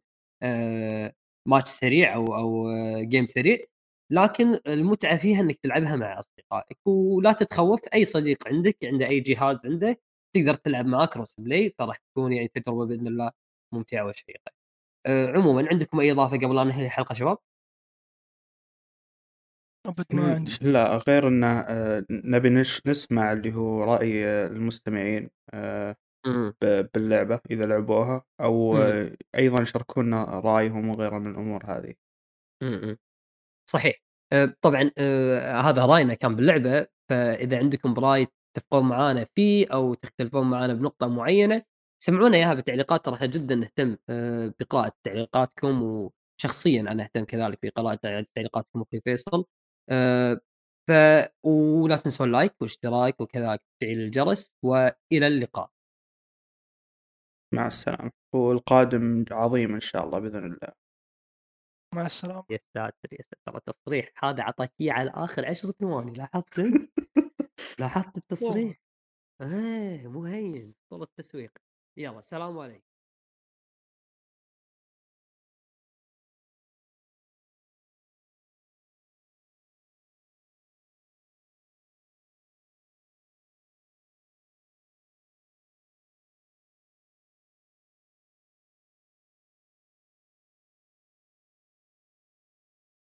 ماتش سريع أو game سريع، لكن المتعة فيها إنك تلعبها مع أصدقائك، ولا تتخوّف. أي صديق عندك عنده أي جهاز عنده تقدر تلعب معاه cross play، فراح تكون يعني تجربة بإذن الله ممتعة وشيقة. عمومًا عندكم أي إضافة قبل لا ننهي الحلقة شباب؟
أبد ما عندي شيء.
لأ، غير إنه نبي نسمع اللي هو رأي المستمعين
إمم،
باللعبة إذا لعبوها، أو
إمم،
أيضًا يشاركونا رأيهم وغيرها من الأمور هذه.
إمم، إمم. صحيح. طبعًا هذا رأينا كان باللعبة، فإذا عندكم رأي تتفقون معانا فيه أو تختلفون معانا بنقطة معينة، سمعونا إياها بالتعليقات، ترى إحنا جدًا نهتم بقراءة تعليقاتكم، وشخصيًا أنا أهتم كذلك بقراءة تعليقاتكم أخوي فيصل. آآ ف ولا تنسون اللايك والاشتراك وكذلك تفعيل الجرس، وإلى اللقاء.
مع السلامة، والقادم عظيم إن شاء الله بإذن الله.
مع السلامة.
يا ساتر، يا ساتر! ترى التصريح هذا عطاك إياه على آخر 10 ثواني، لاحظت أنت؟ لاحظت
والله.
التصريح؟ مو هين والله التسويق. يلا سلام عليكم.